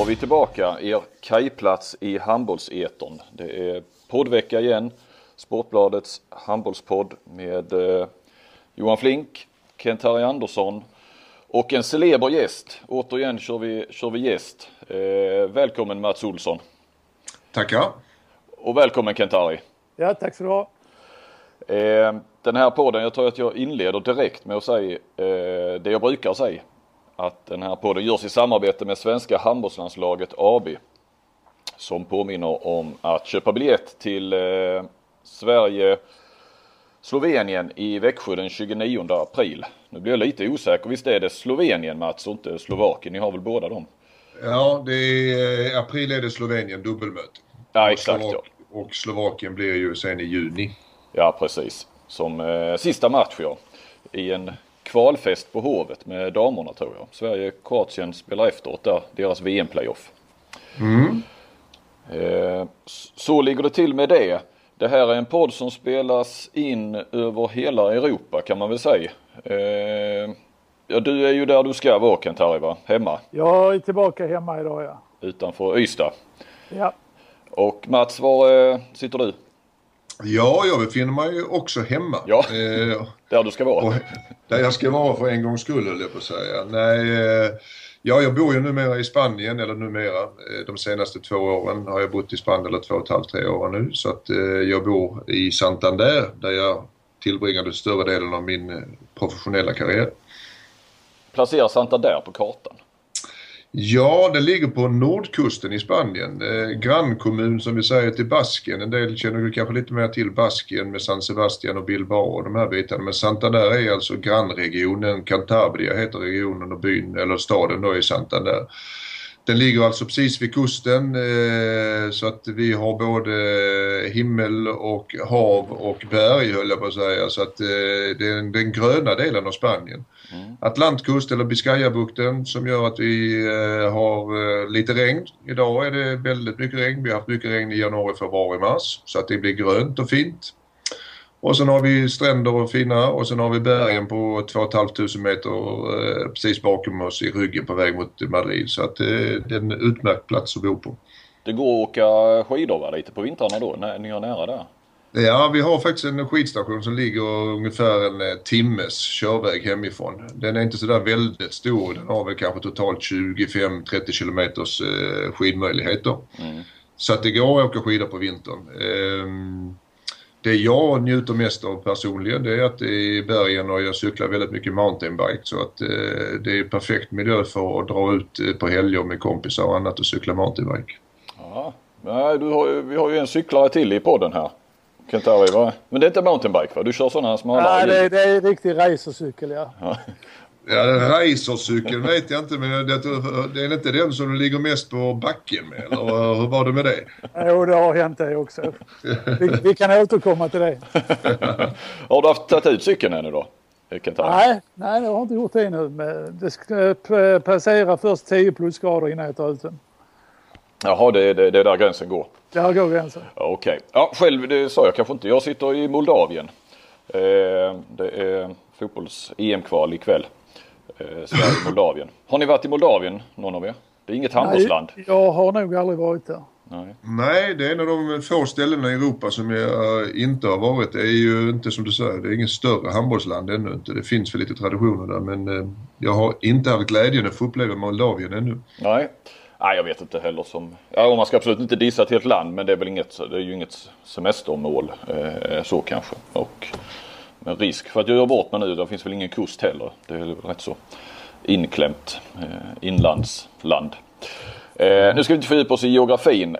vi tillbaka, er kajplats i handbollsetern. Det är poddvecka igen, Sportbladets handbollspodd med Johan Flink, Kent-Harry Andersson och en celeber gäst. Återigen kör vi gäst. Välkommen Mats Olsson. Tackar. Och välkommen Kent-Harry. Ja, tack så du ha. Den här podden, jag tror att jag inleder direkt med att säga det jag brukar säga. Att den här podden görs i samarbete med Svenska handbollslandslaget AB. Som påminner om att köpa biljett till Sverige-Slovenien i Växjö den 29 april. Nu blir jag lite osäker. Visst är det Slovenien, Mats, och inte Slovakien? Ni har väl båda dem? Ja, april är det Slovenien dubbelmöte. Ja, exakt. Och Slovakien blir ju sen i juni. Ja, precis. Som sista match, ja. I en kvalfest på Hovet med damerna, tror jag. Sverige-Kroatien spelar efteråt där, deras VM-playoff. Så ligger det till med det. Det här är en podd som spelas in över hela Europa, kan man väl säga. Ja, du är ju där du ska vara, Kent-Harry, va? Hemma. Jag är tillbaka hemma idag, ja. Utanför Ystad. Ja. Och Mats, var sitter du? Ja, jag befinner mig också hemma. Ja, där du ska vara. Där jag ska vara för en gångs skull, höll jag på att säga. Jag bor ju numera i Spanien, de senaste 2 åren har jag bott i Spanien, eller 2,5-3 år nu. Så att jag bor i Santander, där jag tillbringade större delen av min professionella karriär. Placerar Santander på kartan? Ja, det ligger på nordkusten i Spanien. Grannkommun som vi säger till Baskien. En del känner ju kanske lite mer till Baskien med San Sebastian och Bilbao och de här bitarna. Men Santander är alltså grannregionen. Cantabria heter regionen och byn, eller staden då, i Santander. Den ligger alltså precis vid kusten, så att vi har både himmel och hav och berg, höll jag på att säga. Så att det är den gröna delen av Spanien. Atlantkust eller Biscayabukten som gör att vi har lite regn. Idag är det väldigt mycket regn. Vi har haft mycket regn i januari, februari, mars. Så att det blir grönt och fint. Och sen har vi stränder och fina, och sen har vi bergen på 2 500 meter precis bakom oss i ryggen på väg mot Madrid. Så att det är en utmärkt plats att bo på. Det går att åka skidor lite på vintrarna då, när ni är nära där? Ja, vi har faktiskt en skidstation som ligger ungefär en timmes körväg hemifrån. Den är inte så där väldigt stor. Den har väl kanske totalt 25-30 kilometers skidmöjligheter. Så att det går att åka skidor på vintern. Det jag njuter mest av personligen, det är att det är i bergen och jag cyklar väldigt mycket mountainbike. Så att det är perfekt miljö för att dra ut på helger med kompisar och annat och cykla mountainbike. Ja, vi har ju en cyklare till i podden här. Kent-Harry, va? Men det är inte mountainbike, va? Du kör sådana smala... Nej, det är en riktig racercykel, ja. Ja, racercykeln vet jag inte, men det är inte den som du ligger mest på backen med, eller hur var det med det? Jo, det har hänt det också. Vi kan återkomma till det. Har du tagit ut cykeln ännu då? Nej, det har jag inte gjort det nu. Men det ska passera först 10 plusgrader innan jag tar ut den. Jaha, det är där gränsen går. Där går gränsen. Okej. Ja, själv, det sa jag kanske inte. Jag sitter i Moldavien. Det är fotbolls-EM-kval ikväll. Sverige-Moldavien. Har ni varit i Moldavien, någon av er? Det är inget handbollsland. Nej, jag har nog aldrig varit där. Nej, det är en av de få ställena i Europa som jag inte har varit. Det är ju inte, som du säger, det är inget större handbollsland ännu inte. Det finns väl lite traditioner där, men jag har inte haft glädjen att få uppleva Moldavien ännu. Nej, jag vet inte heller om man ska absolut inte dissa till ett land, men det är ju inget semestermål så kanske. Och med risk för att jag gör bort mig nu, det finns väl ingen kust heller. Det är rätt så inklämt inlandsland. Nu ska vi inte fördjupa oss i geografin.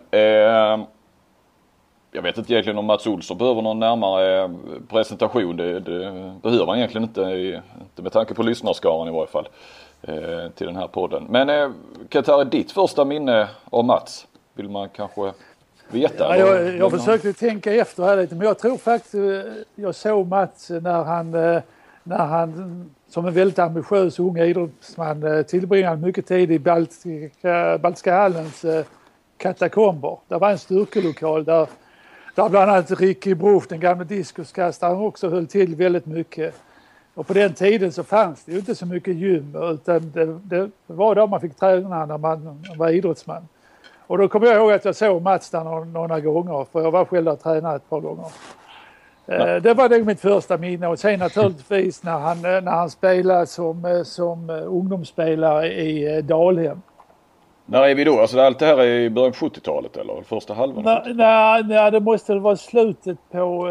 Jag vet inte egentligen om Mats Olsson behöver någon närmare presentation. Det behöver man egentligen inte med tanke på lyssnarskaran i varje fall till den här podden. Men Kent-Harry, ditt första minne av Mats vill man kanske veta? Ja, jag försökte tänka efter här lite, men jag tror faktiskt jag såg Mats när han som en väldigt ambitiös ung idrottsman tillbringade mycket tid i Baltiska hallens katakomber. Det var en styrkelokal där bland annat Ricky Brof, den gamla diskuskastaren, också höll till väldigt mycket. Och på den tiden så fanns det ju inte så mycket gym, utan det var då man fick träna när man var idrottsman. Och då kommer jag ihåg att jag såg Mats där några gånger, för jag var själv och tränade ett par gånger. Det var nog mitt första minne, och sen naturligtvis när han spelade som ungdomsspelare i Dalhem. När är vi då? Alltså allt det här är i början på 70-talet eller första halvan? Nej, det måste vara slutet på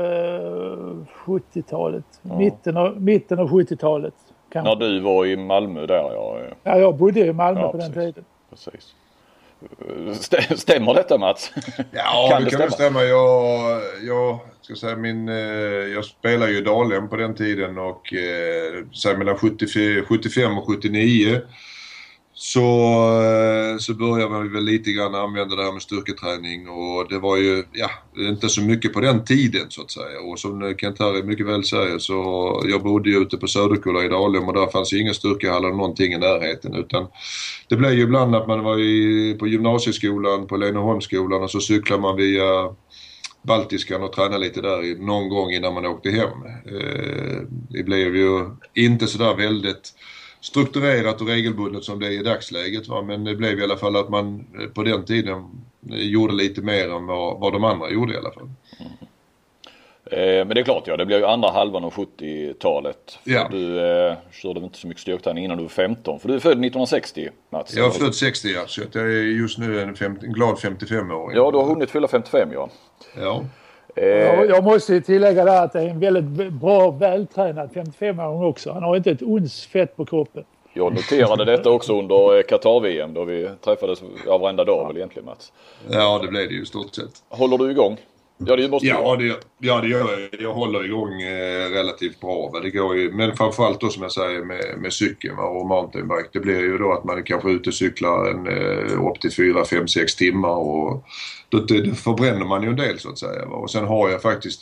70-talet. Ja. Mitten av 70-talet. När du var i Malmö där, ja. Ja, jag bodde i Malmö på den tiden. Precis. Stämmer detta, Mats? Ja, det kan väl stämma. Jag ska säga jag spelade ju i Dalhem på den tiden, och mellan 75 och 79 så började man väl lite grann använda det här med styrketräning, och det var ju inte så mycket på den tiden så att säga. Och som Kent-Harry mycket väl säger, så jag bodde ju ute på Söderkulla i Dalhem, och där fanns ju ingen styrkehallar någonting i närheten, utan det blev ju ibland att man var på gymnasieskolan, på Leneholmsskolan, och så cyklade man via Baltiskan och tränade lite där någon gång innan man åkte hem. Det blev ju inte så där väldigt strukturerat och regelbundet som det är i dagsläget, va? Men det blev i alla fall att man på den tiden gjorde lite mer än vad de andra gjorde i alla fall. Men det är klart, det blev ju andra halvan av 70-talet. Ja. Du körde inte så mycket styrketräning innan du var 15, för du är född 1960, Mats. Jag är född 60, så jag är just nu en glad 55-åring. Ja, du har hunnit fylla 55, ja. Ja. Jag måste tillägga där att det är en väldigt bra, vältränad 55-åring också. Han har inte ett ons fett på kroppen. Jag noterade detta också under Qatar-VM, då vi träffades varenda dag väl egentligen, Mats. Ja, det blev det ju stort sett. Håller du igång? Ja, det måste det gör jag. Jag håller igång relativt bra. Det går ju, men framförallt då som jag säger med cykeln och mountainbike. Det blir ju då att man kanske är ute och cyklar upp till 4, 5, 6 timmar, och då förbränner man ju en del så att säga. Och sen har jag faktiskt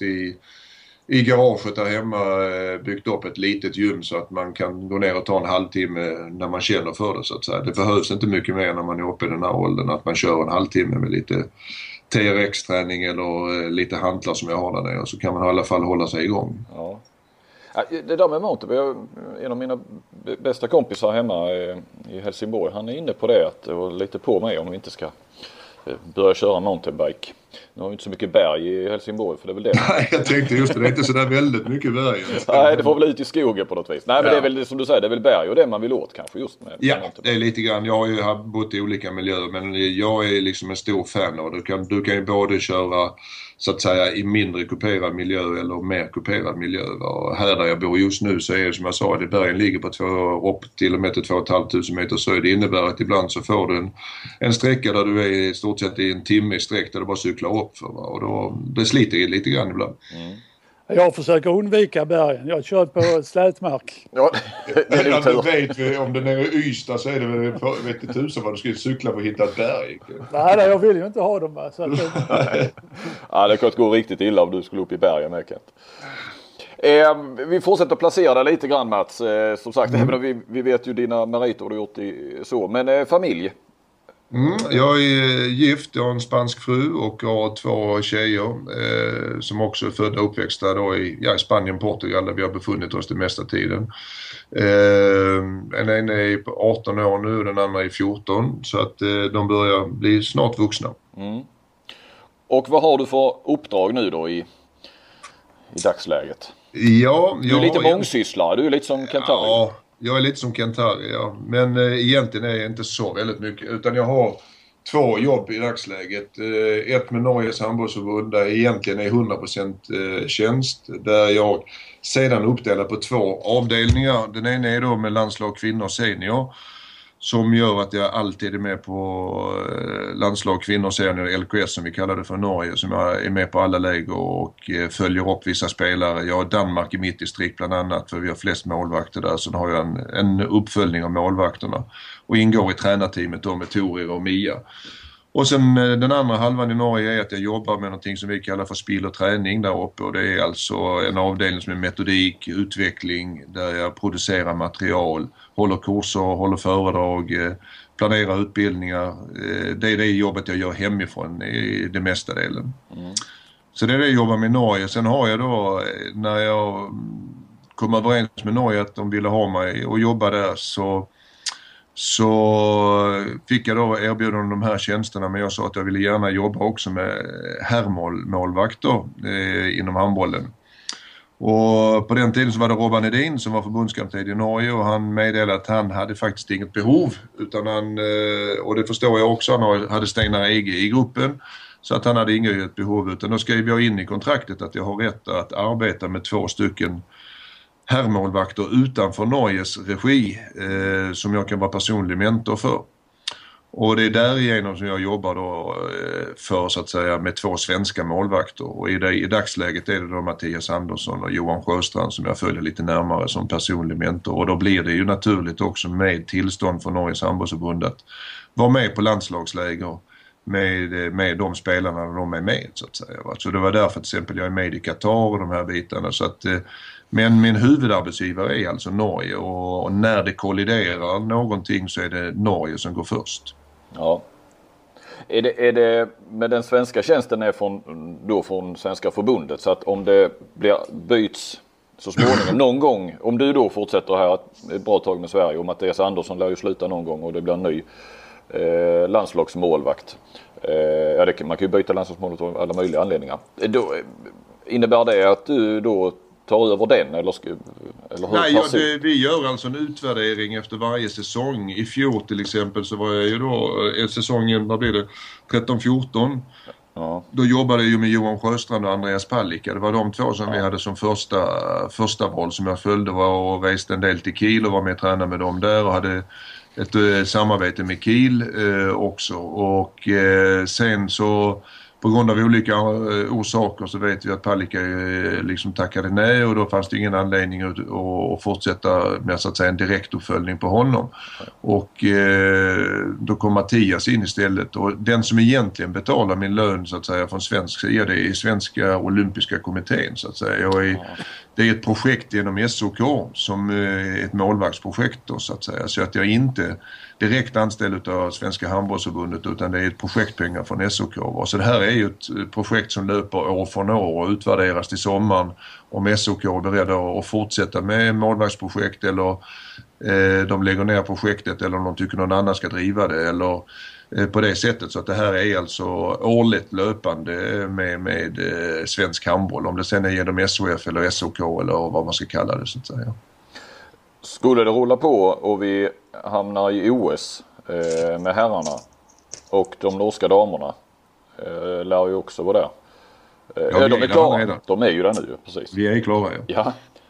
i garaget där hemma byggt upp ett litet gym, så att man kan gå ner och ta en halvtimme när man känner för det så att säga. Det behövs inte mycket mer när man är uppe i den här åldern, att man kör en halvtimme med lite TRX-träning eller lite hantlar som jag har där nere, så kan man i alla fall hålla sig igång. Ja. Det där med mountainbike, en av mina bästa kompisar hemma i Helsingborg, han är inne på det, att det var lite på mig om vi inte ska börja köra mountainbike. Nu har vi inte så mycket berg i Helsingborg, för det är väl det. Nej, jag tänkte just det är inte så där väldigt mycket berg. Nej, det får väl ut i skogen på något vis. Nej, men det är väl som du säger, det är väl berg och det man vill åt kanske just med. Ja, det är lite grann. Jag har ju bott i olika miljöer, men jag är liksom en stor fan, och du kan ju både köra så att säga i mindre kuperad miljö eller mer kuperad miljö. Och här där jag bor just nu så är det som jag sa, det bergen ligger på upp till och med till 2 500 meter, så det innebär att ibland så får du en sträcka där du är i stort sett i en timme i sträck där du bara cyklar upp för, och då det sliter lite grann ibland. Jag försöker undvika bergen. Jag kör på slätmark. Ja, det är vet vi, om den är i Ystad så är det väl, vet du tusen vad du skulle cykla för att hitta ett berg. Nej, jag vill ju inte ha dem. Så att ja, det kan gå riktigt illa om du skulle upp i bergen med, Kent. Vi fortsätter att placera dig lite grann, Mats. Som sagt, även om vi vet ju dina meriter och du gjort så. Men familj? Jag är gift, jag har en spansk fru och har 2 tjejer som också är födda och uppväxta då i Spanien, Portugal, där vi har befunnit oss den mesta tiden. En är 18 år nu och den andra är 14, så att de börjar bli snart vuxna. Och vad har du för uppdrag nu då i dagsläget? Ja, du är lite mångsysslare, du är lite som Kent-Harry. Ja, jag är lite som Kent-Harry, ja. Men egentligen är jag inte så väldigt mycket, utan jag har 2 jobb i dagsläget. Ett med Norges handbollsförbund där jag egentligen är 100% tjänst, där jag sedan uppdelar på 2 avdelningar. Den ena är då med landslag kvinnor senior, som gör att jag alltid är med på landslag kvinnor senior, LKS som vi kallar det för Norge, som jag är med på alla läger och följer upp vissa spelare. Jag har Danmark i mitt distrikt bland annat, för vi har flest målvakter där, så har jag en uppföljning av målvakterna och ingår i tränarteamet då med Torir och Mia. Och sen den andra halvan i Norge är att jag jobbar med någonting som vi kallar för spill och träning där uppe, och det är alltså en avdelning som är metodik, utveckling, där jag producerar material, håller kurser, håller föredrag, planerar utbildningar. Det är det jobbet jag gör hemifrån i det mesta delen. Så det är det jag jobbar med i Norge. Sen har jag då, när jag kom överens med Norge att de ville ha mig och jobba där, så fick jag då erbjuda de här tjänsterna, men jag sa att jag ville gärna jobba också med herrmålvakter inom handbollen. Och på den tiden så var det Robban Edin som var förbundskapten i Norge, och han meddelade att han hade faktiskt inget behov, utan och det förstår jag också, han hade Steinar Ege i gruppen, så att han hade inget behov, utan då skrev jag in i kontraktet att jag har rätt att arbeta med 2 stycken herrmålvakter utanför Norges regi som jag kan vara personlig mentor för. Och det är därigenom som jag jobbar då för, så att säga, med 2 svenska målvakter. Och i dagsläget är det då Mattias Andersson och Johan Sjöstrand som jag följer lite närmare som personlig mentor. Och då blir det ju naturligt också med tillstånd från Norges handbollsförbund att vara med på landslagsläger med de spelarna när de är med, så att säga. Så det var därför till exempel jag är med i Qatar och de här bitarna. Så att, men min huvudarbetsgivare är alltså Norge, och när det kolliderar någonting så är det Norge som går först. Ja. Är det med den svenska tjänsten är från Svenska förbundet, så att om det byts så småningom någon gång, om du då fortsätter här ett bra tag med Sverige, och Mattias Andersson lär ju sluta någon gång och det blir en ny landslagsmålvakt. Man kan ju byta landslagsmålvakt av alla möjliga anledningar. Då, innebär det att du då tar över den eller hur? Nej, vi gör alltså en utvärdering efter varje säsong. I fjol till exempel så var jag ju då säsongen, vad blir det, 13-14. Ja. Då jobbade jag ju med Johan Sjöstrand och Andreas Palicka. Det var de 2 som vi hade som första val som jag följde, och reste en del till Kiel och var med och tränade med dem där och hade ett samarbete med Kiel också. Och sen så på grund av olika orsaker så vet vi att Palicka liksom tackade nej, och då fanns det ingen anledning att fortsätta med, så att säga, en direktuppföljning på honom. Och då kom Mattias in istället, och den som egentligen betalar min lön, så att säga, från svensk sida, det är Svenska olympiska kommittén, så att säga. Det är ett projekt genom SOK som är ett målvaktsprojekt då, så att säga. Så att jag inte direkt anställd av Svenska handbollsförbundet, utan det är ett projektpengar från SOK. Så det här är ju ett projekt som löper år från år och utvärderas till sommaren, om SOK är beredda att fortsätta med målvaktsprojekt, eller de lägger ner projektet, eller om de tycker någon annan ska driva det, eller på det sättet. Så att det här är alltså årligt löpande med svensk handboll, om det sen är genom SOF eller SOK eller vad man ska kalla det, så att säga. Skulle det rulla på och vi hamnar i OS med herrarna och de norska damerna lär ju också vara där. Ja, de är klara. De är ju där nu, precis. Vi är klara, ja.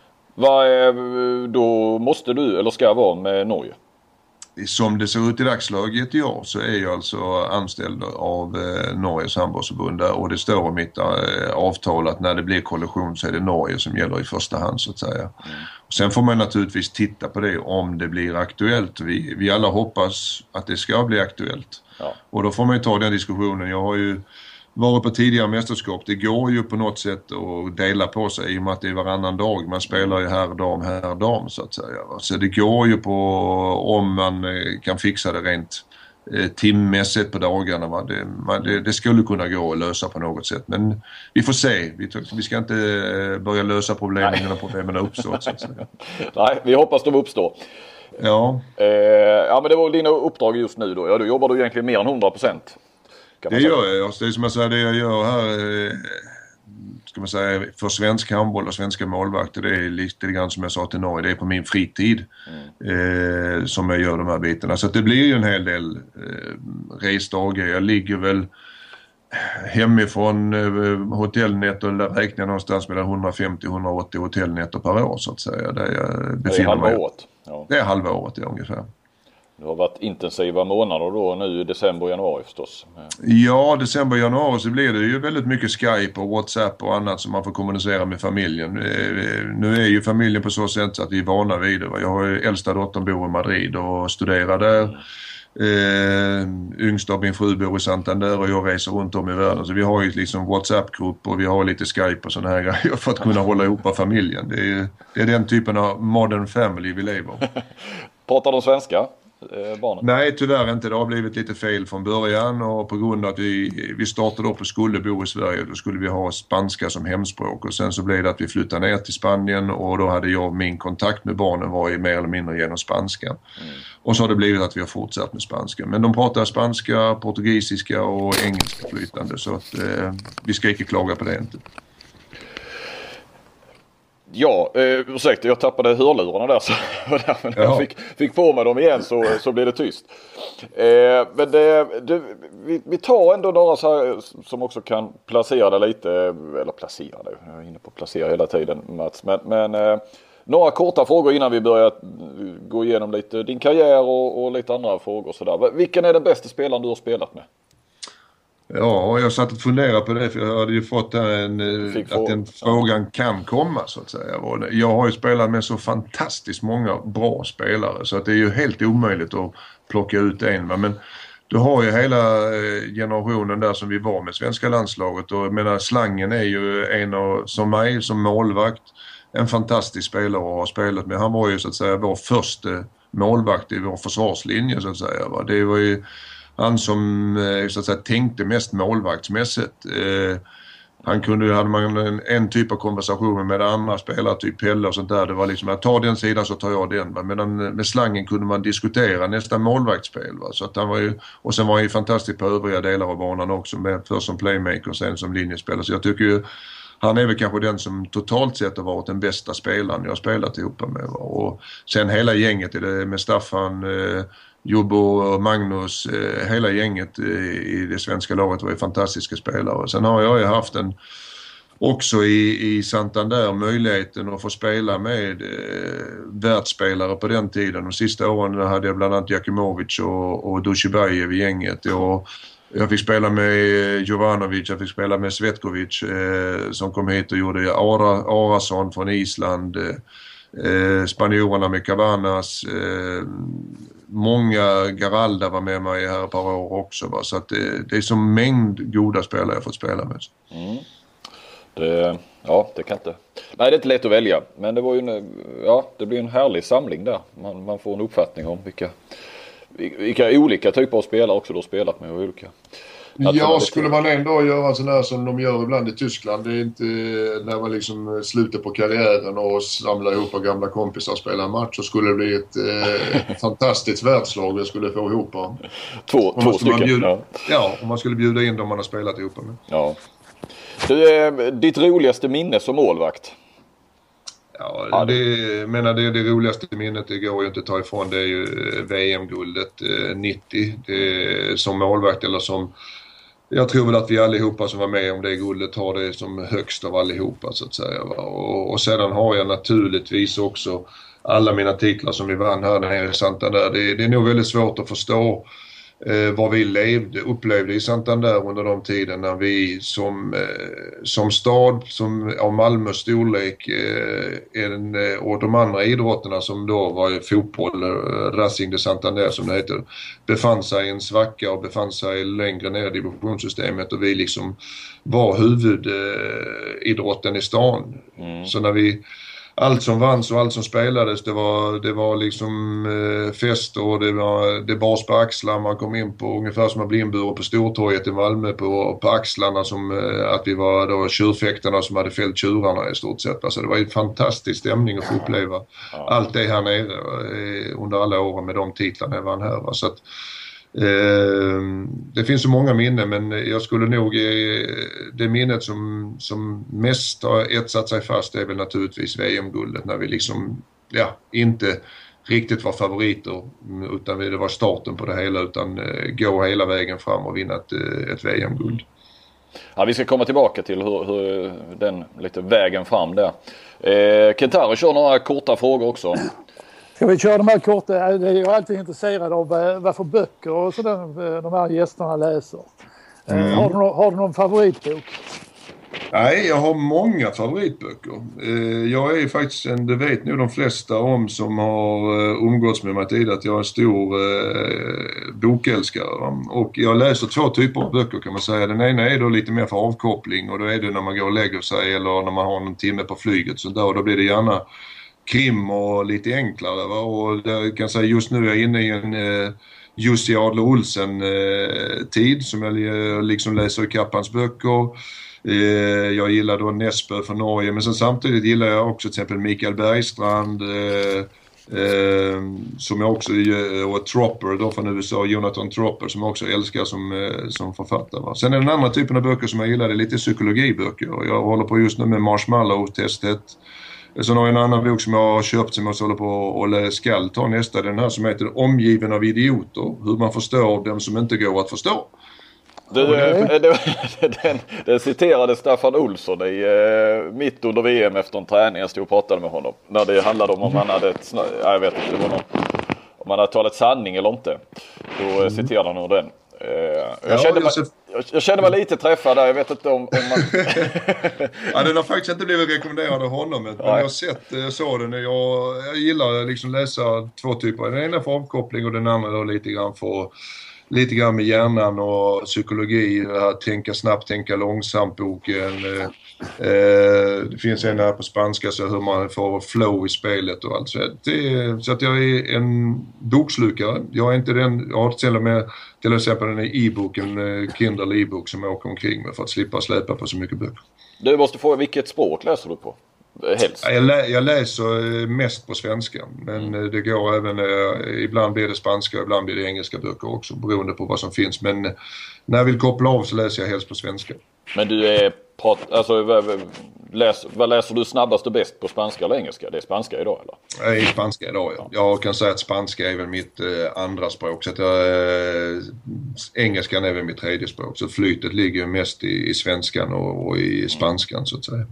Då måste du, eller ska vara med Norge? Som det ser ut i dagsläget i år så är jag alltså anställd av Norges handbollsförbund, och det står i mitt avtal att när det blir kollision så är det Norge som gäller i första hand, så att säga. Och sen får man naturligtvis titta på det om det blir aktuellt. Vi alla hoppas att det ska bli aktuellt. Ja. Och då får man ju ta den diskussionen. Jag har ju varit på tidigare mästerskap. Det går ju på något sätt att dela på sig i och med att det är varannan dag. Man spelar ju här dam så att säga. Så det går ju på om man kan fixa det rent timmässigt på dagarna. Det skulle kunna gå att lösa på något sätt. Men vi får se. Vi ska inte börja lösa problemen när problemen uppstår, så att säga. Nej, vi hoppas de uppstår. Ja. Ja, men det var dina uppdrag just nu då. Ja, då jobbar du egentligen mer än 100%. Det gör jag. Det är som jag säger, det jag gör här ska man säga, för svensk handboll och svenska målvakter, det är lite grann som jag sa till Norge, det är på min fritid som jag gör de här bitarna. Så att det blir ju en hel del resdagar. Jag ligger väl hemifrån hotellnätter, eller räknar jag någonstans mellan 150-180 hotellnätter per år, så att säga. Där jag befinner mig. Året. Ja. Det är halva året, ja, ungefär. Det har varit intensiva månader då nu i december och januari förstås. Ja, december och januari så blir det ju väldigt mycket Skype och WhatsApp och annat som man får kommunicera med familjen. Nu är ju familjen på så sätt att vi är vana vid det. Jag har ju äldsta dottern bor i Madrid och studerar där. Yngsta av min fru bor i Santander och jag reser runt om i världen. Så vi har ju liksom WhatsApp-grupp och vi har lite Skype och sådana här grejer för att kunna hålla ihop familjen. Det är den typen av modern family vi lever. Pratar de svenska? barnen? Nej, tyvärr inte. Det har blivit lite fel från början och på grund av att vi startade upp och skulle bo i Sverige, då skulle vi ha spanska som hemspråk och sen så blev det att vi flyttade ner till Spanien och då hade min kontakt med barnen var ju mer eller mindre genom spanska. Och så har det blivit att vi har fortsatt med spanska. Men de pratar spanska, portugisiska och engelska flytande så att vi ska inte klaga på det inte. Ja, ursäkta, jag tappade hörlurarna där så när jag fick på mig dem igen så blev det tyst. Men vi tar ändå några så här, som också kan placera det lite, eller placera det, jag är inne på att placera hela tiden Mats, men några korta frågor innan vi börjar gå igenom lite din karriär och lite andra frågor sådär. Vilken är den bästa spelaren du har spelat med? Ja, jag satt och funderade på det för jag hade ju fått att den frågan kan komma så att säga. Jag har ju spelat med så fantastiskt många bra spelare så att det är ju helt omöjligt att plocka ut en. Men du har ju hela generationen där som vi var med svenska landslaget och jag menar Slangen är ju en av, som mig som målvakt, en fantastisk spelare att ha spelat med. Han var ju så att säga vår första målvakt i vår försvarslinje så att säga. Va? Det var ju han som så att säga tänkte mest målvaktsmässigt. Hade man en typ av konversation med andra spelare, typ Pelle och sånt där. Det var liksom att ta den sidan så tar jag den. Va? Medan med Slangen kunde man diskutera nästa målvaktsspel. Va? Så att han var ju, och sen var han ju fantastisk på övriga delar av banan också. Först som playmaker och sen som linjespelare. Så jag tycker ju han är väl kanske den som totalt sett har varit den bästa spelaren jag har spelat ihop med. Va? Och sen hela gänget med Staffan, Jobbo, Magnus, hela gänget i det svenska laget var ju fantastiska spelare. Sen har jag ju haft också i Santander möjligheten att få spela med världsspelare på den tiden. De sista åren hade jag bland annat Jakimovic och Dushibayev i gänget. Jag fick spela med Jovanovic, jag fick spela med Svetkovic som kom hit och gjorde Arason från Island, spanjorerna med Cabanas, många Garalda var med mig här ett par år också. Va? Så att det är så mängd goda spelare jag fått spela med. Det kan inte. Nej, det är inte lätt att välja. Men det var ju det blir en härlig samling där. Man får en uppfattning om vilka olika typer av spelare också du har spelat med och olika. Ja, skulle man ändå göra sån här som de gör ibland i Tyskland. Det är inte när man liksom slutar på karriären och samlar ihop av gamla kompisar och spelar en match så skulle det bli ett fantastiskt världslag jag skulle få ihop. Två stycken. Om man skulle bjuda in dem man har spelat ihop med. Ja. Ditt roligaste minne som målvakt? Ja, det roligaste minnet det går ju inte att ta ifrån. Det är ju VM-guldet 90 som målvakt eller som jag tror väl att vi allihopa som var med om det guldet har det som högst av allihopa så att säga. Och sedan har jag naturligtvis också alla mina titlar som vi vann här nere i Santander. Det är nog väldigt svårt att förstå vad vi upplevde i Santander under de tiden när vi som stad, som av Malmös storlek och de andra idrotterna som då var fotboll, Racing de Santander som det heter, befann sig i en svacka och befann sig längre ner i divisionssystemet och vi liksom var huvudidrotten i stan. Så när allt som vanns och allt som spelades, det var liksom fest och det bars på axlar. Man kom in på ungefär som att bli inburen på Stortorget i Malmö på axlarna som att vi var då tjurfäktarna som hade fällt tjurarna i stort sett. Alltså det var en fantastisk stämning att få uppleva allt det här nere under alla åren med de titlarna jag vann här. Va? Så att, det finns så många minnen men jag skulle nog det minnet som mest har etsat sig fast är väl naturligtvis VM-guldet när vi liksom inte riktigt var favoriter utan det var starten på det hela utan gå hela vägen fram och vinna ett VM-guld. Ja, vi ska komma tillbaka till hur den lite vägen fram där. Kentaro kör några korta frågor också. Ska vi köra de här korta? Jag är alltid intresserad av vad för böcker och sådär de här gästerna läser. Har du någon favoritbok? Nej, jag har många favoritböcker. Jag är faktiskt det vet nog de flesta om som har umgåtts med mig tidigare att jag är en stor bokälskare. Och jag läser två typer av böcker kan man säga. Den ena är då lite mer för avkoppling och då är det när man går och lägger sig eller när man har någon timme på flyget. Så där, och då blir det gärna krim och lite enklare. Va? Och jag kan säga just nu är jag inne i en Jussi Adler-Olsen tid som jag liksom läser i Kappans böcker. Jag gillar då Nesbø från Norge, men sen samtidigt gillar jag också till exempel Mikael Bergstrand som jag också, och Tropper då från USA, Jonathan Tropper, som jag också älskar som författare. Va? Sen är den andra typen av böcker som jag gillar, det är lite psykologiböcker. Jag håller på just nu med Marshmallow-testet. Sen har jag en annan bok som jag har köpt som jag håller på och ska ta nästa, den här som heter Omgiven av idioter, hur man förstår dem som inte går att förstå. Det citerade Staffan Olsson mitt under VM efter en träning. Jag stod och pratade med honom när det handlade om man hade jag vet inte, det var om man hade talat sanning eller inte. Då citerade han den. Jag kände mig lite träffad där. Jag vet inte om man... Ja, den har faktiskt inte blivit rekommenderad av honom. Men jag såg den. Jag gillar liksom läsa två typer. Den ena för avkoppling och den andra då lite grann med hjärnan och psykologi. Tänka snabbt, tänka långsamt boken. Det finns en här på spanska så hur man får flow i spelet och allt så. Så att jag är en bokslukare. Jag är inte den, jag har till och med till exempel den e-boken, Kindle e-bok som jag åker omkring med för att slippa släpa på så mycket böcker. Du måste få, vilket språk läser du på? Helst. Jag läser mest på svenska, men det går även, ibland blir det spanska och ibland blir det engelska böcker också beroende på vad som finns, men när jag vill koppla av så läser jag helst på svenska. Men du är vad läser du snabbast och bäst på spanska eller engelska? Det är spanska idag eller? Nej, spanska idag ja. Jag kan säga att spanska är väl mitt andra språk, så att engelskan är väl mitt tredje språk, så flytet ligger mest i svenskan och i spanskan så att säga.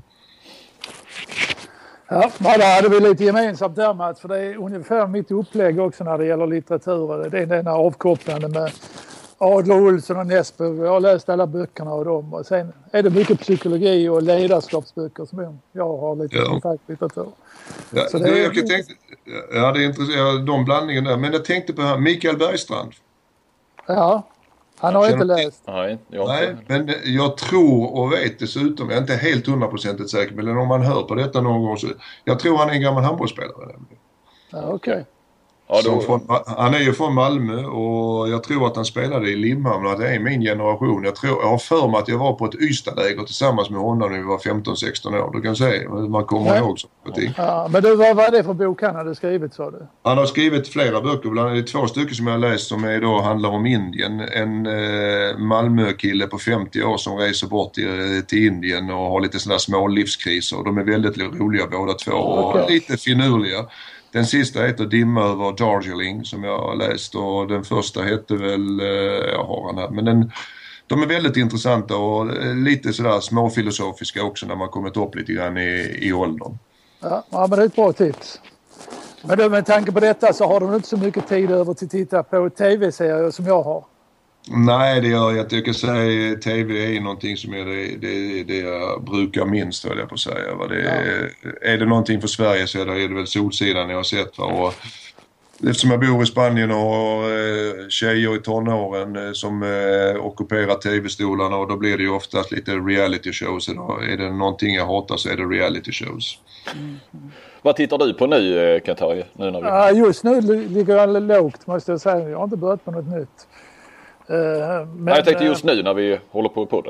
Ja, då hade vi lite gemensamt där, Mats, för det är ungefär mitt upplägg också när det gäller litteratur. Det är den här avkopplande med Adler-Olsen och Nesbø. Jag har läst alla böckerna av dem. Och sen är det mycket psykologi och ledarskapsböcker som jag har lite kontaktlitteratur. Ja, så det är intressant, de blandningen där. Men jag tänkte på här, Mikael Bergstrand. Ja, han har inte läst. Nej, men jag tror och vet dessutom, jag är inte helt 100% säker, men om man hör på detta någon gång så, jag tror han är en gammal handbollsspelare. Ja, okej. Ja, han är ju från Malmö och jag tror att han spelade i Limhamn och att det är min generation. Jag har för mig att jag var på ett Ystadläger tillsammans med honom när vi var 15-16 år. Du kan se, man kommer ihåg så. Ja, men du, vad var det för bok han hade skrivit, sa du? Han har skrivit flera böcker, bland annat 2 stycken som jag har läst som handlar om Indien. En Malmö-kille på 50 år som reser bort till Indien och har lite sådana små livskriser. De är väldigt roliga båda två och lite finurliga. Den sista heter Dimma över Darjeeling som jag har läst och den första heter väl, jag har den här, men de är väldigt intressanta och lite sådär småfilosofiska också när man kommit upp lite grann i åldern. Ja, men det är ett bra tips. Men då, med tanke på detta så har de inte så mycket tid över till att titta på tv-serier som jag har. Nej, det gör jag. Jag kan säga tv är någonting som är det jag brukar minst, höll jag på att säga. Är det någonting för Sverige så är det väl Solsidan jag har sett. Och eftersom jag bor i Spanien och har tjejer i tonåren som ockuperar tv-stolarna och då blir det ju oftast lite reality shows. Är det någonting jag hatar så är det reality shows. Vad tittar du på nu, Katari? Just nu ligger jag lågt, måste jag säga. Jag har inte börjat på något nytt. Men, jag tänkte just nu när vi håller på podden.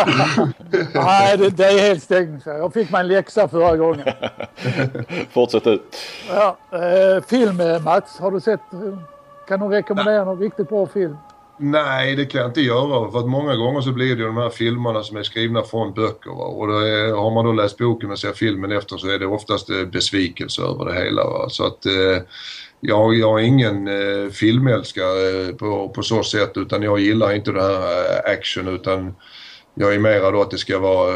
Nej, det är helt stängt. Jag fick mig en läxa förra gången. Fortsätt ut. Ja, film, Mats, har du sett? Kan du rekommendera någon riktigt bra film? Nej, det kan jag inte göra. För att många gånger så blir det ju de här filmerna som är skrivna från böcker. Va? Och har man då läst boken och ser filmen efter så är det oftast besvikelse över det hela. Va? Så att... Jag är ingen filmälskare på så sätt, utan jag gillar inte det här action, utan jag är mera då att det ska vara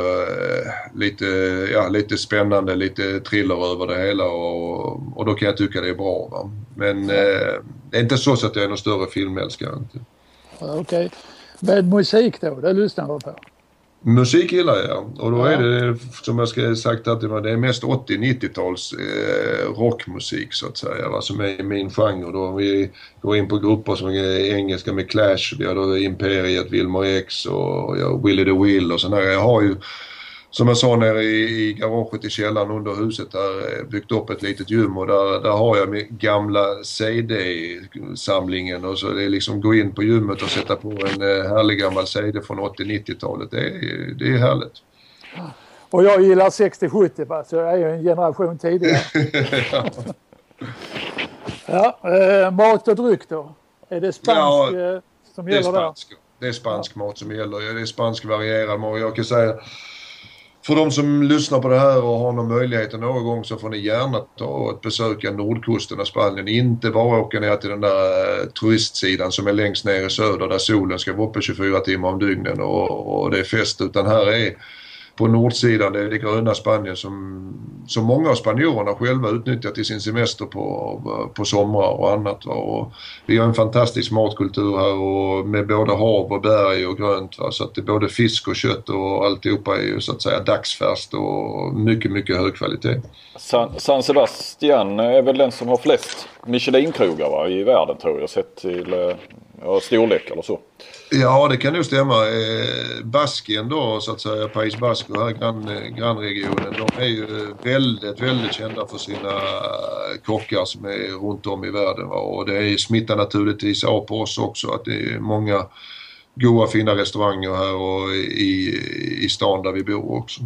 lite spännande, lite thriller över det hela och då kan jag tycka det är bra. Va? Men det är inte så att jag är någon större filmälskare. Okej. Men musik då, det lyssnar jag på. Musik gillar jag och då är det, som jag ska sagt, att det är mest 80-90-tals rockmusik så att säga, va, som är min genre. Då vi går in på grupper som är engelska med Clash, vi har då Imperiet, Wilmer X och Willie the Will och sådär. Jag har ju som jag sa nere i garaget i källaren under huset där byggt upp ett litet gym och där har jag min gamla CD-samlingen och så det är liksom gå in på gymmet och sätta på en härlig gammal CD från 80-90-talet. Det är härligt. Och jag gillar 60-70 så jag är ju en generation tidigare. Ja, mat och dryck då? Är det spansk som gäller där? Det är spansk mat som gäller. Det är spansk varierad mat. Jag kan säga för de som lyssnar på det här och har någon möjlighet någon gång så får ni gärna ta ett besöka nordkusten av Spanien. Inte bara åka ner till den där turistsidan som är längst ner i söder där solen ska vara uppe 24 timmar om dygnen och det är fest. Utan här är på nordsidan, det är det gröna Spanien som många av spanjorerna själva utnyttjar till sin semester på somrar och annat. Och vi har en fantastisk matkultur här och med både hav och berg och grönt. Så att det är både fisk och kött och alltihopa är ju så att säga dagsfärskt och mycket, mycket hög kvalitet. San Sebastian är väl den som har flest Michelin-krogar i världen tror jag, sett till storlek eller så. Ja, det kan nog stämma. Baskien då, så att säga, País Vasco här, grannregionen, de är ju väldigt, väldigt kända för sina kockar som är runt om i världen. Va? Och det smittar naturligtvis av på oss också att det är många goda, fina restauranger här och i stan där vi bor också.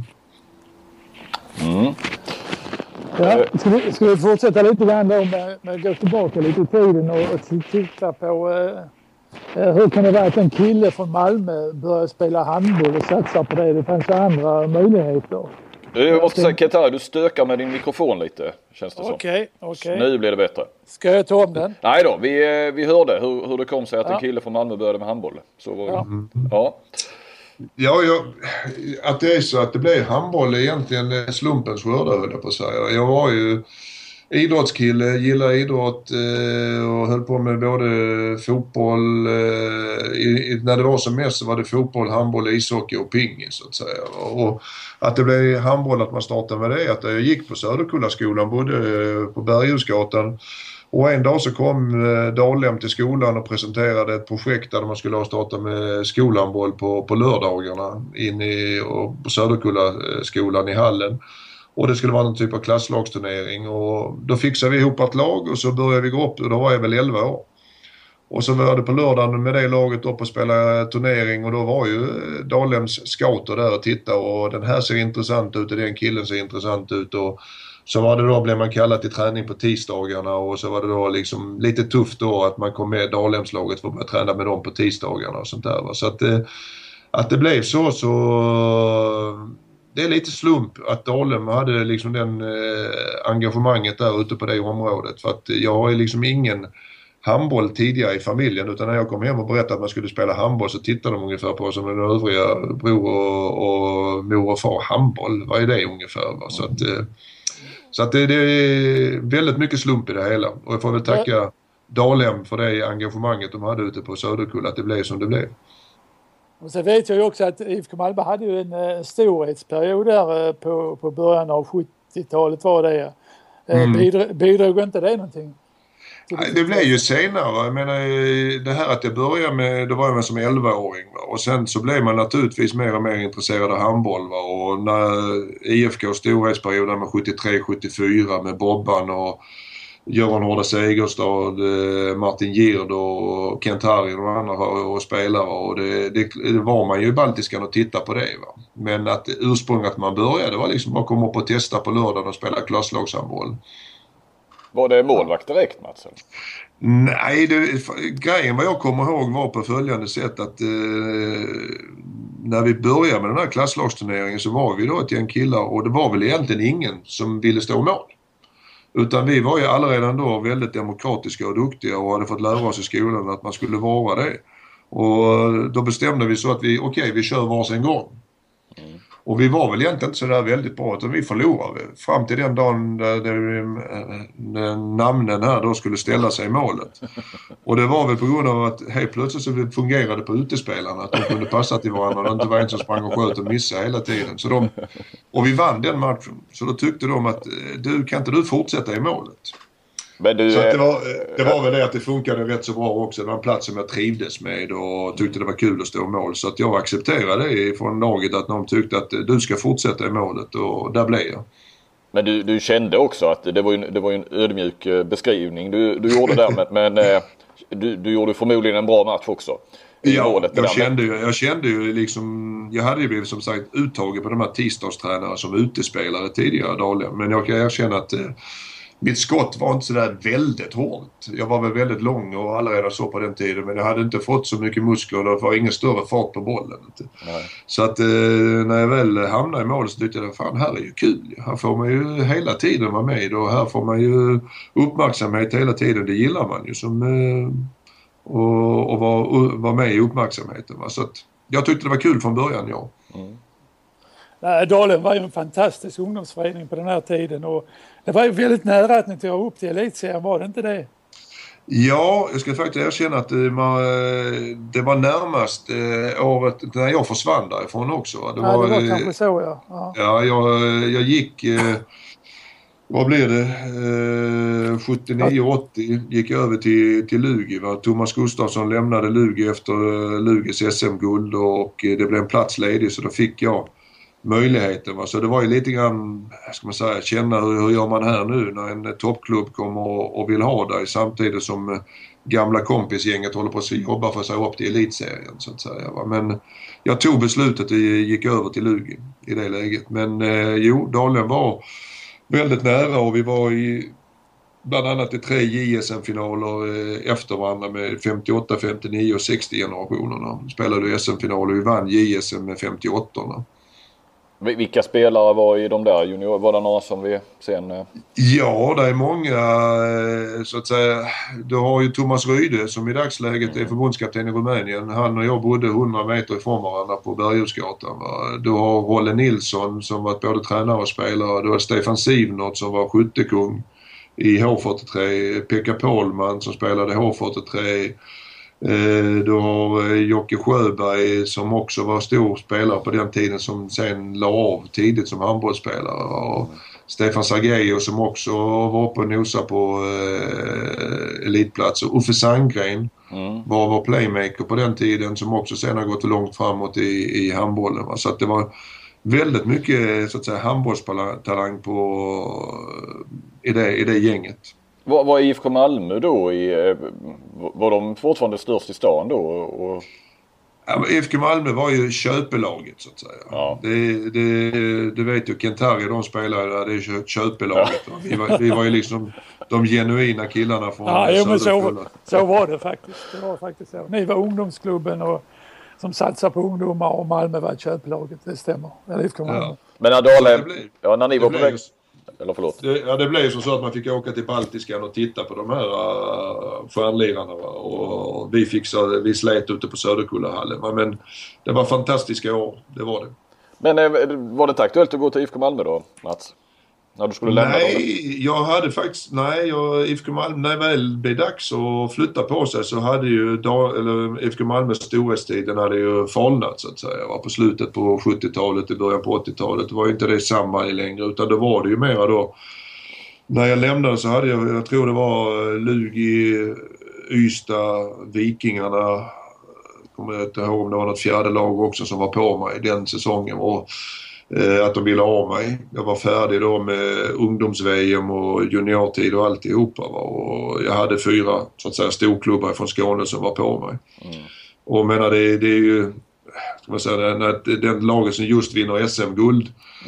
Mm. Ja, ska vi fortsätta lite grann då med gå tillbaka lite i tiden och titta på hur kan det vara att en kille från Malmö börjar spela handboll och satsa på det? Det fanns andra möjligheter. Jag måste säga Ketar, du stökar med din mikrofon lite, känns det som. Okej. Nu blir det bättre. Ska jag ta om den? Nej då, vi hörde hur det kom sig att en kille från Malmö började med handboll. Så var det. Ja, att det är så att det blev handboll är egentligen slumpens skörda, höll jag på att säga. Jag var ju idrottskille, gillar idrott och höll på med både fotboll, när det var som mest så var det fotboll, handboll, ishockey och pingis så att säga. Och att det blev handboll, att man startade med det, att jag gick på Söderkullaskolan, bodde på Berghusgatan. Och en dag så kom Dahlhem till skolan och presenterade ett projekt där man skulle starta med skolhandboll på lördagarna på Söderkullaskolan i hallen. Och det skulle vara någon typ av klasslagsturnering och då fixade vi ihop ett lag och så började vi gå upp och då var jag väl 11 år. Och så var det på lördagen med det laget upp och spela turnering och då var ju Dahlhems scouter där och tittade och den här ser intressant ut och den killen ser intressant ut och så var det då, blev man kallad till träning på tisdagarna och så var det då liksom lite tufft då att man kom med Dahlhemslaget för att börja träna med dem på tisdagarna och sånt där. Va? Så att det blev så det är lite slump att Dahlhem hade liksom den engagemanget där ute på det området. För att jag har ju liksom ingen handboll tidigare i familjen utan när jag kom hem och berättade att man skulle spela handboll så tittade de ungefär på som den övriga bror och mor och far. Handboll, vad är det ungefär? Va? Så att det är väldigt mycket slump i det hela. Och jag får väl tacka Dahlhem för det engagemanget de hade ute på Söderkull att det blev som det blev. Och så vet jag ju också att IFK Malmö hade ju en storhetsperiod där på början av 70-talet var det. Bidrog inte det någonting? Nej, det blev ju senare. Jag menar, det här att jag började med, då var jag med som 11-åring. Va? Och sen så blev man naturligtvis mer och mer intresserad av handboll. Va? Och när IFK storhetsperioden med 73-74 med Bobban och Göran Hårda Segerstad, Martin Gird och Kent Harry och andra och spelare och det var man ju i Baltiskan och titta på det. Va? Men att ursprunget att man började var liksom bara komma upp och testa på lördagen och spela klasslagshandboll. Var det målvakt direkt, Mats? Nej, grejen vad jag kommer ihåg var på följande sätt att när vi började med den här klasslagsturneringen så var vi då ett gäng killar och det var väl egentligen ingen som ville stå mål. Utan vi var ju allaredan då väldigt demokratiska och duktiga och hade fått lära oss i skolan att man skulle vara det. Och då bestämde vi så att vi kör varsin gång. Och vi var väl egentligen inte så där väldigt bra utan vi förlorade fram till den dagen där namnen här då skulle ställa sig i målet. Och det var väl på grund av att helt plötsligt så det fungerade på utespelarna att de kunde passa till varandra och inte var en som sprang och sköt och missade hela tiden. Och vi vann den matchen. Så då tyckte de att kan inte du fortsätta i målet? Men du, så att det var väl det att det funkade rätt så bra också. Det var en plats som jag trivdes med och tyckte det var kul att stå i mål. Så att jag accepterade det från laget att de tyckte att du ska fortsätta i målet och där blev jag. Men du kände också att det var ju en ödmjuk beskrivning du gjorde där. Men du gjorde förmodligen en bra match också. Ja, jag kände ju liksom, jag hade ju blivit som sagt uttaget på de här tisdagstränare som utespelare tidigare dagar. Men jag kan erkänna att mitt skott var inte så där väldigt hårt. Jag var väl väldigt lång och alla så på den tiden, men jag hade inte fått så mycket muskler och det var ingen större fart på bollen. Nej. Så att när jag väl hamnade i mål så tyckte jag, fan, här är ju kul. Här får man ju hela tiden vara med och här får man ju uppmärksamhet hela tiden. Det gillar man ju som och vara med i uppmärksamheten. Va? Så att jag tyckte det var kul från början, ja. Mm. Dalen var ju en fantastisk ungdomsförening på den här tiden och det var ju väldigt nära att ni tog upp till elitserien, var det inte det? Ja, jag ska faktiskt erkänna att det var närmast året när jag försvann därifrån också. Det var kanske så, ja. Ja, jag gick... Vad blev det? 79-80 gick jag över till Lugi. Va? Thomas Gustafsson lämnade Lugi efter Lugis SM-guld och det blev en plats ledig så då fick jag möjligheten. Va? Så det var ju lite grann, ska man säga, känna hur gör man här nu när en toppklubb kommer och vill ha dig samtidigt som gamla kompisgänget håller på att jobba för sig upp till elitserien så att säga. Va? Men jag tog beslutet och gick över till Lugi i det läget. Men Dalen var väldigt nära och vi var i bland annat i 3 JSM-finaler efter varandra med 58, 59 och 60 generationerna. Vi spelade SM-finaler och vi vann JSM med 58-orna. Vilka spelare var i de där junior? Var det några som vi sen... Ja, det är många så att säga. Du har ju Thomas Ryde som i dagsläget är förbundskapten i Rumänien. Han och jag bodde 100 meter ifrån varandra på Berghusgatan. Du har Rolle Nilsson som varit både tränare och spelare. Du har Stefan Sivnot som var skyttekung i H43. Pekka Pålman som spelade H43. Du har Jocke Sjöberg som också var stor spelare på den tiden som sen la av tidigt som handbollsspelare. Och Stefan Sargejo som också var uppe och nosade på elitplatser. Uffe Sandgren var vår playmaker på den tiden som också sen har gått långt framåt i handbollen. Va? Så att det var väldigt mycket så att säga handbollstalang i det gänget. Var IFK Malmö då? Var de fortfarande störst i stan då? Ja, IFK Malmö var ju köpelaget så att säga. Ja. Det vet ju Kentari, de spelade där, det är köpelaget. Ja. Vi var ju liksom de genuina killarna från så var det faktiskt. Det var faktiskt så. Ni var ungdomsklubben som satsar på ungdomar och Malmö var köplaget, det stämmer. IFK Malmö. Ja. Men när ni var på väg... Eller förlåt. Det blev ju så att man fick åka till Baltiskan och titta på de här stjärnlirarna. Och vi slet ute på Söderkullahallen. Men det var fantastiska år, det var det. Men var det inte aktuellt att gå till IFK Malmö då, Mats? När du skulle lämna jag hade faktiskt, IFK Malmö, när det väl blev dags att flytta på sig så hade ju IFK Malmös storhetstid, den hade ju falnat så att säga. Var på slutet på 70-talet, i början på 80-talet. Det var ju inte det samma längre utan det var det ju mera då. När jag lämnade så hade jag tror det var Lugi, Ystad, Vikingarna. Kommer jag inte ihåg om det var något fjärde lag också som var på mig den säsongen och att de ville ha mig. Jag var färdig då med ungdoms-VM och juniortid och alltihopa. Och jag hade 4 så att säga storklubbar från Skåne som var på mig. Och menar det är ju ska man säga, när den laget som just vinner SM-guld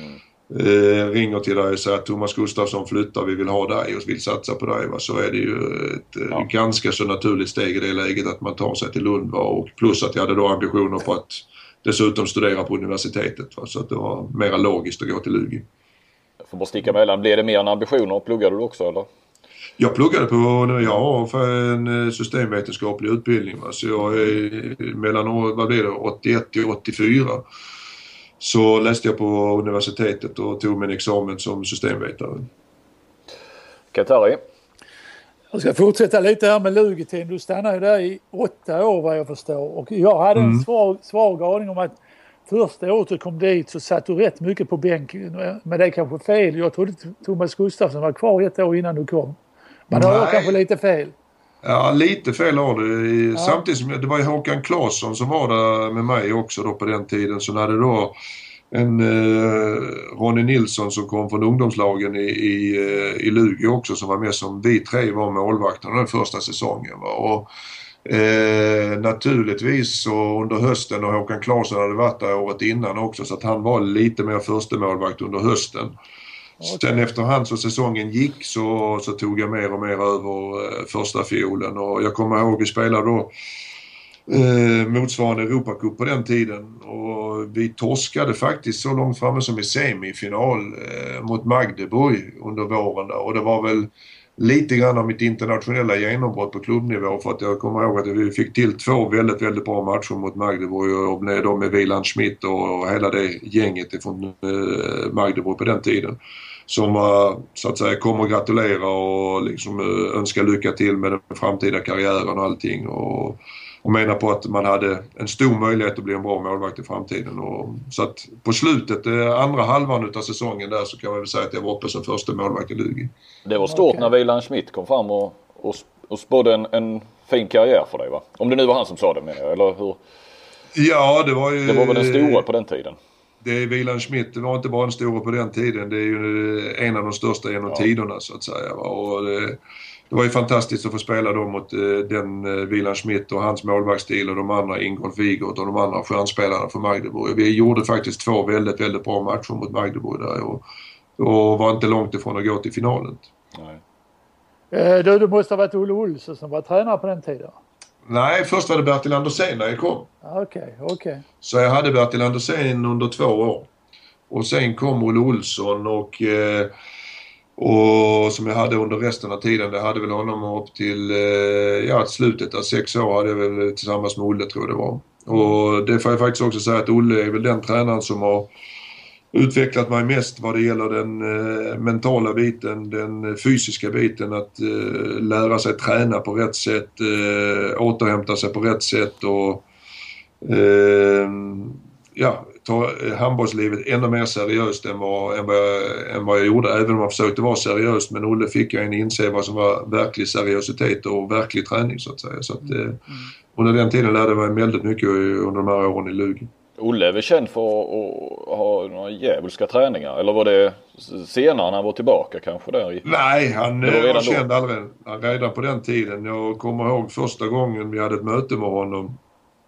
ringer till dig och säger att Thomas Gustafsson flyttar, vi vill ha dig och vill satsa på dig. Va? Så är det ju ett ganska så naturligt steg i det läget att man tar sig till Lund. Va? Och plus att jag hade då ambitioner på att dessutom studera på universitetet. Va? Så att det var mer logiskt att gå till Lugi. Jag får bara sticka emellan. Blev det mer än ambitioner? Pluggade du också eller? Jag pluggade jag har för en systemvetenskaplig utbildning. Va? Så jag är mellan 81 till 84. Så läste jag på universitetet och tog min examen som systemvetare. Katari? Jag ska fortsätta lite här med Lugi-tiden. Du stannade där i 8 år vad jag förstår. Och jag hade en svag aning om att första året du kom dit så satt du rätt mycket på bänken. Men det är kanske fel. Jag trodde Thomas Gustafsson var kvar 1 år innan du kom. Man har kanske lite fel. Ja, lite fel har det. Ja. Samtidigt som det var ju Håkan Claesson som var där med mig också då på den tiden. Så när det då en Ronny Nilsson som kom från ungdomslagen i Lugi också, som var med som vi tre var målvakterna den första säsongen. Va? Och naturligtvis så under hösten, och Håkan Claesson hade varit där året innan också, så att han var lite mer första målvakt under hösten. Okay. Sen efterhand så säsongen gick så tog jag mer och mer över första fiolen, och jag kommer ihåg vi spelade då motsvarande Europacup på den tiden, och vi torskade faktiskt så långt framme som i semifinal mot Magdeburg under våren där, och det var väl lite grann av mitt internationella genombrott på klubbnivå, för att jag kommer ihåg att vi fick till 2 väldigt, väldigt bra matcher mot Magdeburg, och blev då med Wieland Schmidt och hela det gänget från Magdeburg på den tiden, som så att säga kommer gratulera och liksom önska lycka till med den framtida karriären och allting, och menar på att man hade en stor möjlighet att bli en bra målvakt i framtiden. Och så att på slutet, andra halvan utav säsongen där, så kan man väl säga att jag var uppe som första målvakt i Lugi. Det var stort när Wieland Schmidt kom fram och spådde en fin karriär för dig, va? Om det nu var han som sa det med, eller hur? Ja, det var ju... Det var väl den stora på den tiden? Det är Wieland Schmidt, det var inte bara en stora på den tiden. Det är ju en av de största genom tiderna, så att säga. Och det var ju fantastiskt att få spela då mot den Wieland Schmidt och hans målvaktsstil och de andra, Ingolf Wigert och de andra stjärnspelarna för Magdeburg. Vi gjorde faktiskt 2 väldigt, väldigt bra matcher mot Magdeburg där, och var inte långt ifrån att gå till finalen. Nej. Du måste ha varit Olle Olsson som var tränare på den tiden. Nej, först var det Bertil Andersén när jag kom. Okej. Så jag hade Bertil Andersén under 2 år. Och sen kom Olle Olsson och som jag hade under resten av tiden, det hade väl honom upp till slutet av 6 år hade jag väl tillsammans med Olle, tror jag det var. Och det får jag faktiskt också säga att Olle är väl den tränaren som har utvecklat mig mest vad det gäller den mentala biten, den fysiska biten, att lära sig träna på rätt sätt, återhämta sig på rätt sätt och ta handbollslivet ännu mer seriöst än vad jag gjorde, även om jag försökte vara seriöst, men Olle fick jag inse vad som var verklig seriositet och verklig träning, så att säga. Så att under den tiden lärde jag mig väldigt mycket under de här åren i Lugi. Olle är väl känd för att ha några djävulska träningar, eller var det senare när han var tillbaka kanske där? Nej, han var känd redan på den tiden. Jag kommer ihåg första gången vi hade ett möte med honom,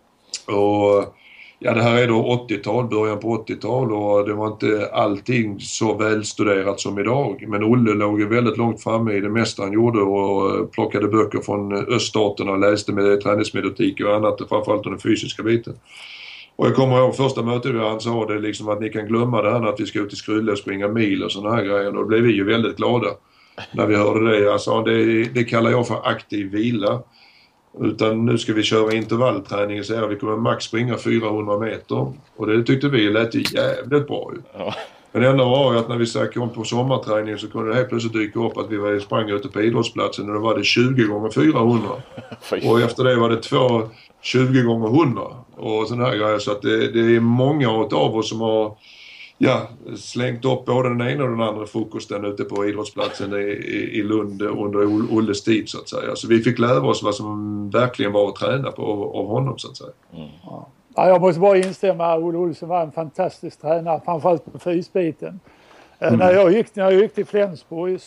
och det här är då 80-tal, början på 80-tal, och det var inte allting så välstuderat som idag. Men Olle låg ju väldigt långt framme i det mesta han gjorde och plockade böcker från öststaterna och läste med träningsmetodik och annat, framförallt den fysiska biten. Och jag kommer ihåg första mötet där han sa det liksom att ni kan glömma det här att vi ska ut i Skrulle och springa mil och såna här grejer. Då blev vi ju väldigt glada när vi hörde det. Alltså, det kallar jag för aktiv vila. Utan nu ska vi köra intervallträning, så vi kommer max springa 400 meter. Och det tyckte vi lät jävligt bra ju. Ja. Men det enda var ju att när vi kom på sommarträning så kunde det helt plötsligt dyka upp att vi sprang ute på idrottsplatsen, och då var det 20 gånger 400. Och efter det var det 20 gånger 100 och sån här grejer. Så att det är många av oss som har slängt upp både den ena och den andra frukosten ute på idrottsplatsen i Lund under Olles tid, så att säga. Så vi fick lära oss vad som verkligen var att träna på av honom, så att säga. Mm. Ja, jag måste bara instämma. Olle Olsson var en fantastisk tränare, framförallt på fysbiten. När jag gick till Flensburg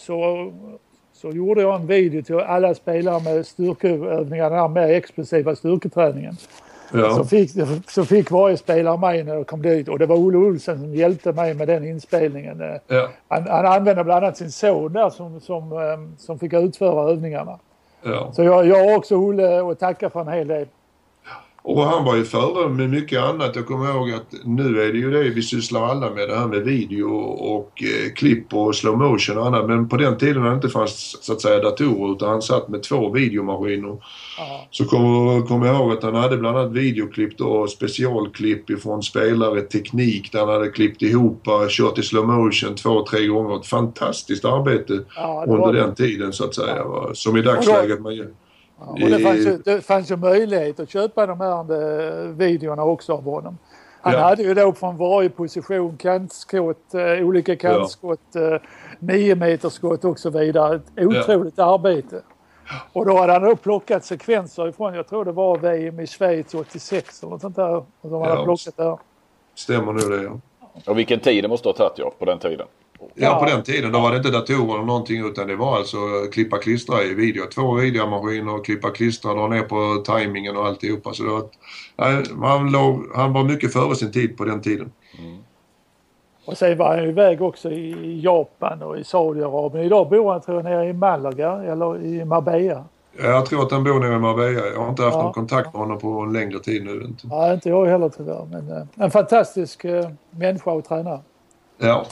så gjorde jag en video till alla spelare med styrkeövningar, den här mer explosiva styrketräningen. Ja. Så fick varje spelare mig när jag kom dit, och det var Olle Olsson som hjälpte mig med den inspelningen. Ja. Han använde bland annat sin son där som fick utföra övningarna. Ja. Så jag har också Olle att tacka för en hel del. Och han var ju före med mycket annat. Jag kommer ihåg att nu är det ju det vi sysslar alla med, det här med video och klipp och slow motion och annat. Men på den tiden när det inte fanns så att säga datorer, utan han satt med 2 videomaskiner. Aha. Så kommer jag ihåg att han hade bland annat videoklipp och specialklipp ifrån spelare, teknik där han hade klippt ihop, kört i slow motion 2-3 gånger. Ett fantastiskt arbete under den tiden, så att säga. Som i dagsläget man gör. Ja, och det fanns ju möjlighet att köpa de här videorna också av honom. Han hade ju då från varje position kantskott, olika kantskott, 9 meter skott och så vidare. Ett otroligt arbete. Och då hade han då plockat sekvenser ifrån, jag tror det var VM i Schweiz 86 eller något sånt där. Och de hade plockat där. Stämmer nu det, ja. Och vilken tid det måste ha tagit, på den tiden. Ja, på den tiden. Då var det inte datorer eller någonting, utan det var alltså klippa klistra i video. 2 videomaskiner och klippa klistra, dra ner på tajmingen och alltihopa. Så det var han var mycket före sin tid på den tiden. Och sen var han iväg också i Japan och i Saudiarabien. Idag bor han, tror jag, nere i Malaga eller i Marbella. Jag tror att han bor nere i Marbella. Jag har inte haft någon kontakt med honom på en längre tid nu. Inte. Ja, inte jag heller tyvärr. Men en fantastisk människa och tränare. Ja.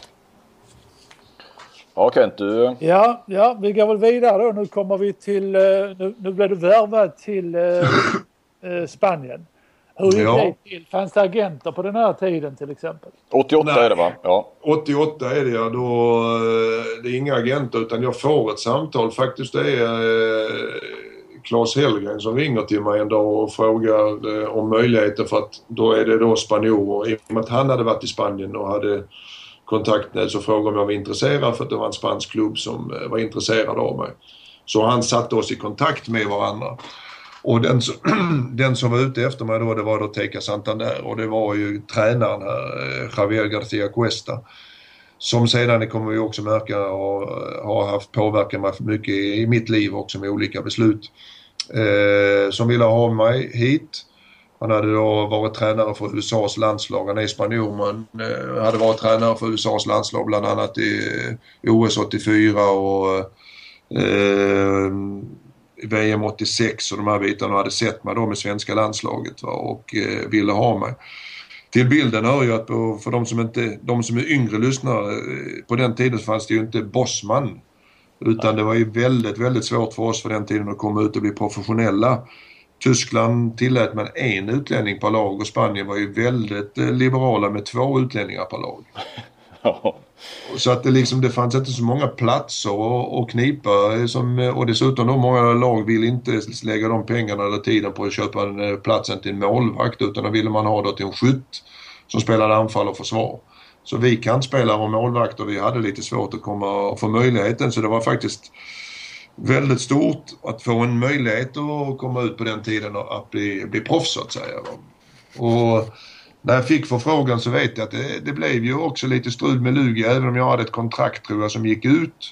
Ja, Kent, du... Ja, vi går väl vidare då. Nu kommer vi till... Nu blev du värvad till Spanien. Hur gick det till? Fanns det agenter på den här tiden till exempel? 88 är det, va? Ja. 88 är det, ja. Då, det är inga agenter, utan jag får ett samtal. Faktiskt det är Claes Hellgren som ringer till mig en dag och frågar om möjligheter, för att då är det då spanjorer. I och med att han hade varit i Spanien och hade kontakt med, så frågade om jag var intresserad, för att det var en spansk klubb som var intresserad av mig. Så han satte oss i kontakt med varandra. Och den som var ute efter mig då, det var då Teca Santander, och det var ju tränaren här, Javier García Cuesta, som sedan, det kommer vi också märka, och har haft påverkan mycket i mitt liv också med olika beslut, som ville ha mig hit. Han hade då varit tränare för USAs landslag, han är spanjor, men hade varit tränare för USAs landslag bland annat i OS 84 och VM 86 och de här bitarna, hade sett mig då med svenska landslaget, va, och ville ha mig. Till bilden hör ju att för de som är yngre lyssnare, på den tiden fanns det ju inte bossman, utan det var ju väldigt, väldigt svårt för oss för den tiden att komma ut och bli professionella. Tyskland tillät man en utlänning per lag och Spanien var ju väldigt liberala med 2 utlänningar per lag. Så att det fanns inte så många platser och knipa och dessutom då många lag vill inte lägga de pengarna eller tiden på att köpa platsen till en målvakt, utan då ville man ha då till en skytt som spelade anfall och försvar. Så vi kan spela och målvakt, och vi hade lite svårt att komma och få möjligheten, så det var faktiskt väldigt stort att få en möjlighet att komma ut på den tiden och att bli proffs, så att säga. Och när jag fick förfrågan så vet jag att det blev ju också lite strul med Lugi, även om jag hade ett kontrakt, tror jag, som gick ut.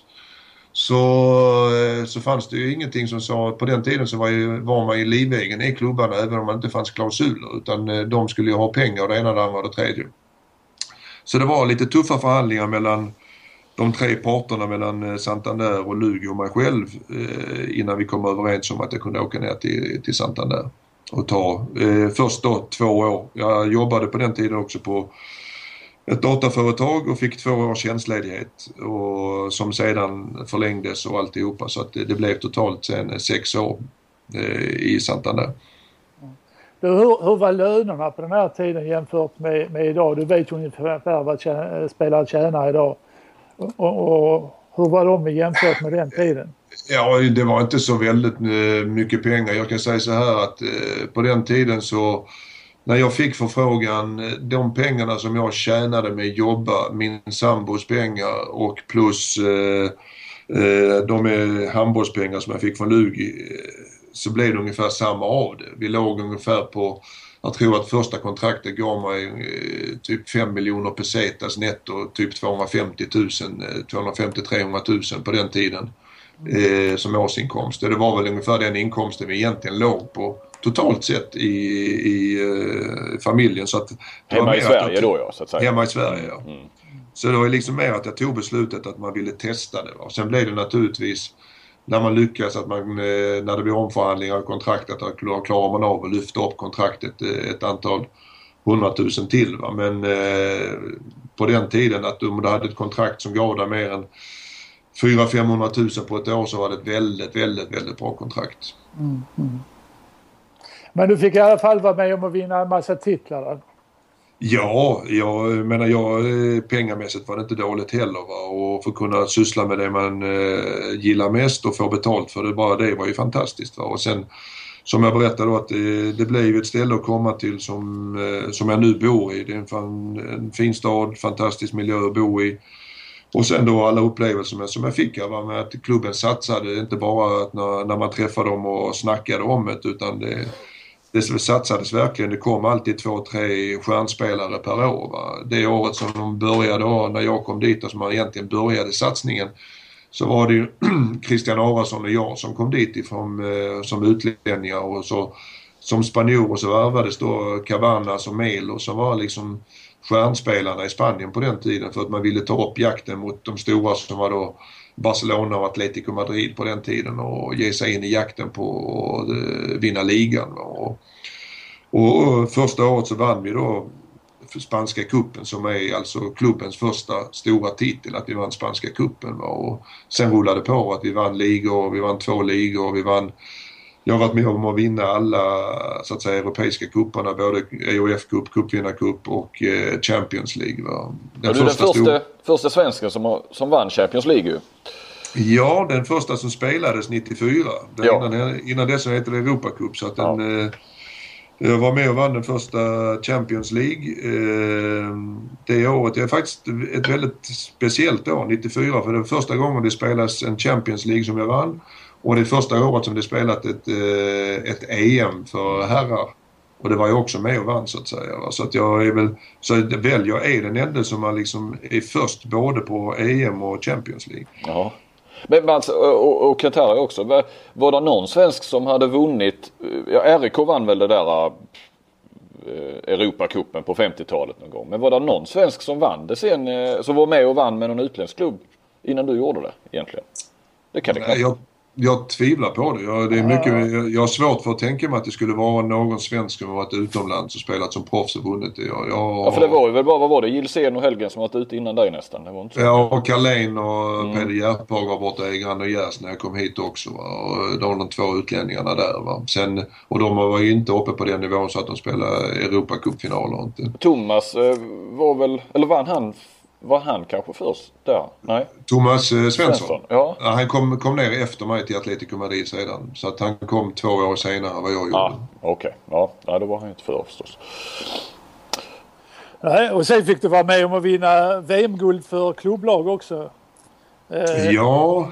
Så fanns det ju ingenting som sa, på den tiden så var man i livvägen i klubbarna, även om man inte fanns klausuler, utan de skulle ju ha pengar och det ena, det andra och det tredje. Så det var lite tuffa förhandlingar mellan de 3 parterna, mellan Santander och Lugi och mig själv, innan vi kom överens om att jag kunde åka ner till Santander och ta först då 2 år. Jag jobbade på den tiden också på ett dataföretag och fick 2 års tjänstledighet, och som sedan förlängdes och alltihopa, så att det blev totalt sen 6 år i Santander. Hur var lönerna på den här tiden jämfört med idag? Du vet ju ungefär vad spelare tjänar idag. Och hur var de jämfört med den tiden? Ja, det var inte så väldigt mycket pengar. Jag kan säga så här att på den tiden så, när jag fick förfrågan, de pengarna som jag tjänade med jobba, min sambos pengar och plus de handbollspengar som jag fick från Lugi, så blev det ungefär samma av det. Vi låg ungefär på, jag tror att första kontraktet gav mig typ 5 miljoner pesetas netto, typ 250-300 000 på den tiden som årsinkomst. Det var väl ungefär den inkomsten vi egentligen låg på totalt sett i familjen. Så att hemma i Sverige då, ja, så att säga. Hemma i Sverige, ja. Så det var liksom mer att jag tog beslutet att man ville testa det. Och sen blev det naturligtvis, när man lyckas, att man, när det blir omförhandlingar av kontraktet, att klarar man av att lyfta upp kontraktet ett antal 100 000 till. Va? Men på den tiden, att om du hade ett kontrakt som gav dig mer än 400-500 000 på ett år, så var det ett väldigt, väldigt, väldigt bra kontrakt. Men du fick i alla fall vara med om att vinna en massa titlar då? Ja, jag menar, pengamässigt var det inte dåligt heller, va? Och för att kunna syssla med det man gillar mest och få betalt för det, bara det var ju fantastiskt, va? Och sen, som jag berättade då, att det blev ju ett ställe att komma till som jag nu bor i. Det är en fin stad, fantastisk miljö att bo i. Och sen då alla upplevelser som jag fick var med att klubben satsade, inte bara att när man träffade dem och snackade om det, utan det satsades verkligen. Det kom alltid 2-3 stjärnspelare per år. Va? Det året som de började, när jag kom dit och som man egentligen började satsningen, så var det ju Christian Arason och jag som kom dit ifrån, som utlänningar, och så som spanjor, och så värvades då Cabanas och Melo som var liksom stjärnspelarna i Spanien på den tiden, för att man ville ta upp jakten mot de stora som var då Barcelona och Atletico Madrid på den tiden, och ge sig in i jakten på att vinna ligan. Och första året så vann vi då Spanska kuppen, som är alltså klubbens första stora titel, att vi vann Spanska kuppen. Och sen rullade på att vi vann ligor, vi vann 2 ligor, jag har varit med om att vinna alla, så att säga, europeiska kupparna, både EOF-cup, cupvinnarcup och Champions League. Va? Du är den första svensken som vann Champions League ju. Ja, den första som spelades 94. Innan dess hette det Europacup, så att jag var med och vann den första Champions League. Det året, det är faktiskt ett väldigt speciellt år, 94, för det var första gången det spelas en Champions League som jag vann. Och det är första året som det spelat ett EM för herrar. Och det var jag också med och vann, så att säga. Så att jag är den enda som är först både på EM och Champions League. Ja. Men alltså, och Qatar också. Var det någon svensk som hade vunnit? Ja, RIK vann väl det där Europacupen på 50-talet någon gång. Men var det någon svensk som vann det sen, som var med och vann med någon utländsk klubb innan du gjorde det egentligen? Det kan det knappt. Jag tvivlar på det. Jag har svårt för att tänka mig att det skulle vara någon svensk som har varit utomlands och spelat som proffs och vunnit det. Ja, för det var ju väl bara, vad var det? Gilsen och Helgen som varit ute innan dig nästan. Det var inte så. Ja, och Carlén och Peder Järpag var borta i Grannegärs när jag kom hit också. Va? Och de 2 utlänningarna där. Va? Sen, och de var ju inte uppe på den nivån så att de spelade Europacupfinaler. Inte. Thomas var väl, eller var han kanske först där? Nej. Thomas Svensson. Ja. Han kom ner efter mig till Atletico Madrid sedan. Så att han kom 2 år senare än vad jag gjorde. Okej. Ja, då var han inte för förstås. Nej, och sen fick du vara med om att vinna VM-guld för klubblag också. Ja.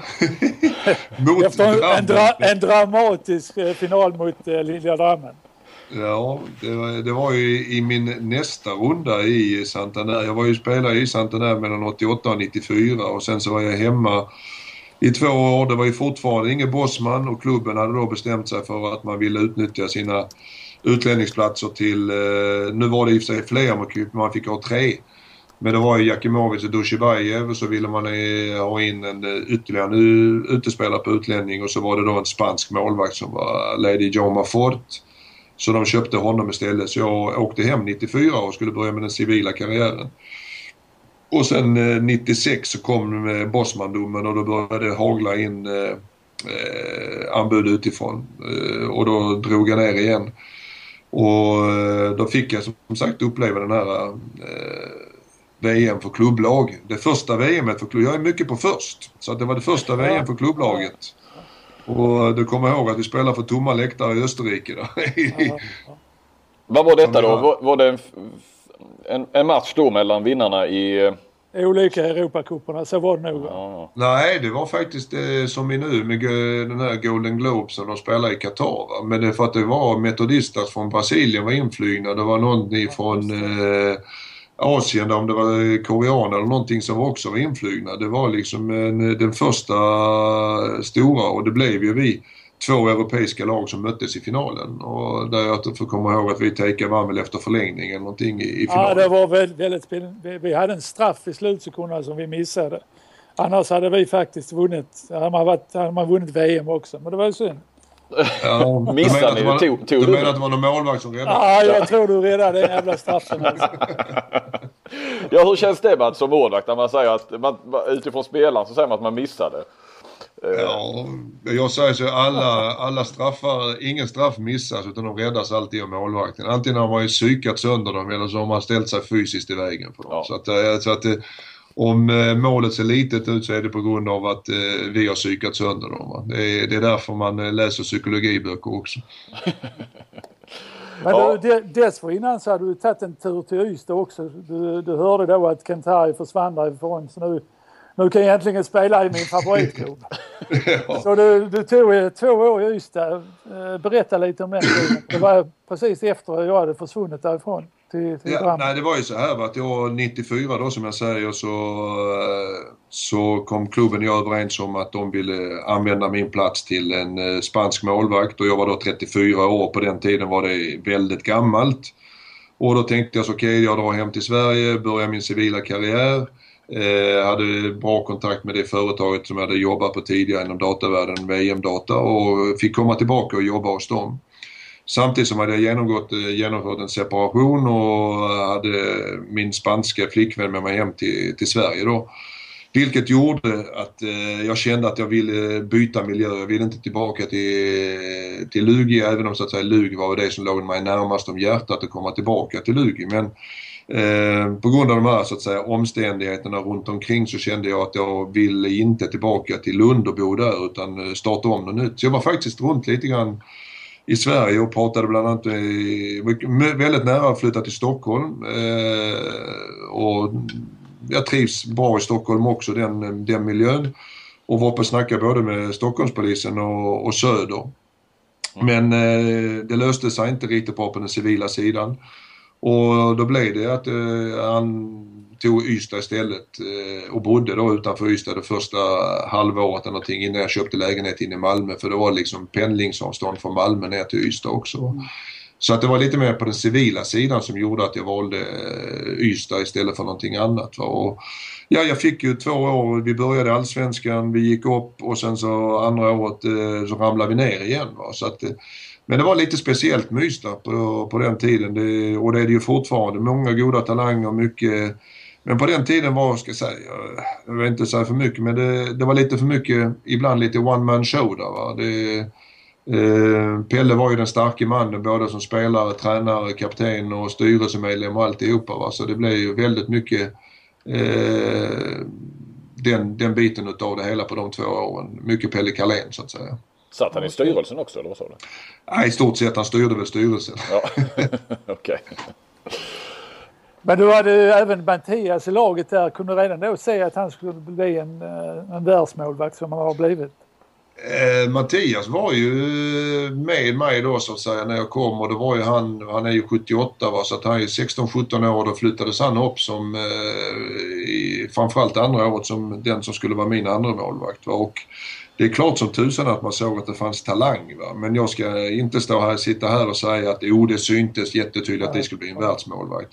Efter en dramatisk final mot Lilla Drammen. Ja, det var ju i min nästa runda i Santander. Jag var ju spelare i Santander mellan 88 och 94, och sen så var jag hemma i 2 år. Det var ju fortfarande ingen bossman, och klubben hade då bestämt sig för att man ville utnyttja sina utlänningsplatser till, nu var det i och för sig fler, man fick ha 3. Men det var ju Jakimovic och Dushibayev, och så ville man ha in en ytterligare utespelare på utlänning, och så var det då en spansk målvakt som var Lady Joma Fort. Så de köpte honom istället. Så jag åkte hem 94 och skulle börja med den civila karriären. Och sen 96 så kom Bosman-domen, och då började det hagla in anbud utifrån. Och då drog jag ner igen. Och då fick jag som sagt uppleva den här VM för klubblag. Det första VMet för klubblag. Jag är mycket på först. Så att det var det första VM för klubblaget. Och du kommer ihåg att vi spelade för tomma läktare i Österrike då. Vad var detta då? Var det en match då mellan vinnarna i olika Europacuperna, så var det nog. Ja. Nej, det var faktiskt som i nu med den här Golden Globe som de spelar i Qatar. Va? Men det är för att det var metodistas från Brasilien var inflygna. Det var någon från Asien, om det var korean eller någonting som också var inflygna. Det var liksom den första stora, och det blev ju vi 2 europeiska lag som möttes i finalen. Och där jag får komma ihåg att vi takeade vann väl efter förlängning eller någonting i finalen. Ja, det var väldigt spännande. Vi hade en straff i slutsekunderna som vi missade. Annars hade vi faktiskt vunnit. Hade man vunnit VM också, men det var ju synd. Ja, missade ni? Du menar att det var någon målvakt som räddade? Ja, jag tror du räddade den jävla straffen. Alltså. Ja, hur känns det med att som målvakt när man säger att utifrån spelaren så säger man att man missade? Ja, jag säger så, alla straffar, ingen straff missas utan de räddas alltid av målvakten. Antingen har man ju psykat sönder dem eller så har man ställt sig fysiskt i vägen för dem. Ja. Så att om målet ser litet ut så är det på grund av att vi har psykat sönder dem. Va? Det är därför man läser psykologiböcker också. Men dessförinnan så hade du tagit en tur till Ystad också. Du hörde då att Kentari försvann därifrån, så nu kan jag egentligen spela i min favoritklubb. Ja. Så du tog 2 år i Ystad. Berätta lite om den tiden. Det var precis efter jag hade försvunnit därifrån. Nej, det var ju så här att jag 94 då, som jag säger, så kom klubben och jag överens om att de ville använda min plats till en spansk målvakt, och jag var då 34 år. På den tiden var det väldigt gammalt, och då tänkte jag så okej, jag drar hem till Sverige, börjar min civila karriär. Hade bra kontakt med det företaget som jag hade jobbat på tidigare inom datavärlden, VM-data, och fick komma tillbaka och jobba hos dem. Samtidigt som hade jag genomfört en separation och hade min spanska flickvän med mig hem till Sverige då. Vilket gjorde att jag kände att jag ville byta miljö. Jag ville inte tillbaka till Lugi, även om så att säga Lugi var det som låg mig närmast om hjärtat att komma tillbaka till Lugi. Men på grund av de här så att säga omständigheterna runt omkring så kände jag att jag ville inte tillbaka till Lund och bo där, utan starta om något nytt. Så jag var faktiskt runt lite grann i Sverige och pratade bland annat väldigt nära att flytta till Stockholm, och jag trivs bra i Stockholm också, den miljön, och var på att snacka både med Stockholmspolisen och Söder. Men det löste sig inte riktigt bra på den civila sidan, och då blev det att han tog Ystad istället och bodde då utanför Ystad det första halvåret eller någonting innan jag köpte lägenhet in i Malmö, för det var liksom pendlingsavstånd från Malmö ner till Ystad också. Så att det var lite mer på den civila sidan som gjorde att jag valde Ystad istället för någonting annat. Och ja, jag fick ju 2 år, vi började Allsvenskan, vi gick upp, och sen så andra året så ramlade vi ner igen. Så att, men det var lite speciellt med Ystad på den tiden, och det är det ju fortfarande. Många goda talanger, mycket. Men på den tiden var, jag vill inte säga för mycket, men det var lite för mycket, ibland lite one-man show där, va? Pelle var ju den starka mannen, både som spelare, tränare, kapten och styrelsemedlem och alltihopa, va? Så det blev ju väldigt mycket den biten utav det hela på de 2 åren. Mycket Pelle Carlén så att säga. Satt han i styrelsen också, eller vad sa du? Nej, i stort sett, han styrde väl styrelsen. Ja, okej. Men du hade även Mattias i laget där, kunde redan då se att han skulle bli en världsmålvakt som han har blivit? Mattias var ju med mig då så att säga när jag kom, och det var ju han är ju 78, va, så att han är 16-17 år, då flyttades han upp som framförallt andra året som den som skulle vara min andra målvakt, va? Och det är klart som tusan att man såg att det fanns talang, va? Men jag ska inte sitta här och säga att det syntes jättetydligt att det skulle bli en världsmålvakt.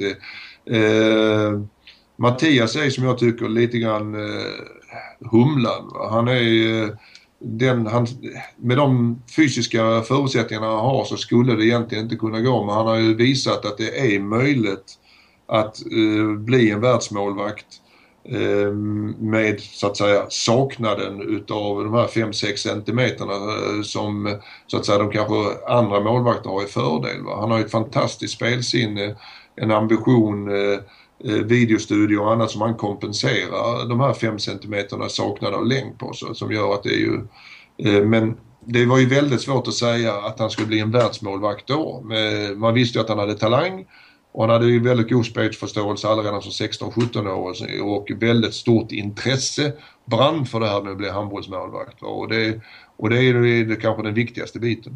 Mattias är som jag tycker lite grann humlan, va? Han är med de fysiska förutsättningarna han har så skulle det egentligen inte kunna gå, men han har ju visat att det är möjligt att bli en världsmålvakt med så att säga saknaden utav de här 5-6 centimeterna som så att säga de kanske andra målvakter har i fördel, va? Han har ju ett fantastiskt spelsinne, en ambition, videostudio och annat som han kompenserar de här 5 centimeterna saknade av längd på, så, som gör att det är ju men det var ju väldigt svårt att säga att han skulle bli en världsmålvakt då. Man visste ju att han hade talang, och han hade ju väldigt god spelsförståelse redan som 16-17 år och väldigt stort intresse, brann för det här med att bli handbollsmålvakt, och det är ju kanske den viktigaste biten.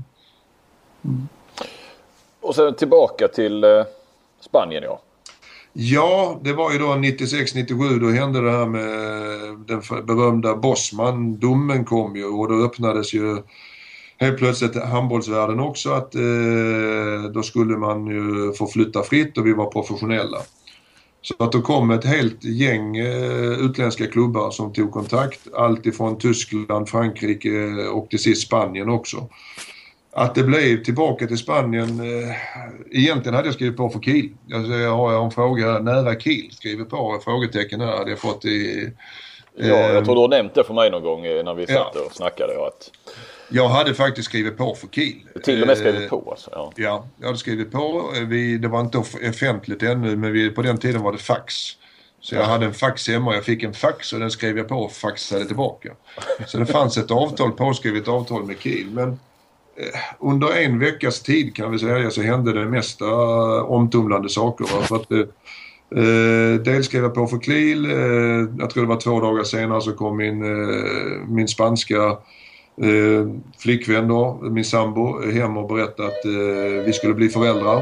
Och sen tillbaka till Spanien, ja. Ja, det var ju då 96-97, då hände det här med den berömda Bosman-domen kom ju, och då öppnades ju helt plötsligt handbollsvärlden också, att då skulle man ju få flytta fritt och vi var professionella. Så att då kom ett helt gäng utländska klubbar som tog kontakt, allt ifrån Tyskland, Frankrike och till sist Spanien också. Att det blev tillbaka till Spanien, egentligen hade jag skrivit på för Kiel. Jag har en fråga nära Kiel, skrivit på frågetecken här hade jag fått i... Ja, jag tror du har nämnt det för mig någon gång när vi satt och snackade. Att... Jag hade faktiskt skrivit på för Kiel. Till och med skrivit på alltså. Ja, jag hade skrivit på. Det var inte offentligt ännu, men på den tiden var det fax. Så jag hade en fax hemma, jag fick en fax och den skrev jag på och faxade tillbaka. Så det fanns ett påskrivet avtal med Kiel, men under en veckas tid kan vi säga så hände det mesta omtumlande saker. För att Dels skrev jag på för Kiel. Jag tror det var 2 dagar senare så kom min spanska flickvän då, min sambo, hem och berättade att vi skulle bli föräldrar.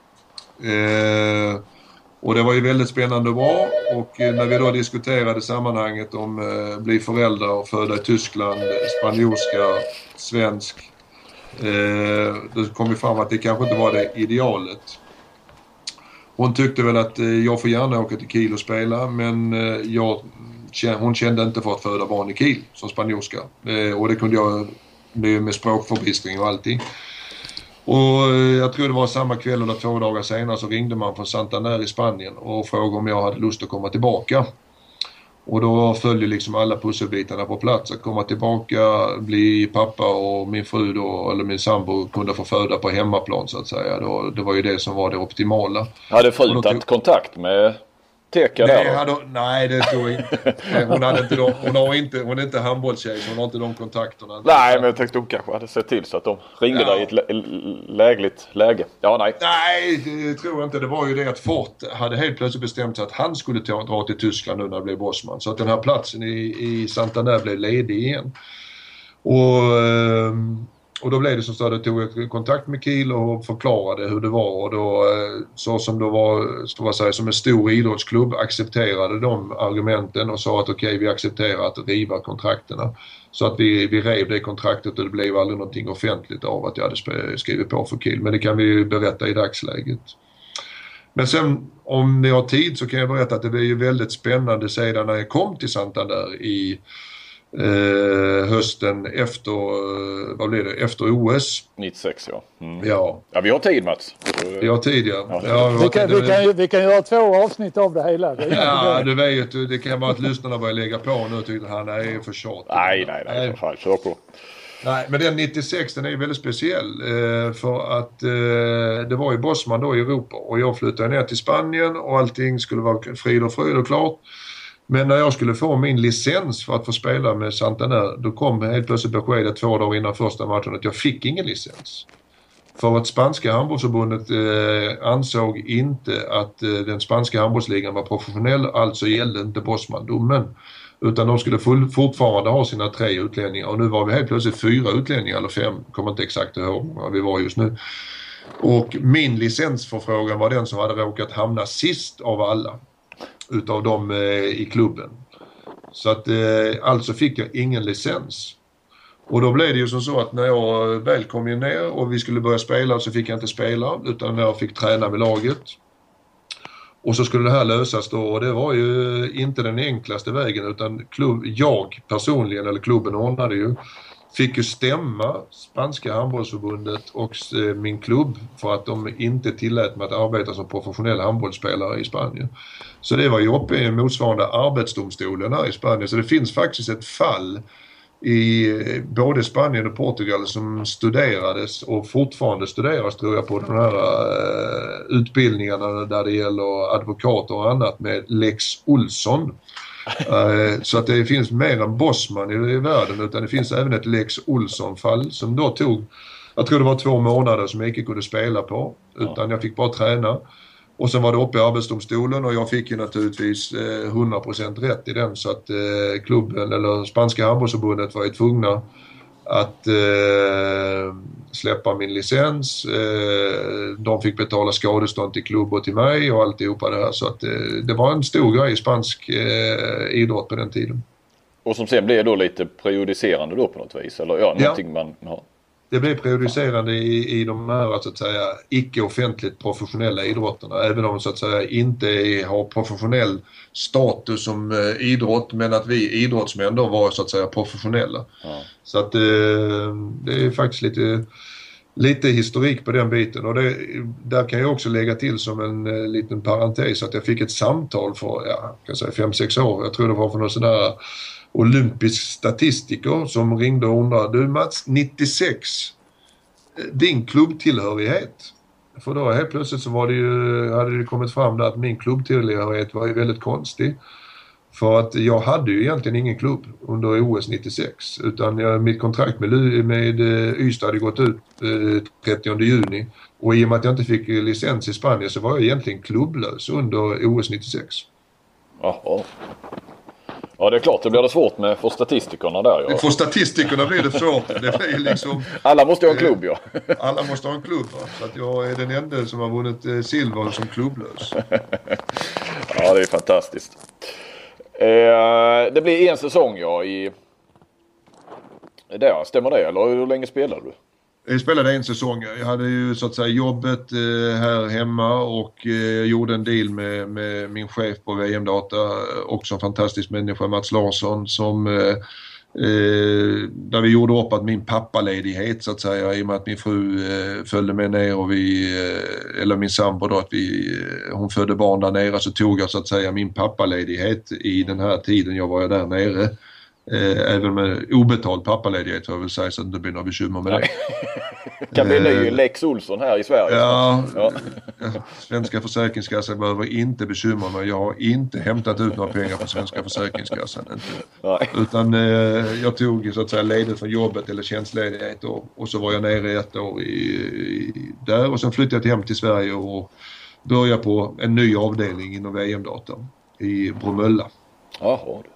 Och det var ju väldigt spännande och bra. Och när vi då diskuterade sammanhanget om bli föräldrar och föda i Tyskland, spanjorska, svensk, då kom vi fram att det kanske inte var det idealet. Hon tyckte väl att jag får gärna åka till Kiel och spela, men hon kände inte för att föda barn i Kiel som spanjorska. Och det kunde jag med språkförbistring och allting. Och jag tror det var samma kväll eller 2 dagar senare så ringde man från Santander i Spanien och frågade om jag hade lust att komma tillbaka. Och då följde liksom alla pusselbitarna på plats. Att komma tillbaka, bli pappa och min fru då, eller min sambo kunde få föda på hemmaplan så att säga. Det var ju det som var det optimala. Hade frun tagit kontakt med Teka där? Nej, det tror jag inte. Hon är inte handbollstjej så hon har inte de kontakterna. Nej, men jag tänkte de kanske hade sett till så att de ringde där i ett lägligt läge. Ja, nej. Nej, det tror jag inte. Det var ju det att Fort hade helt plötsligt bestämt sig att han skulle dra till Tyskland nu när det blev Bosman. Så att den här platsen i Santander blev ledig igen. Och då blev det som så att jag tog kontakt med Kiel och förklarade hur det var. Och då, så som det var som en stor idrottsklubb, accepterade de argumenten och sa att okej, vi accepterar att riva kontrakterna. Så att vi rev det kontraktet och det blev aldrig någonting offentligt av att jag hade skrivit på för Kiel. Men det kan vi ju berätta i dagsläget. Men sen om ni har tid så kan jag berätta att det blev ju väldigt spännande sedan när jag kom till Santander i hösten efter OS. 96, ja. Mm. Ja, vi har tid, Mats. Vi har tid, ja. Vi kan göra 2 avsnitt av det hela. Du vet, det kan vara att lyssnarna börjar lägga på nu och tycker han är för tjat. Nej, för fan, kör på. Nej, men den 96, den är väldigt speciell för att det var ju Bosman då i Europa och jag flyttade ner till Spanien och allting skulle vara frid och fröjd och klart. Men när jag skulle få min licens för att få spela med Santander, då kom helt plötsligt beskedet 2 dagar innan första matchen att jag fick ingen licens. För att spanska handbollsförbundet ansåg inte att den spanska handbollsligan var professionell, alltså gällde inte Bosman-domen. Utan de skulle fortfarande ha sina 3 utlänningar. Och nu var vi helt plötsligt 4 utlänningar eller 5, kommer inte exakt ihåg vad vi var just nu. Och min licensförfrågan var den som hade råkat hamna sist av alla utav dem i klubben. Så att alltså fick jag ingen licens. Och då blev det ju som så att när jag väl kom in ner och vi skulle börja spela så fick jag inte spela utan jag fick träna med laget. Och så skulle det här lösas då och det var ju inte den enklaste vägen utan jag personligen eller klubben ordnade ju fick ju stämma spanska handbollsförbundet och min klubb för att de inte tillät mig att arbeta som professionell handbollsspelare i Spanien. Så det var ju uppe i motsvarande arbetsdomstolen här i Spanien. Så det finns faktiskt ett fall i både Spanien och Portugal som studerades och fortfarande studeras tror jag på de här utbildningarna där det gäller advokater och annat med Lex Olsson. Så att det finns mer än Bosman i världen utan det finns även ett Lex Olsson-fall som då tog, jag tror det var 2 månader som jag inte kunde spela på utan jag fick bara träna. Och sen var det uppe i arbetsdomstolen och jag fick ju naturligtvis 100% rätt i den så att klubben eller spanska handbollsförbundet var ju tvungna att släppa min licens. De fick betala skadestånd till klubb och till mig och alltihopa det här så att det var en stor grej i spansk idrott på den tiden. Och som sen blev då lite prejudicerande då på något vis eller någonting man har. Det blev prejudicerande i de här så att säga icke-offentligt professionella idrotterna. Även om så att säga inte har professionell status som idrott men att vi idrottsmän då var så att säga professionella. Ja. Så att det är faktiskt lite historik på den biten. Och där kan jag också lägga till som en liten parentes att jag fick ett samtal för 5-6 år. Jag tror det var för någon sån där olympisk statistiker som ringde och undrade, du Mats, 96, din klubbtillhörighet. För då helt plötsligt så hade det kommit fram där att min klubbtillhörighet var ju väldigt konstig. För att jag hade ju egentligen ingen klubb under OS 96 utan mitt kontrakt med Ystad hade gått ut 30 juni Och i och med att jag inte fick licens i Spanien så var jag egentligen klubblös under OS 96. Jaha. Ja, det är klart, det blir det svårt för statistikerna där. Ja. För statistikerna blir det svårt. Det blir liksom, alla måste ha en klubb, ja. Alla måste ha en klubb, va? Så att jag är den enda som har vunnit silver som klubblös. Ja, det är fantastiskt. Det blir en säsong, ja, i... Där, stämmer det? Eller hur länge spelar du? Jag spelade en säsong. Jag hade ju så att säga jobbet här hemma och gjorde en deal med min chef på VM-data, också en fantastisk människa, Mats Larsson, som där vi gjorde upp att min pappaledighet så att säga, i och med att min fru följde med ner och eller min sambo då, att hon födde barn där nere, så tog jag så att säga min pappaledighet i den här tiden jag var där nere. Även med obetald pappaledighet får jag väl säga, så att det inte blir några bekymmer med det. Kan bli ny Lex Olsson här i Sverige. Ja. Svenska Försäkringskassan behöver inte bekymra mig. Jag har inte hämtat ut några pengar från Svenska Försäkringskassan. Inte. Utan jag tog så att säga ledigt från jobbet eller tjänstledighet och så var jag nere i ett år där och sen flyttade jag hem till Sverige och började på en ny avdelning inom VM-data i Bromölla. Jaha.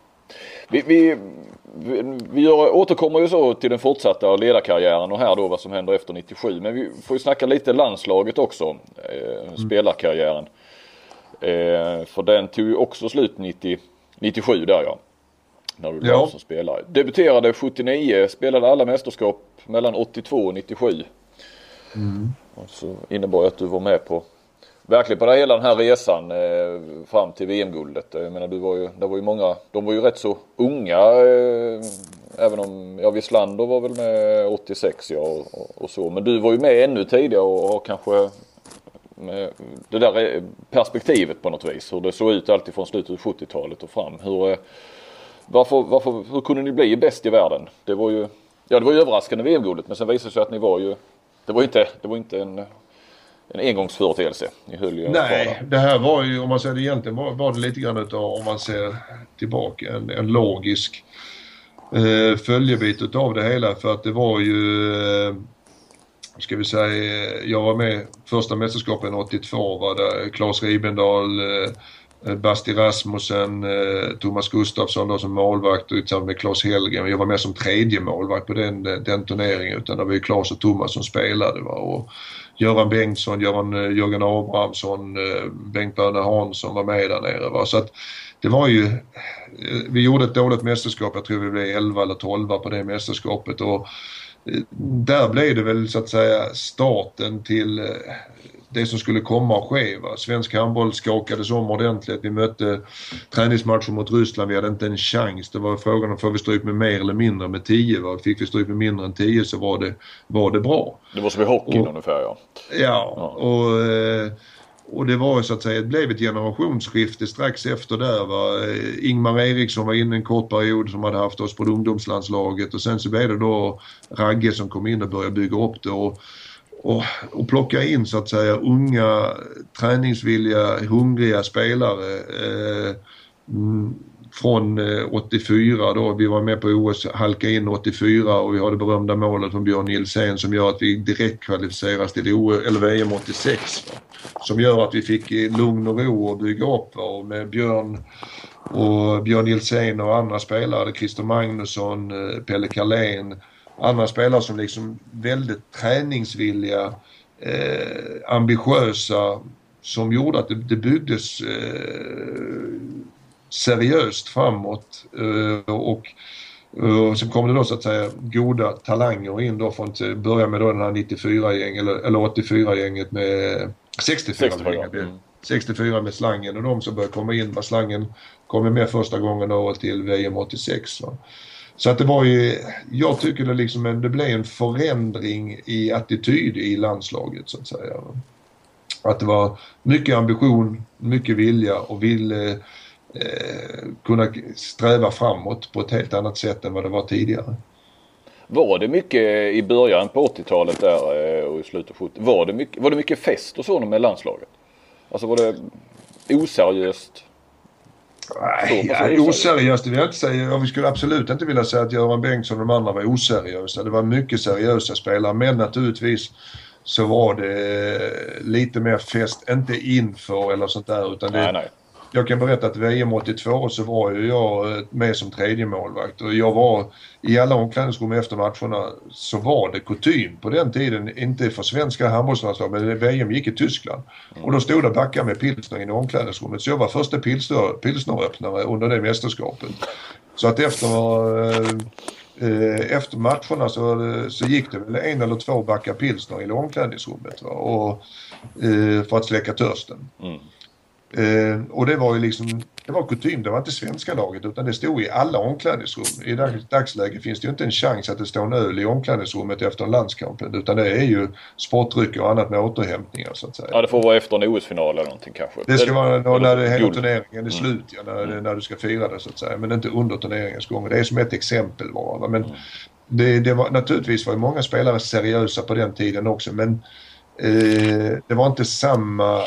Vi återkommer ju så till den fortsatta ledarkarriären och här då vad som händer efter 97. Men vi får ju snacka lite landslaget också, spelarkarriären. För den tog ju också slut 97 där, ja. När du var som spelare. Debuterade 79, spelade alla mästerskap mellan 82 och 97. Och så innebar att du var med på verkligen på hela den här resan fram till VM-guldet. Jag menar, det var ju många, de var ju rätt så unga, även om Wislander var väl med 86 och så. Men du var ju med ännu tidigare och har kanske med det där perspektivet på något vis. Hur det såg ut alltid från slutet av 70-talet och fram. Hur kunde ni bli bäst i världen? Det var ju överraskande VM-guldet, men sen visade det sig att ni var ju, det var inte en engångsföreteelse. Nej, det här var ju, om man säger det egentligen, var det lite grann utav, om man ser tillbaka, en logisk följebit utav det hela. För att det var ju, ska vi säga, jag var med första mästerskapen 82, var det Claes Ribendal, Basti Rasmussen, Thomas Gustafsson då som målvakt och tillsammans med Claes Helgen. Jag var med som tredje målvakt på den turneringen, utan det var ju Claes och Thomas som spelade, va? Och Göran Bengtsson, Jörgen Abrahamsson, Bengt Börne Hansson var med där nere, va? Så att det var ju, vi gjorde ett dåligt mästerskap, jag tror vi blev 11 eller 12 på det mästerskapet, och där blev det väl så att säga starten till det som skulle komma att ske, va? Svensk handboll skakades om ordentligt. Vi mötte träningsmatcher mot Ryssland. Vi hade inte en chans. Det var frågan om får vi stryk med mer eller mindre med 10. Va? Fick vi stryk med mindre än 10 så var det bra. Det var som i hockeyn ungefär, ja. Ja. Och det var så att säga, det blev ett generationsskifte strax efter där, va? Ingmar Eriksson var inne en kort period som hade haft oss på ungdomslandslaget, och sen så blev det då Ragge som kom in och började bygga upp det och plocka in så att säga unga, träningsvilliga, hungriga spelare från 84 då. Vi var med på OS, halka in 84, och vi har det berömda målet från Björn Nilsén som gör att vi direkt kvalificeras till VM 86, va? Som gör att vi fick lugn och ro och bygga upp, va? Och med Björn Nilsén och andra spelare, Christer Magnusson, Pelle Carlén, andra spelare som liksom väldigt träningsvilliga, ambitiösa, som gjorde att det byggdes seriöst framåt, och så kom det då så att säga goda talanger in då från att börja med då den här 94-gäng eller 84-gänget med 64 med Slangen, och de som började komma in, Slangen kom med första gången då till VM 86, va? Så att det var ju, jag tycker det liksom det blev en förändring i attityd i landslaget så att säga. Att det var mycket ambition, mycket vilja och ville kunna sträva framåt på ett helt annat sätt än vad det var tidigare. Var det mycket i början på 80-talet där och i slutet av 70? Var det mycket fest och så med landslaget? Alltså var det oseriöst? Nej, oseriöst vill jag inte säga. Vi skulle absolut inte vilja säga att Göran Bengtsson och de andra var oseriösa. Det var mycket seriösa spelare, men naturligtvis så var det lite mer fest, inte inför eller sånt där, utan Nej. Jag kan berätta att VM 82 så var ju jag med som tredje målvakt och jag var i alla omklädningsrum efter matcherna, så var det kutym på den tiden, inte för svenska handbollslandslag, men VM gick i Tyskland. Och då stod det backar med pilsner i omklädningsrummet, så jag var första pilsneröppnare under det mästerskapet. Så att efter matcherna så gick det väl 1 eller 2 backar pilsner i omklädningsrummet, va? Och, för att släcka törsten. Och det var ju liksom, det var kutym, det var inte svenska laget utan det stod i alla omklädningsrum. I dagsläget finns det ju inte en chans att det står en öl i omklädningsrummet efter en landskamp, utan det är ju sportdrycker och annat med återhämtningar så att säga. Ja, det får vara efter en OS-final eller någonting kanske. Det ska vara när det hela turneringen är slut, ja, när du ska fira det så att säga, men inte under turneringens gång. Det är som ett exempel bara, men det var, naturligtvis var ju många spelare seriösa på den tiden också, men det var inte samma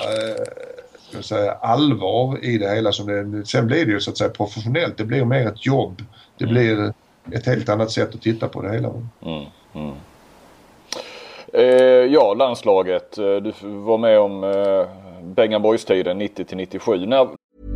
allvar i det hela som det. Sen blir det ju så att säga professionellt, det blir mer ett jobb, det blir ett helt annat sätt att titta på det hela. Ja, landslaget, du var med om Bengan Boys-tiden 90-97.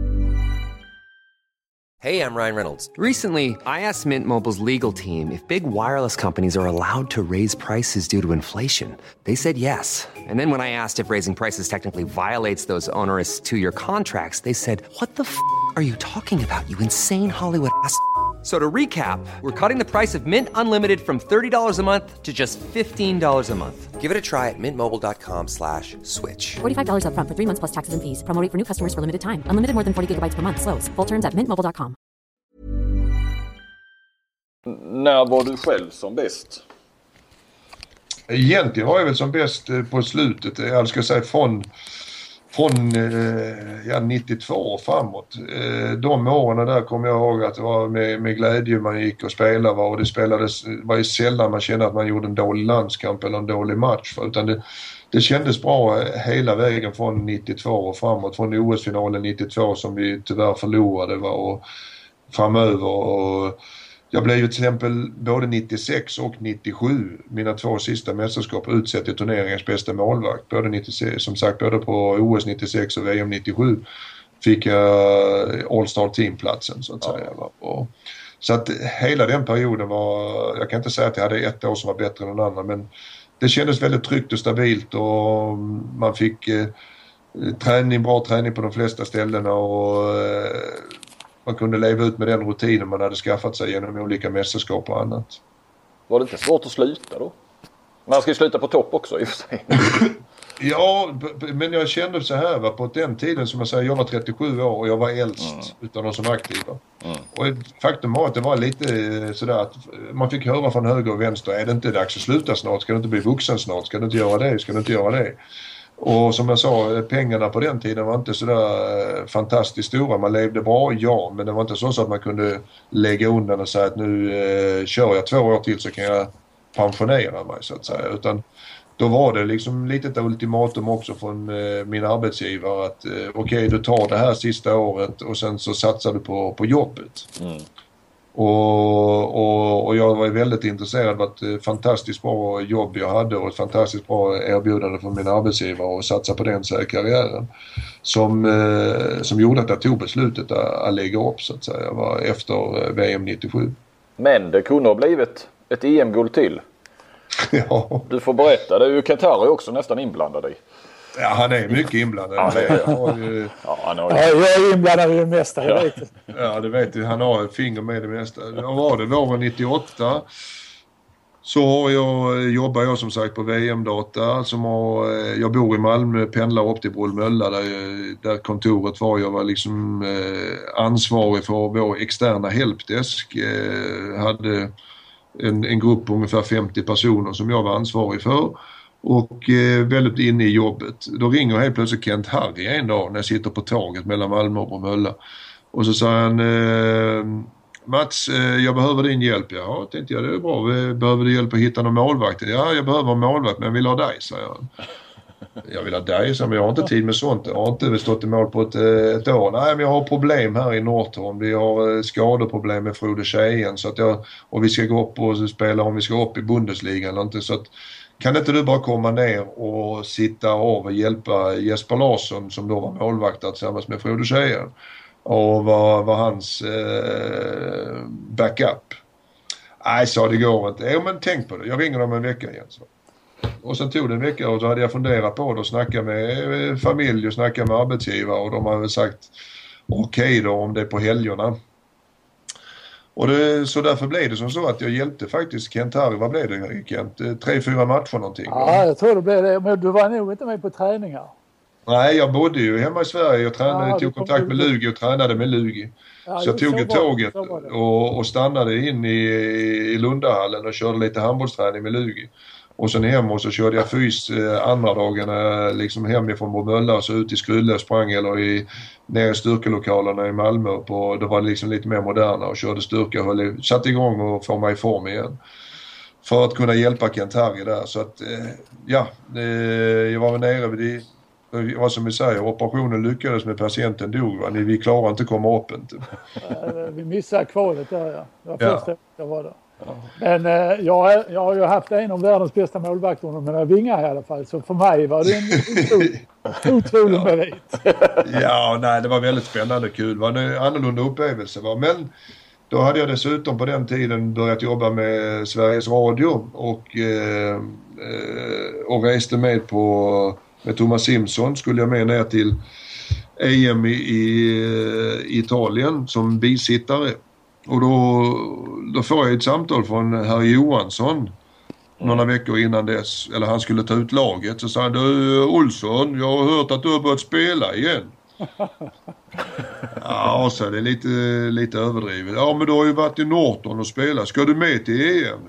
Hey, I'm Ryan Reynolds. Recently, I asked Mint Mobile's legal team if big wireless companies are allowed to raise prices due to inflation. They said yes. And then when I asked if raising prices technically violates those onerous 2-year contracts, they said, "What the f*** are you talking about, you insane Hollywood ass?" So to recap, we're cutting the price of Mint Unlimited from $30 a month to just $15 a month. Give it a try at mintmobile.com/switch. $45 up front for 3 months plus taxes and fees. Promo rate for new customers for limited time. Unlimited more than 40 gigabytes per month. Slows full terms at mintmobile.com. När var du själv som bäst? Egentligen var jag väl som bäst på slutet. Jag ska säga från 92 och framåt. De åren där kommer jag ihåg att det var med glädje man gick och spelade, och det var ju sällan man kände att man gjorde en dålig landskamp eller en dålig match. Utan det kändes bra hela vägen från 92 och framåt. Från OS-finalen 92 som vi tyvärr förlorade, och framöver. Och jag blev ju till exempel både 96 och 97, mina 2 sista mästerskap, utsett till turneringens bästa målvakt. Både 96, som sagt, både på OS 96 och VM 97 fick jag All-Star teamplatsen så att säga. Och, så att hela den perioden var, jag kan inte säga att jag hade ett år som var bättre än den andra, men det kändes väldigt tryggt och stabilt, och man fick bra träning på de flesta ställena, och man kunde leva ut med den rutinen man hade skaffat sig genom olika mästerskap och annat. Var det inte svårt att sluta då? Man ska ju sluta på topp också i och för sig. Ja, men jag kände så här, på den tiden, som jag säger, jag var 37 år och jag var äldst utav de som var aktiva. Och faktum var att det var lite sådär att man fick höra från höger och vänster, är det inte dags att sluta snart? Ska du inte bli vuxen snart? Ska du inte göra det? Ska du inte göra det? Och som jag sa, pengarna på den tiden var inte sådär fantastiskt stora. Man levde bra, ja, men det var inte så att man kunde lägga undan och säga att nu kör jag 2 år till så kan jag pensionera mig så att säga. Utan då var det liksom lite ett ultimatum också från min arbetsgivare att okej, du tar det här sista året och sen så satsar du på jobbet. Och jag var väldigt intresserad av ett fantastiskt bra jobb jag hade och ett fantastiskt bra erbjudande från min arbetsgivare, och satsa på den så här karriären som gjorde att jag tog beslutet att lägga upp så att säga efter VM 97. Men det kunde ha blivit ett EM-guld till. Ja. Du får berätta, det är ju Qatar också nästan inblandad i. Ja, han är mycket inblandad. Ja, jag är inblandad i det mesta, jag vet. Ja, det vet du. Han har ett finger med det mesta. Då var det våren 98. Så jobbar jag som sagt på VM-data. Jag bor i Malmö, pendlar upp till Bromölla där kontoret var. Jag var liksom ansvarig för vår externa helpdesk. Hade en grupp på ungefär 50 personer som jag var ansvarig för. Och väldigt inne i jobbet. Då ringer helt plötsligt Kent Harry en dag när jag sitter på tåget mellan Malmö och Bromölla. Och så sa han, Mats, jag behöver din hjälp. Ja, tänkte jag, det är bra. Behöver du hjälp att hitta någon målvakt? Ja, jag behöver en målvakt, men jag vill ha dig, sa jag. Jag vill ha dig, men jag har inte tid med sånt. Jag har inte stått i mål på ett år. Nej, men jag har problem här i Norrtorn. Vi har skadeproblem med Frode Tjejen. Så att och vi ska gå upp och spela om vi ska upp i Bundesliga eller inte. Så att kan inte du bara komma ner och sitta av och hjälpa Jesper Larsson som då var målvaktare tillsammans med Frode Tjejer och var hans backup. Nej, sa det går inte. Ja, men tänk på det. Jag ringer om en vecka igen. Så. Och sen tog det en vecka och så hade jag funderat på det och snackat med familj och snackat med arbetsgivare och de hade sagt okej då om det är på helgerna. Och så därför blev det som så att jag hjälpte faktiskt Kent Harry. Vad blev det, Kent? 3-4 matcher någonting? Ja, jag tror det blev det. Men du var nog inte med på träningar. Nej, jag bodde ju hemma i Sverige och tränade, tog kontakt med Lugi och tränade med Lugi. Ja, så jag tog tåget och stannade in i Lundahallen och körde lite handbollsträning med Lugi. Och sen hem och så körde jag fys andra dagarna liksom hemifrån Bromölla och så ut i Skrulle och sprang eller ner i styrkelokalerna i Malmö. Det var liksom lite mer moderna och körde styrka och satte igång och få mig i form igen. För att kunna hjälpa Kent Harry där. Så att jag var nere vid det. Vad som vi säger, operationen lyckades med patienten dog. Va? Vi klarar inte att komma upp inte. Vi missade kvalet där, ja. Det var första jag var där. Ja. Men jag har ju haft en av världens bästa målvakter med mina vingar i alla fall. Så för mig var det en otrolig merit. Ja, nej, det var väldigt spännande och kul. Det var en annorlunda upplevelse. Va? Men då hade jag dessutom på den tiden börjat jobba med Sveriges Radio och reste med med Thomas Simpson skulle jag med ner till EM i Italien som bisittare. Och då får jag ett samtal från herr Johansson några veckor innan dess. Eller han skulle ta ut laget. Så sa han, du Olsson, jag har hört att du har börjat spela igen. Ja, så det är lite överdrivet. Ja, men du har ju varit i Norton och spelat. Ska du med till EM?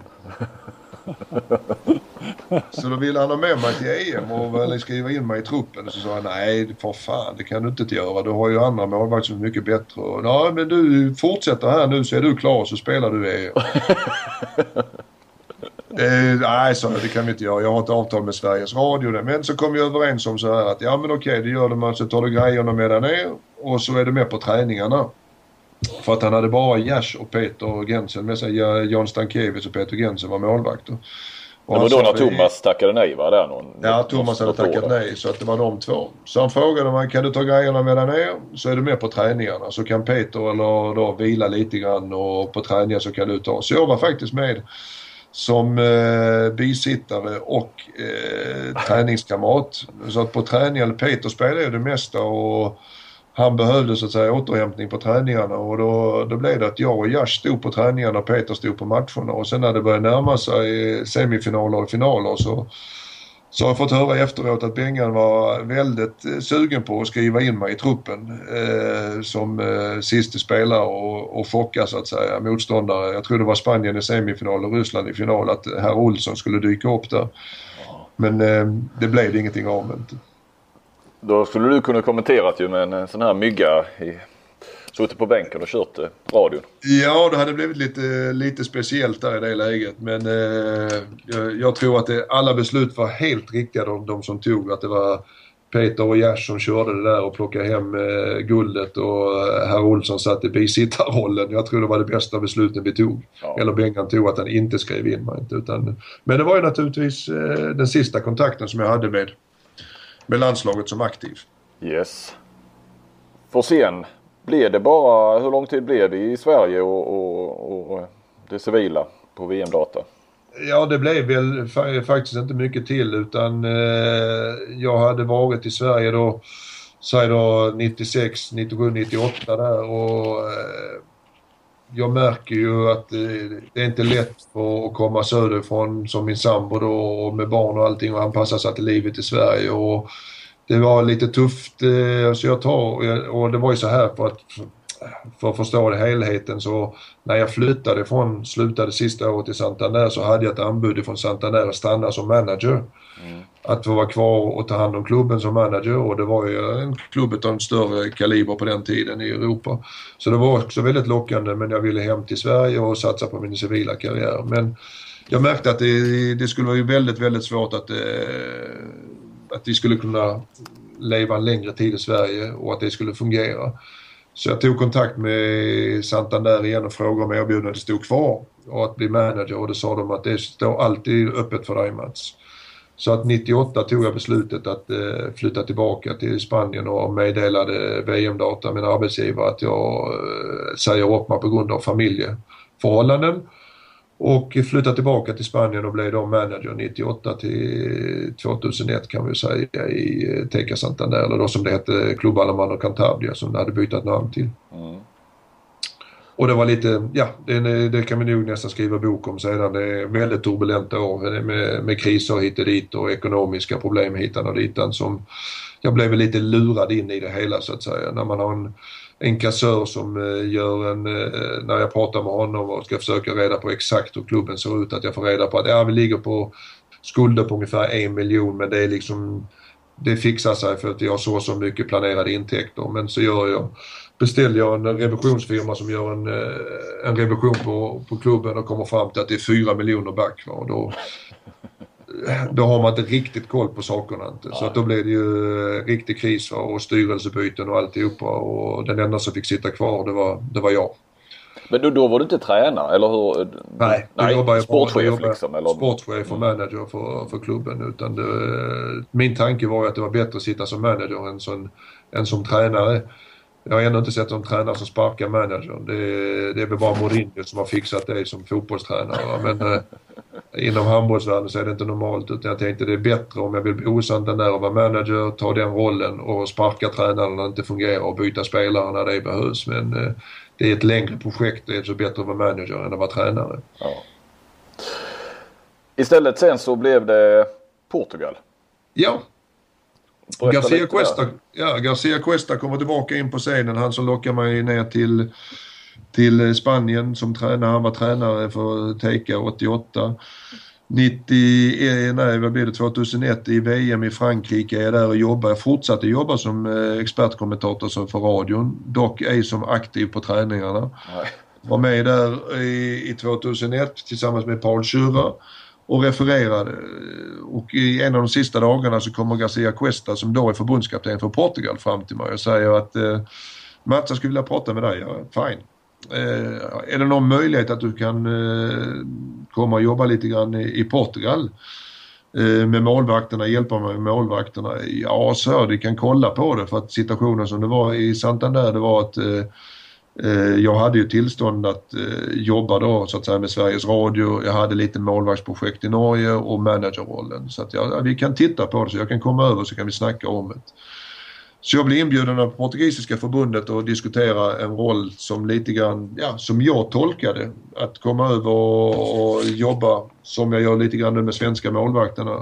Så då ville han ha med mig till EM och skriva in mig i truppen. Och så sa han, nej för fan, det kan du inte göra. Du har ju andra målvakter som är mycket bättre. Och, ja, men du fortsätter här nu så är du klar så spelar du EM. Nej, så det kan vi inte göra. Jag har ett avtal med Sveriges Radio. Men så kom vi överens om så här att ja men okej, det gör det, så tar du grejerna med där ner och så är du med på träningarna. För att han hade bara Jash och Peter Gensen med sig. Jan Stankiewicz och Peter Gensen var målvakter. Och det var då när Thomas tackade nej, var det? Thomas hade tackat nej så att det var de två. Så han frågade mig, kan du ta grejerna med där ner så är du med på träningarna. Så kan Peter eller då vila lite grann och på träningar så kan du ta. Så jag var faktiskt med som bisittare och träningskamrat. Så att på träningen, Peter spelade ju det mesta och han behövde så att säga återhämtning på träningarna och då blev det att jag och Jash stod på träningarna och Peter stod på matcherna och sen när det började närma sig semifinaler och finaler så har jag fått höra efteråt att Bengan var väldigt sugen på att skriva in mig i truppen som sista spelare och chocka så att säga motståndare. Jag tror det var Spanien i semifinal och Ryssland i final att herr Olsson skulle dyka upp där. Men det blev ingenting av det. Då skulle du kunna kommentera ju med en sån här mygga suttit på bänken och kört radion. Ja, det hade blivit lite speciellt där i det läget. Men jag tror att alla beslut var helt riktiga de som tog. Att det var Peter och Jash som körde det där och plockade hem guldet och herr Olsson satt i bisittarrollen. Jag tror det var det bästa besluten vi tog. Ja. Eller Bengan tog att han inte skrev in mig. Men det var ju naturligtvis den sista kontakten som jag hade med landslaget som aktiv. Yes. För sen blev det bara, hur lång tid blev det i Sverige och det civila på VM-data? Ja, det blev väl faktiskt inte mycket till utan jag hade varit i Sverige då, säg då 96, 97, 98 där och jag märker ju att det är inte lätt att komma söderifrån som min sambo då och med barn och allting och anpassa sig till livet i Sverige och det var lite tufft så och det var ju så här för att förstå det helheten så när jag slutade sista året i Santander så hade jag ett anbud från Santander att stanna som manager. Att få vara kvar och ta hand om klubben som manager och det var ju en klubb av en större kaliber på den tiden i Europa. Så det var också väldigt lockande men jag ville hem till Sverige och satsa på min civila karriär. Men jag märkte att det skulle vara ju väldigt, väldigt svårt att vi skulle kunna leva en längre tid i Sverige och att det skulle fungera. Så jag tog kontakt med Santander igen och frågade om erbjudandet stod kvar och att bli manager och då sa de att det står alltid öppet för dig Mats. Så att 98 tog jag beslutet att flytta tillbaka till Spanien och meddelade VM-data, min arbetsgivare, att jag säger upp mig på grund av familjeförhållanden. Och flyttade tillbaka till Spanien och blev då manager 98 till 2001 kan vi säga i TK Santander, eller då som det hette Club Balonmano Cantabria som det hade bytt namn till. Mm. Och det var lite, ja, det kan vi nog nästan skriva bok om sedan. Det är väldigt turbulenta år med kriser hit och dit och ekonomiska problem hitan och ditan som jag blev lite lurad in i det hela så att säga. När man har en kassör som gör när jag pratar med honom och ska försöka reda på exakt hur klubben ser ut, att jag får reda på att vi ligger på skulder på ungefär 1 miljon, men det är liksom, det fixar sig för att jag har så mycket planerade intäkter. Men så beställer jag en revisionsfirma som gör en revision på klubben och kommer fram till att det är 4 miljoner back. Och då har man inte riktigt koll på sakerna. Så att då blev det ju riktig kris och styrelsebyten och alltihopa. Och den enda som fick sitta kvar det var jag. Men då var du inte tränare, eller hur? Nej, jag sportchef liksom? Eller? Sportchef och manager för klubben. Utan min tanke var att det var bättre att sitta som manager än som tränare. Jag har ännu inte sett någon tränare som sparkar managern. Det är väl bara Mourinho som har fixat det som fotbollstränare. Men inom handbollsvärlden så är det inte normalt. Utan jag tänkte det är bättre om jag vill bli osann där och vara manager, ta den rollen och sparka tränaren när det inte fungerar och byta spelare när det behövs. Men det är ett längre projekt. Det är så bättre att vara manager än att vara tränare. Ja. Istället sen så blev det Portugal. Ja. Garcia Cuesta kommer tillbaka in på scenen. Han som lockar mig ner till Spanien som tränare. Han var tränare för Teika 88. 2001 i VM i Frankrike är jag där och jobbar. Jag fortsatte jobba som expertkommentator för radion. Dock ej som aktiv på träningarna. Nej. Var med där i 2001 tillsammans med Paul Schürrer och refererade. Och i en av de sista dagarna så kommer Garcia Cuesta som då är förbundskapten för Portugal fram till mig och säger att Mats, jag skulle vilja prata med dig. Ja, fine. Är det någon möjlighet att du kan komma och jobba lite grann i Portugal med målvakterna, hjälpa mig med målvakterna? Ja, så du kan kolla på det, för att situationen som det var i Santander, det var att jag hade ju tillstånd att jobba då så att säga med Sveriges Radio. Jag hade lite målvaktsprojekt i Norge och managerrollen. Så att vi kan titta på det, så jag kan komma över så kan vi snacka om det. Så jag blev inbjuden av portugisiska förbundet och diskutera en roll som lite grann, som jag tolkade. Att komma över och jobba som jag gör lite grann nu med svenska målvakterna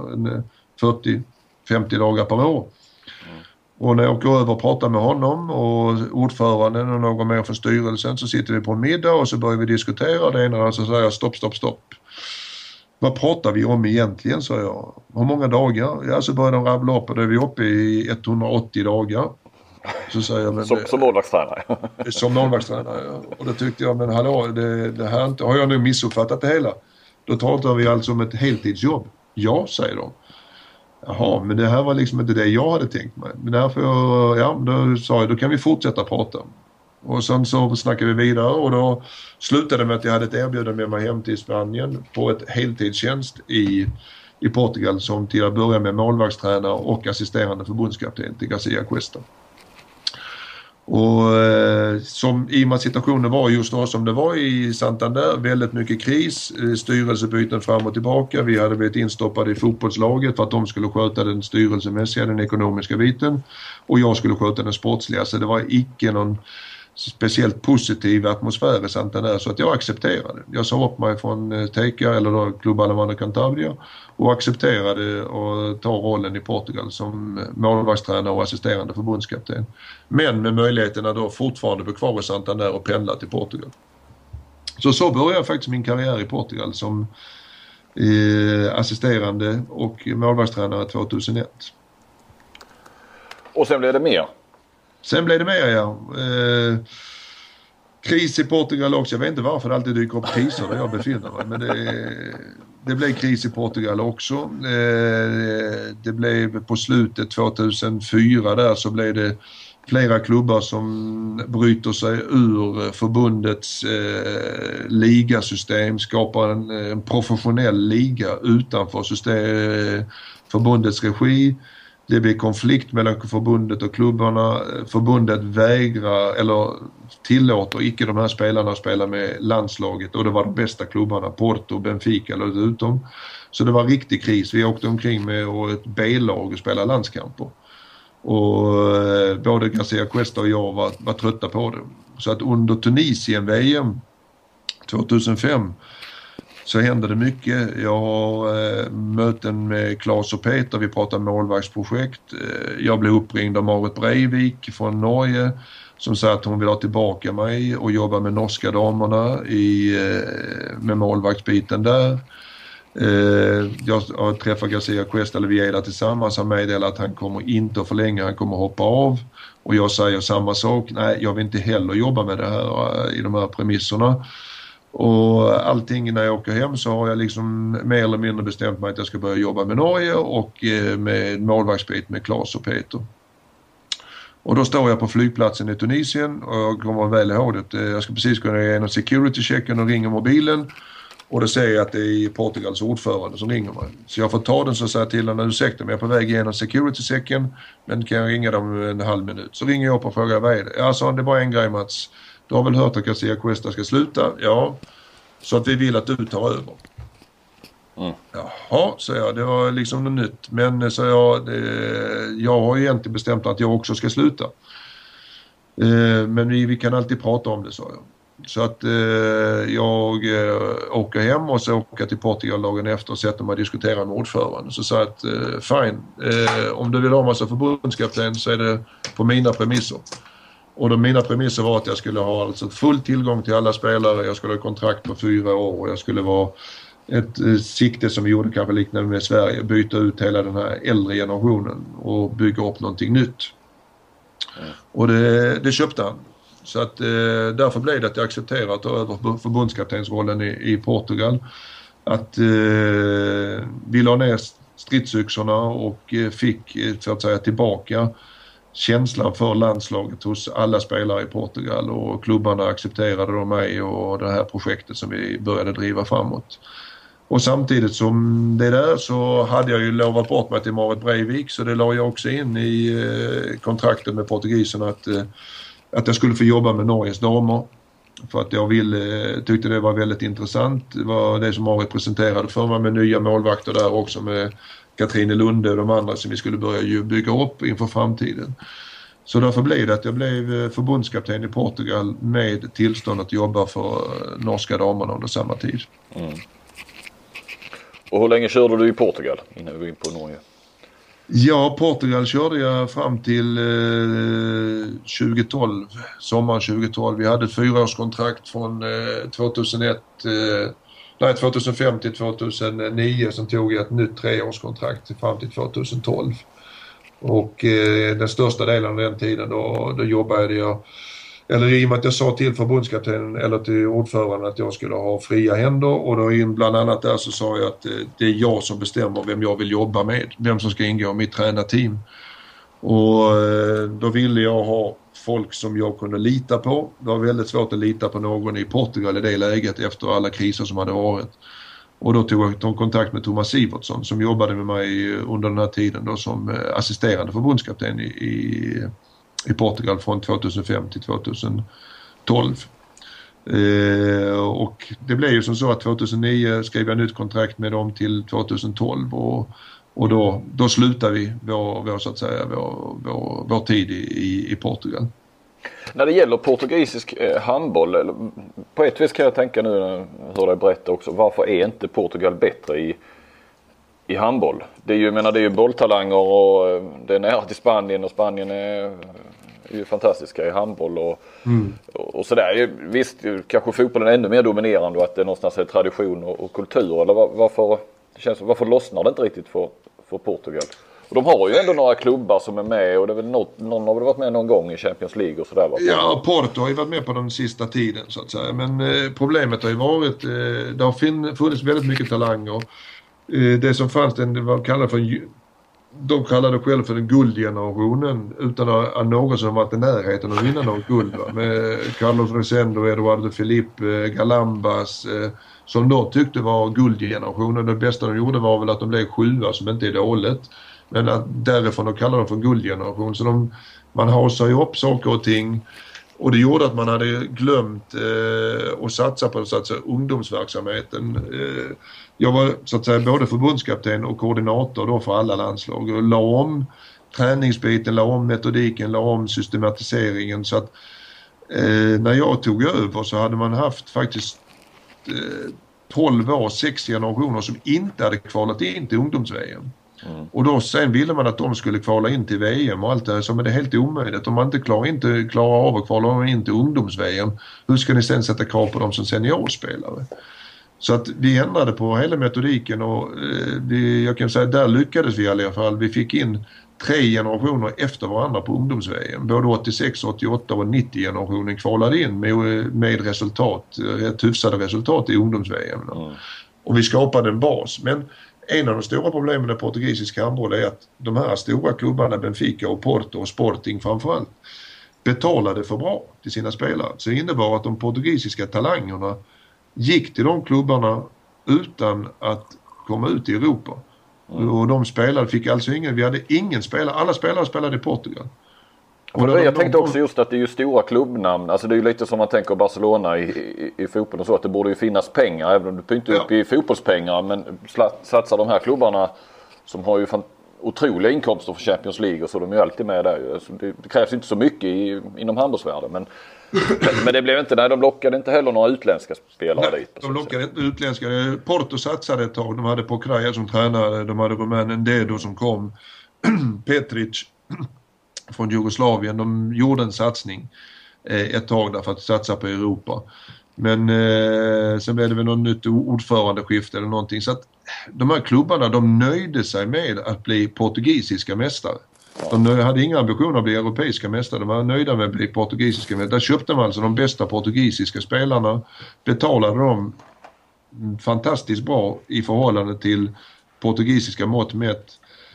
40-50 dagar per år. Och när jag åker över och pratar med honom och ordföranden och någon mer från styrelsen, så sitter vi på en middag och så börjar vi diskutera. Det ena så säger jag stopp. Vad pratar vi om egentligen, sa jag. Hur många dagar? Ja, så börjar de rabbla upp och då är vi uppe i 180 dagar. Så säger jag, men, som målvaktstränare. Som målvaktstränare, ja. Och då tyckte jag, men hallå, det här inte, har jag nu missuppfattat det hela? Då pratar vi alltså om ett heltidsjobb. Ja, säger de. Jaha, men det här var liksom inte det jag hade tänkt mig. Men därför, då sa jag, då kan vi fortsätta prata. Och sen så snackade vi vidare och då slutade med att jag hade ett erbjudande med mig hem till Spanien på ett heltidstjänst i Portugal som till att börja med målvaktstränare och assisterande förbundskapten till Garcia Cuesta. Och som i och med situationen var just då som det var i Santander, väldigt mycket kris, styrelsebyten fram och tillbaka. Vi hade blivit instoppade i fotbollslaget för att de skulle sköta den styrelsemässiga, den ekonomiska biten, och jag skulle sköta den sportsliga, så det var icke någon speciellt positiv atmosfär i Santander, så att jag accepterade. Jag sa upp mig från Teika, eller då Club Balonmano Cantabria, och accepterade att ta rollen i Portugal som målvaktstränare och assisterande förbundskapten. Men med möjligheten att då fortfarande bli kvar i Santander och pendla till Portugal. Så började jag faktiskt min karriär i Portugal som assisterande och målvaktstränare 2001. Och sen blev det mer? Sen blev det mer, ja. Kris i Portugal också. Jag vet inte varför det alltid dyker upp kriser där jag befinner mig. Men det blev kris i Portugal också. Det blev på slutet 2004 där, så blev det flera klubbar som bryter sig ur förbundets ligasystem, skapar en professionell liga utanför förbundets regi. Det blir konflikt mellan förbundet och klubbarna. Förbundet vägrar eller tillåter icke de här spelarna att spela med landslaget, och det var de bästa klubbarna, Porto, Benfica eller utom. Så det var en riktig kris. Vi åkte omkring med ett B-lag och spelade landskamper. Och både Garcia Cuesta och jag var trötta på det. Så att under Tunisien-VM 2005 så hände det mycket. Jag har möten med Claes och Peter, vi pratar målvaktsprojekt. Jag blev uppringd av Marit Breivik från Norge som sa att hon vill ha tillbaka mig och jobba med norska damerna med målvaktsbiten där. Jag har träffat Garcia Cuesta, eller vi är där tillsammans, han meddelar att han kommer inte att förlänga, han kommer att hoppa av. Och jag säger samma sak, nej jag vill inte heller jobba med det här i de här premisserna. Och allting när jag åker hem så har jag liksom mer eller mindre bestämt mig att jag ska börja jobba med Norge och med målvaktsbit med Claes och Peter. Och då står jag på flygplatsen i Tunisien och jag kommer väl ihåg det. Jag ska precis kunna igenom security-checken och ringa mobilen. Och då säger jag att det är Portugals ordförande som ringer mig. Så jag får ta den så säger jag till honom, ursäkta mig, jag är på väg igenom security-checken, men kan jag ringa dem en halv minut? Så ringer jag upp och frågar, vad är det? Ja, sa det är bara en grej, Mats. Du har väl hört att Garcia Cuesta ska sluta? Ja. Så att vi vill att du tar över. Jaha, så jag, det var liksom något nytt. Men så jag har egentligen bestämt att jag också ska sluta. Men vi kan alltid prata om det, sa jag. Så att jag åker hem och så åker till Portugal dagen efter och sätter mig och diskuterar med ordföranden. Så sa jag att fine, om du vill ha massa förbundskapten så är det på mina premisser. Och mina premisser var att jag skulle ha alltså full tillgång till alla spelare, jag skulle ha kontrakt på 4 år och jag skulle vara ett sikte som vi gjorde kanske liknande med Sverige, byta ut hela den här äldre generationen och bygga upp någonting nytt. Och det köpte han. Så att därför blev det att jag accepterade att ta över förbundskaptensrollen i Portugal. Att vi la ner stridsyxorna och fick så att säga tillbaka känslan för landslaget hos alla spelare i Portugal, och klubbarna accepterade då mig och det här projektet som vi började driva framåt. Och samtidigt som det där så hade jag ju lovat bort mig till Marit Breivik, så det la jag också in i kontraktet med portugiserna att jag skulle få jobba med Norges damer. För att jag tyckte det var väldigt intressant. Det var det som Marit presenterade för mig med nya målvakter där också, med Katrine Lunde och de andra som vi skulle börja bygga upp inför framtiden. Så därför blev det att jag blev förbundskapten i Portugal med tillstånd att jobba för norska damerna under samma tid. Och hur länge körde du i Portugal innan vi var in på Norge? Ja, Portugal körde jag fram till 2012, sommaren 2012. Vi hade ett 4-årskontrakt från 2005 till 2009, som tog jag ett nytt 3-årskontrakt fram till 2012. Och den största delen av den tiden då jobbade jag, eller i och med att jag sa till förbundskaptenen eller till ordföranden att jag skulle ha fria händer, och då bland annat där så sa jag att det är jag som bestämmer vem jag vill jobba med, vem som ska ingå i mitt tränarteam. Och då ville jag ha folk som jag kunde lita på. Det var väldigt svårt att lita på någon i Portugal i det läget efter alla kriser som hade varit. Och då tog jag kontakt med Thomas Sivertsson som jobbade med mig under den här tiden då som assisterande förbundskapten i Portugal från 2005 till 2012. Och det blev ju som så att 2009 skrev jag nytt kontrakt med dem till 2012 och då slutade vi vår tid i Portugal. När det gäller portugisisk handboll, på ett vis kan jag tänka nu när jag hör dig berätta också, varför är inte Portugal bättre i handboll? Det är ju bolltalanger och det är nära till Spanien, och Spanien är ju fantastiska i handboll och sådär. Visst, kanske fotbollen är ännu mer dominerande och att det någonstans är tradition och kultur, eller varför lossnar det inte riktigt för Portugal? Och de har ju ändå några klubbar som är med, och det är väl någon har väl varit med någon gång i Champions League och sådär. Ja, Porto har ju varit med på den sista tiden så att säga. Men problemet har ju varit, det har funnits väldigt mycket talanger. Det som fanns, det var kallat för de kallade själv för den guldgenerationen utan att någon som varit i närheten att vinna något guld. Va? Med Carlos Resendo, Eduardo Felipe, Galambas som de tyckte var guldgenerationen. Det bästa de gjorde var väl att de blev 7 som inte är dåligt. Men att därifrån de kallar de för guldgeneration. Så man hasar ju upp saker och ting. Och det gjorde att man hade glömt att satsa på så att säga, ungdomsverksamheten. Jag var så att säga både förbundskapten och koordinator då för alla landslag. Och la om träningsbiten, la om metodiken, la om systematiseringen. Så att när jag tog över så hade man haft faktiskt 12 år, 6 generationer som inte hade kvalat in till ungdoms-VM. Och då sen ville man att de skulle kvala in till VM och allt det som är det helt omöjligt. Om man inte klarar av att kvala in till ungdoms-VM, hur ska ni sen sätta krav på dem som seniorspelare? Så att vi ändrade på hela metodiken och jag kan säga där lyckades vi i alla fall. Vi fick in 3 generationer efter varandra på ungdoms-VM. Både 86, 88 och 90-generationen kvalade in med resultat, ett hyfsade resultat i ungdoms-VM. Och vi skapade en bas. Men en av de stora problemen med portugisisk handboll är att de här stora klubbarna, Benfica och Porto och Sporting framförallt, betalade för bra till sina spelare. Så det innebar att de portugisiska talangerna gick till de klubbarna utan att komma ut i Europa. Och de spelare fick alltså vi hade ingen spelare, alla spelare spelade i Portugal. Och jag tänkte också just att det är ju stora klubbnamn, alltså det är ju lite som man tänker Barcelona i fotboll och så, att det borde ju finnas pengar, även om du pyntar upp i fotbollspengar, men satsar de här klubbarna som har ju otroliga inkomster för Champions League och så, de är ju alltid med där. Alltså det krävs inte så mycket inom handbollsvärlden, men det blev inte, de lockade inte heller några utländska spelare dit. De lockade inte utländska. Porto satsade ett tag, de hade Pokraja som tränare, de hade rumänen Dedo som kom, Petric från Jugoslavien, de gjorde en satsning ett tag där för att satsa på Europa. Men sen blev det väl något nytt ordförandeskifte eller någonting. Så att de här klubbarna, de nöjde sig med att bli portugisiska mästare. De hade inga ambitioner att bli europeiska mästare. De var nöjda med att bli portugisiska mästare. Där köpte man alltså de bästa portugisiska spelarna. Betalade dem fantastiskt bra i förhållande till portugisiska mått mätt.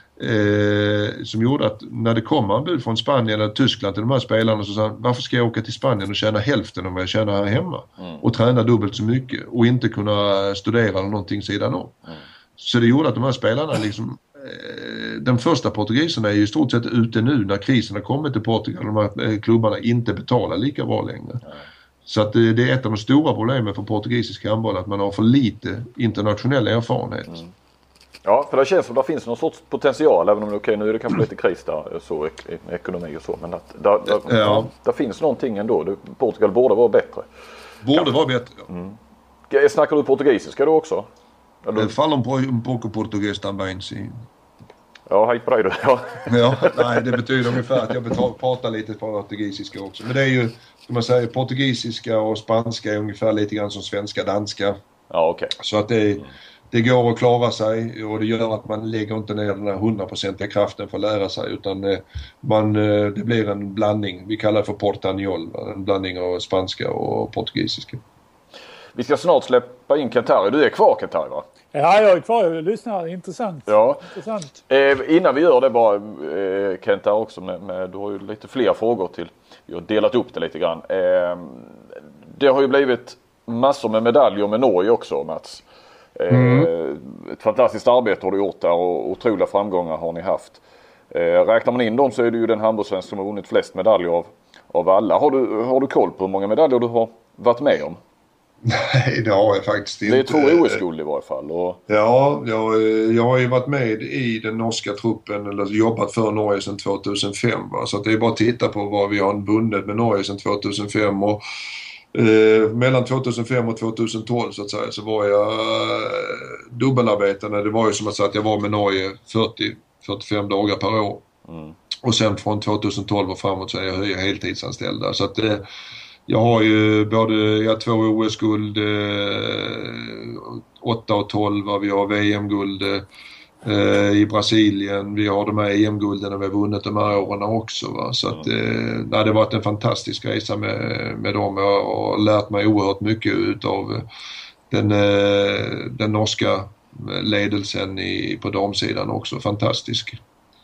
Som gjorde att när det kom anbud från Spanien eller Tyskland till de här spelarna så sa varför ska jag åka till Spanien och tjäna hälften av vad jag tjänar här hemma och träna dubbelt så mycket och inte kunna studera eller någonting sidan om. Så det gjorde att de här spelarna liksom de första portugiserna är ju i stort sett ute nu när krisen har kommit till Portugal och de här klubbarna inte betalar lika bra längre. Så att det är ett av de stora problemen för portugisisk handboll att man har för lite internationell erfarenhet. Ja, för det känns som att det finns någon sorts potential, även om nu är det kanske lite kris där, så ekonomi och så, men att där finns någonting ändå. Portugal borde vara bättre. Vara bättre, ja. Snackar du portugisiska då också? Eller? Falam um pouco português também, sim. Ja, hej på dig då. Ja, nej, det betyder ungefär att jag pratar lite portugisiska också. Men det är ju, som man säger, portugisiska och spanska är ungefär lite grann som svenska, danska. Ja, okej. Så att det går att klara sig och det gör att man lägger inte ner den här 100% kraften för att lära sig utan det blir en blandning. Vi kallar det för portagnol, en blandning av spanska och portugisiska. Vi ska snart släppa in Kentari. Du är kvar, Kentari, va? Ja, jag är kvar. Jag lyssnar. Intressant. Ja. Intressant. Innan vi gör det bara, Kentari också, du har ju lite fler frågor till. Vi har delat upp det lite grann. Det har ju blivit massor med medaljer med Norge också, Mats. Ett fantastiskt arbete har du gjort där och otroliga framgångar har ni haft. Räknar man in dem så är det ju den handbollssvensk som har vunnit flest medaljer av alla. Har du koll på hur många medaljer du har varit med om? Nej, det har jag faktiskt inte. Det är 2 OS-guld i varje fall. Ja, jag har ju varit med i den norska truppen eller jobbat för Norge sedan 2005. Va? Så att det är bara att titta på vad vi har vunnit med Norge sedan 2005 och mellan 2005 och 2012 så att säga så var jag dubbelarbetande. Det var ju som att jag var med Norge 40-45 dagar per år. Och sen från 2012 och framåt så är jag heltidsanställd där. Så att jag har ju både 2 OS-guld 8 och 12, vi har VM-guld i Brasilien, vi har de här EM-gulden och vi har vunnit de här åren också. Va? Så att det har varit en fantastisk resa med dem. Jag har lärt mig oerhört mycket utav den norska ledelsen på damsidan också. Fantastisk.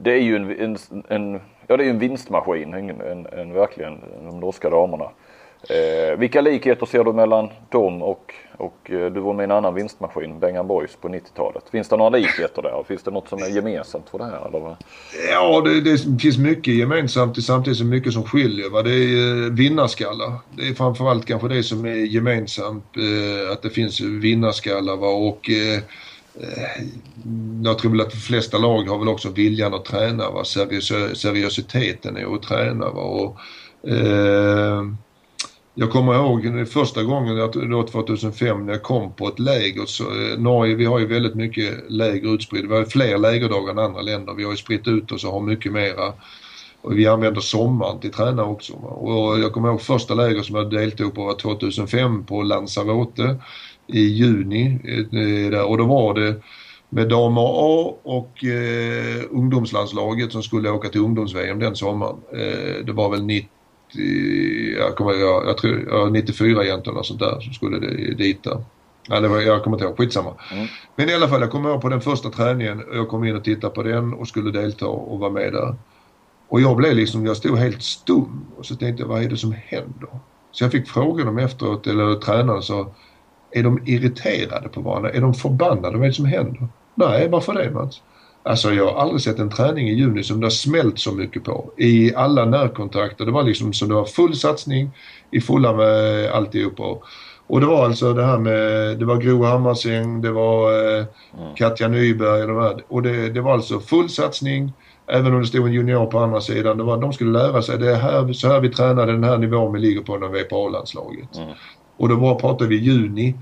det är ju det är ju en vinstmaskin, verkligen, de norska damerna. Vilka likheter ser du mellan dem och du var med en annan vinstmaskin, Bang & Boys på 90-talet? Finns det några likheter där? Finns det något som är gemensamt för det här? Eller? Ja, det finns mycket gemensamt samtidigt som mycket som skiljer. Va? Det är vinnarskallar. Det är framförallt kanske det som är gemensamt, att det finns vinnarskallar. Va? Och jag tror väl att de flesta lag har väl också viljan att träna. Va? Seriositeten är att träna. Va? Och jag kommer ihåg första gången, då 2005, när jag kom på ett läger. Så, Norge, vi har ju väldigt mycket läger utspritt. Vi har fler lägerdagar än andra länder. Vi har ju spritt ut oss och har mycket mera. Och vi använder sommaren till träna också. Och jag kommer ihåg första läger som jag deltog på var 2005 på Lanzarote i juni. Och då var det med damer A och ungdomslandslaget som skulle åka till ungdoms-VM den sommaren. Det var väl 94 egentligen och sånt där som skulle dit där. Jag kommer inte ihåg, skitsamma. Men i alla fall, jag kommer ihåg på den första träningen, jag kom in och tittade på den och skulle delta och vara med där. Och jag stod helt stum och så tänkte jag, vad är det som händer? Så jag fick fråga dem efteråt, eller tränaren sa, är de irriterade på varandra? Är de förbannade? Vad är det som händer? Nej, varför det, Mats? Alltså jag har aldrig sett en träning i juni som det har smält så mycket på. I alla närkontakter. Det var liksom som det var full satsning i fulla med alltihopa. Och det var alltså det här med, det var Gro Hammarsäng, det var Katja Nyberg och det var alltså full satsning. Även om det stod en junior på andra sidan. De skulle lära sig det här, så här vi tränade den här nivån vi ligger på när vi är på A-landslaget. Och då pratade vi juni.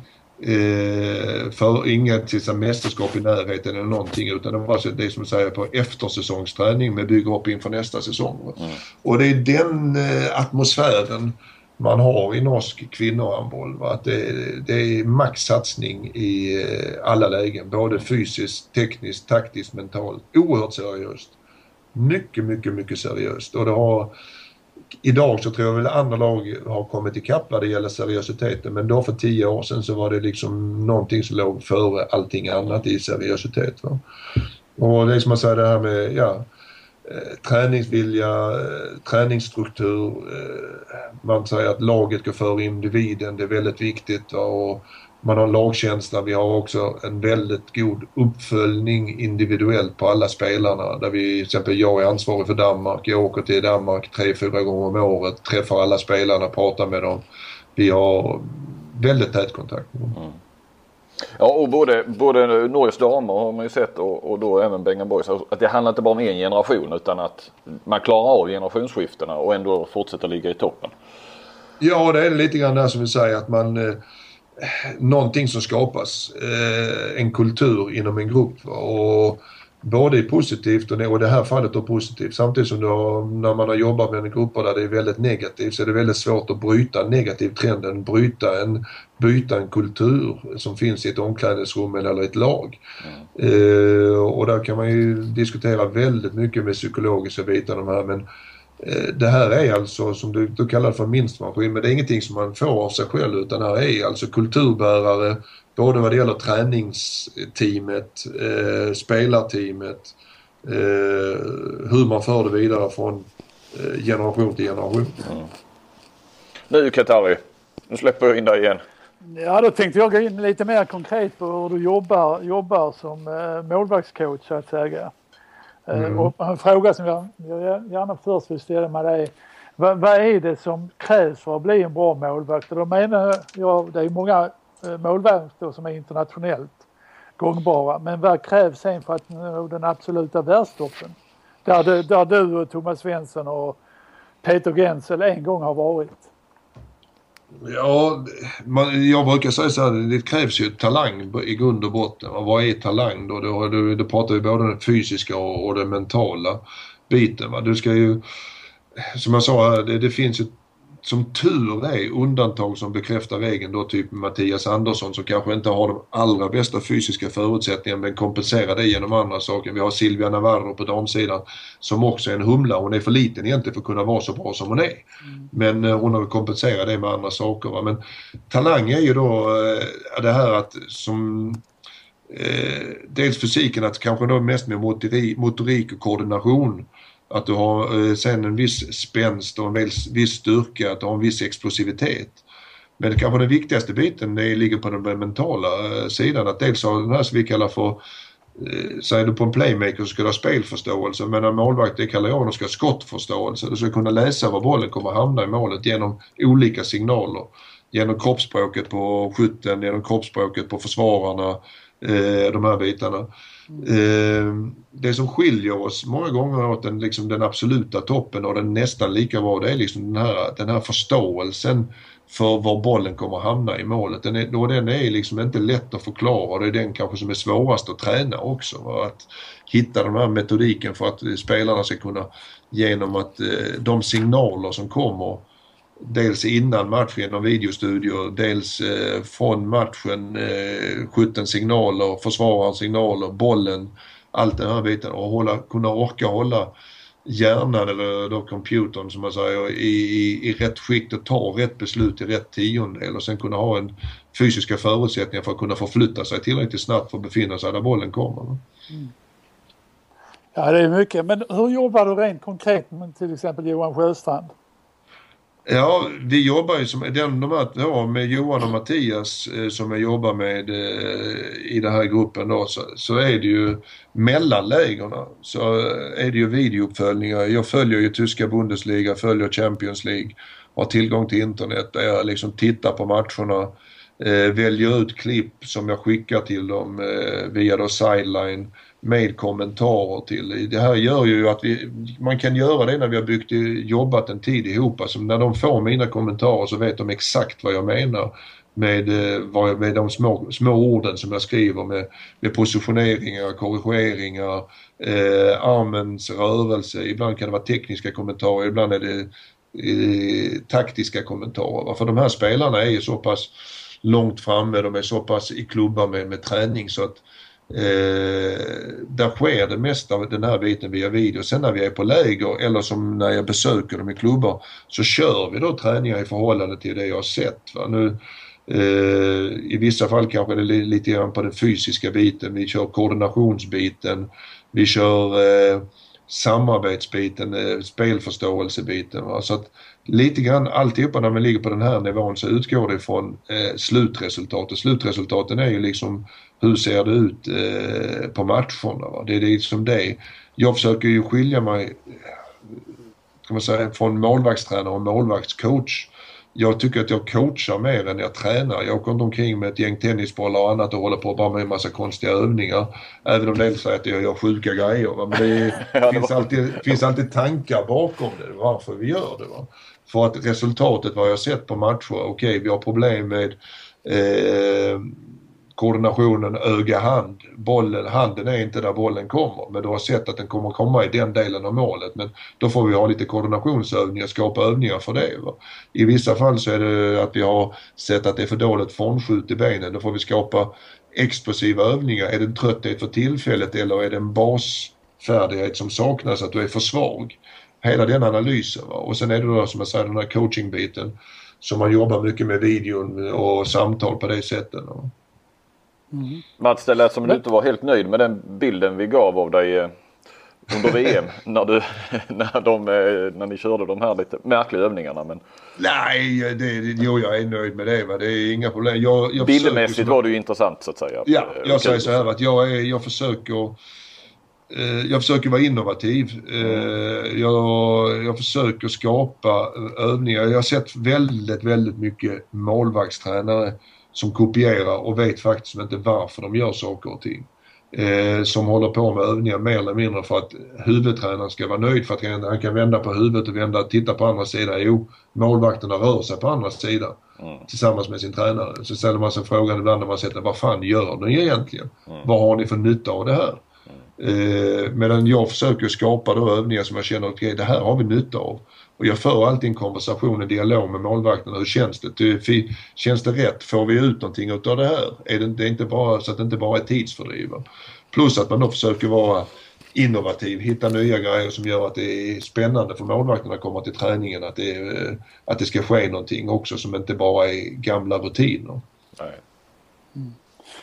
För inget mästerskap i närheten eller någonting, utan det var alltså det som säger på eftersäsongsträning med bygga upp inför nästa säsong. Och det är den atmosfären man har i norsk kvinnohandboll, att det är maxsatsning i alla lägen, både fysiskt, tekniskt, taktiskt, mentalt, oerhört seriöst, mycket seriöst. Och det har idag så tror jag väl andra lag har kommit ikapp när det gäller seriositeten, men då för 10 år sedan så var det liksom någonting som låg före allting annat i seriositet. Va? Och det är som man säger, det här med träningsvilja, träningsstruktur, man säger att laget går före individen, det är väldigt viktigt. Va? Och man har lagkänsla, vi har också en väldigt god uppföljning individuellt på alla spelarna. Där vi, till exempel jag är ansvarig för Danmark, jag åker till Danmark 3-4 gånger om året, träffar alla spelarna, pratar med dem. Vi har väldigt tät kontakt med dem. Ja, och både Norges damer har man ju sett och då även Bang & Boys, att det handlar inte bara om en generation utan att man klarar av generationsskiftena och ändå fortsätter ligga i toppen. Ja, det är lite grann där som vi säger, att man någonting som skapas, en kultur inom en grupp, och både är positivt och det här fallet är positivt, samtidigt som när man har jobbat med en grupper där det är väldigt negativt, så är det väldigt svårt att bryta en negativ trenden, byta en kultur som finns i ett omklädningsrum eller ett lag. Och där kan man ju diskutera väldigt mycket med psykologiska bitar de här, men det här är alltså, som du kallar för minstmaskin, men det är ingenting som man får av sig själv, utan det här är alltså kulturbärare, både vad det gäller träningsteamet, spelarteamet, hur man för det vidare från generation till generation. Nu Katari, nu släpper jag in dig igen. Ja, då tänkte jag gå in lite mer konkret på hur du jobbar som målvaktscoach, så att säga. Och en fråga som jag gärna först vill ställa med dig, vad är det som krävs för att bli en bra målvakt? Och då menar jag, det är många målvakter som är internationellt gångbara, men vad krävs sen för att nå den absoluta världstoppen? Där du och Thomas Svensson och Peter Gensel en gång har varit. Ja, jag brukar säga så här, det krävs ju talang i grund och botten. Och vad är talang då? Då pratar vi både den fysiska och den mentala biten. Va? Du ska ju, som jag sa här, det finns ju som tur är undantag som bekräftar regeln då, typ Mattias Andersson som kanske inte har de allra bästa fysiska förutsättningarna men kompenserar det genom andra saker. Vi har Silvia Navarro på damsidan som också är en humla. Hon är för liten egentligen för att kunna vara så bra som hon är. Men hon har kompenserat det med andra saker. Va? Men talang är ju då det här att som dels fysiken, att kanske då mest med motorik och koordination. Att du har sen en viss spänst och en viss styrka, att du har en viss explosivitet. Men kanske den viktigaste biten ligger på den mentala sidan. Att dels har den här som vi kallar för, säger du på en playmaker så ska du ha spelförståelse, men en målvakt, det kallar jag, ska ha skottförståelse. Du ska kunna läsa var bollen kommer hamna i målet genom olika signaler. Genom kroppsspråket på skytten, genom kroppsspråket på försvararna, de här bitarna. Det som skiljer oss många gånger åt den absoluta toppen och den nästan lika bra, det är liksom den här förståelsen för var bollen kommer hamna i målet. Den är liksom inte lätt att förklara. Det är den kanske som är svårast att träna också. Att hitta den här metodiken för att spelarna ska kunna, genom att de signaler som kommer dels innan matchen genom videostudior, dels från matchen, skyttens signaler, försvararens signaler, bollen, allt den här biten, och kunna orka hålla hjärnan eller då computern som man säger i rätt skick och ta rätt beslut i rätt tiondel, och sen kunna ha en fysiska förutsättningar för att kunna förflytta sig tillräckligt snabbt för att befinna sig där bollen kommer. Ja, det är mycket. Men hur jobbar du rent konkret med till exempel Johan Sjöstrand? Ja, vi jobbar ju med Johan och Mattias som jag jobbar med i den här gruppen då, så är det ju mellanlägerna, så är det ju videouppföljningar. Jag följer ju tyska Bundesliga, följer Champions League, har tillgång till internet där jag liksom tittar på matcherna, väljer ut klipp som jag skickar till dem via då sideline med kommentarer till. Det här gör ju att man kan göra det när vi har jobbat en tid ihop. Alltså när de får mina kommentarer så vet de exakt vad jag menar med de små orden som jag skriver, med positioneringar, korrigeringar, armens rörelse. Ibland kan det vara tekniska kommentarer, ibland är det taktiska kommentarer. För de här spelarna är ju så pass långt framme, de är så pass i klubbar med träning, så att där sker det mesta av den här biten via video. Sen när vi är på läger eller som när jag besöker dem i klubbar, så kör vi då träningar i förhållande till det jag har sett. Va? Nu, i vissa fall kanske det är lite grann på den fysiska biten. Vi kör koordinationsbiten, vi kör samarbetsbiten, spelförståelsebiten. Va? Så att lite grann alltihopa när man ligger på den här nivån så utgår det från slutresultatet. Slutresultaten är ju liksom hur ser det ut på matcherna. Va? Det är liksom det. Jag försöker ju skilja mig, kan man säga, från målvaktstränare och målvaktscoach. Jag tycker att jag coachar mer än jag tränar. Jag går inte omkring med ett gäng tennisbollar och annat och håller på bara med en massa konstiga övningar. Även om det säger att jag gör sjuka grejer. Va? Men det finns alltid tankar bakom det, varför vi gör det. Va? För att resultatet, vad jag sett på matcher, okej, vi har problem med koordinationen öga-hand. Handen är inte där bollen kommer, men du har sett att den kommer komma i den delen av målet. Men då får vi ha lite koordinationsövningar, skapa övningar för det. Va? I vissa fall så är det att vi har sett att det är för dåligt frånskjut i benen. Då får vi skapa explosiva övningar. Är det en trötthet för tillfället eller är det en basfärdighet som saknas, att du är för svag? Hela den analysen. Va? Och sen är det då, som jag säger, den här coachingbiten som man jobbar mycket med videon och samtal på det sättet. Va? Mats, det lät som du inte var helt nöjd med den bilden vi gav av dig under VM när ni körde de här lite märkliga övningarna. Men... Nej, jag är nöjd med det. Va? Det är inga problem. Bildmässigt var det ju intressant, så att säga. Ja, jag säger så här att jag försöker vara innovativ. Jag försöker skapa övningar. Jag har sett väldigt, väldigt mycket målvaktstränare som kopierar och vet faktiskt inte varför de gör saker och ting. Som håller på med övningar mer eller mindre för att huvudtränaren ska vara nöjd, för att han kan vända på huvudet och titta på andra sidan. Jo, målvakterna rör sig på andra sidan tillsammans med sin tränare. Så ställer man sig frågan ibland när man säger, vad fan gör ni egentligen? Vad har ni för nytta av det här? Medan jag försöker skapa då övningar som jag känner, okej, det här har vi nytta av. Och jag för alltid en konversation, en dialog med målvakterna. Hur känns det? Känns det rätt? Får vi ut någonting av det här? Det är inte bara så att det inte bara är tidsfördriv. Plus att man då försöker vara innovativ, hitta nya grejer som gör att det är spännande för målvakterna att komma till träningen. Att det ska ske någonting också som inte bara är gamla rutiner. Nej.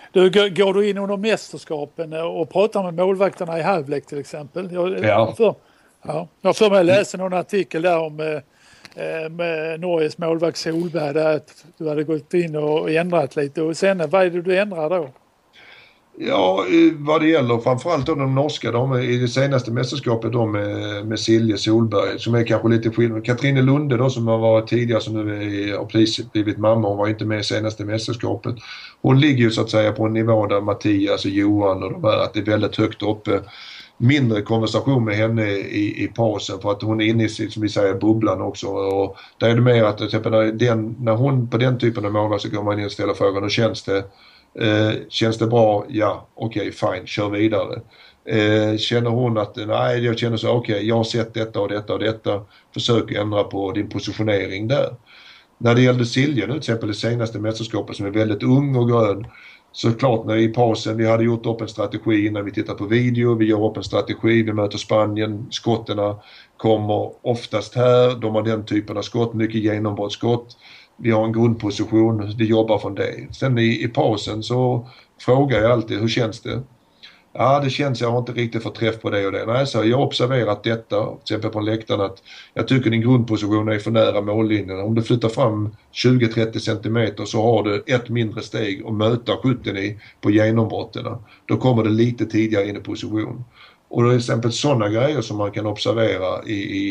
Går du in under mästerskapen och pratar med målvakterna i halvlek till exempel? Jag har för mig att läsa någon artikel där om med Norges målvakt Solberg där att du hade gått in och ändrat lite. Och sen, vad är det du ändrar då? Ja, vad det gäller framförallt då de norska, i det senaste mästerskapet då med Silje Solberg, som är kanske lite skillnad. Katrine Lunde då, som har varit tidigare, som nu har precis blivit mamma, hon var inte med i senaste mästerskapet. Hon ligger ju så att säga på en nivå där Mattias och Johan och de här, att det är väldigt högt uppe. Mindre konversation med henne i pausen, för att hon är inne i, som vi säger, bubblan också. Och där är det mer att när hon på den typen av mål så går man in och ställer frågan, och känns det bra? Ja, okej, fine, kör vidare. Känner hon att nej, jag känner så, okej, jag har sett detta och detta och detta, försök ändra på din positionering där. När det gällde Silje nu, till exempel det senaste mästerskapet, som är väldigt ung och grön, så klart när i pausen vi hade gjort upp en strategi innan vi tittar på video, vi gör upp en strategi, vi möter Spanien, skotterna kommer oftast här, de har den typen av skott, mycket genombrottsskott. Vi har en grundposition, vi jobbar från det. Sen i pausen så frågar jag alltid, hur känns det? Ja, det känns, jag har inte riktigt fått träff på det och det. Nej, så jag har observerat detta, till exempel på läktaren, att jag tycker din grundposition är för nära mållinjen. Om du flyttar fram 20-30 centimeter så har du ett mindre steg att möta skytten i på genombrotten. Då kommer det lite tidigare in i position. Och det är till exempel sådana grejer som man kan observera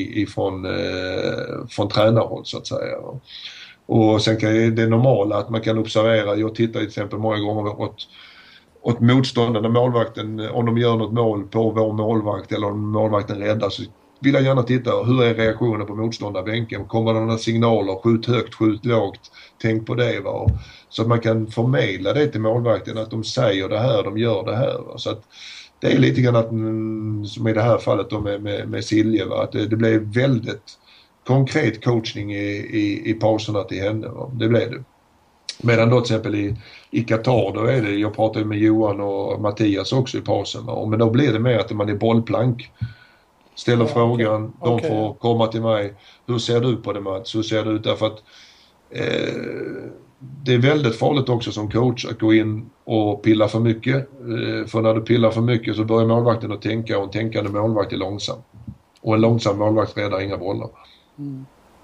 från tränarhåll så att säga. Och sen kan det normala att man kan observera, jag tittar till exempel många gånger åt motståndarna, målvakten, om de gör något mål på vår målvakt eller om målvakten räddar, så vill jag gärna titta, hur är reaktionen på motståndarbänken? Kommer det några signaler, skjut högt, skjut lågt, tänk på det va? Så att man kan förmedla det till målvakten, att de säger det här, de gör det här va? Så att det är lite grann att, som i det här fallet då med Silje va? Att det blev väldigt konkret coachning i pauserna till henne. Va? Det blev det. Medan då till exempel i Qatar, då är det, jag pratade med Johan och Mattias också i pausen. Va? Men då blir det mer att man är bollplank. Ställer frågan, de får komma till mig. Hur ser du på det, Mats? Hur ser det ut? Därför att det är väldigt farligt också som coach att gå in och pilla för mycket. För när du pillar för mycket så börjar målvakten att tänka, och en tänkande målvakt är långsam. Och en långsam målvakt räddar inga bollar. Mm.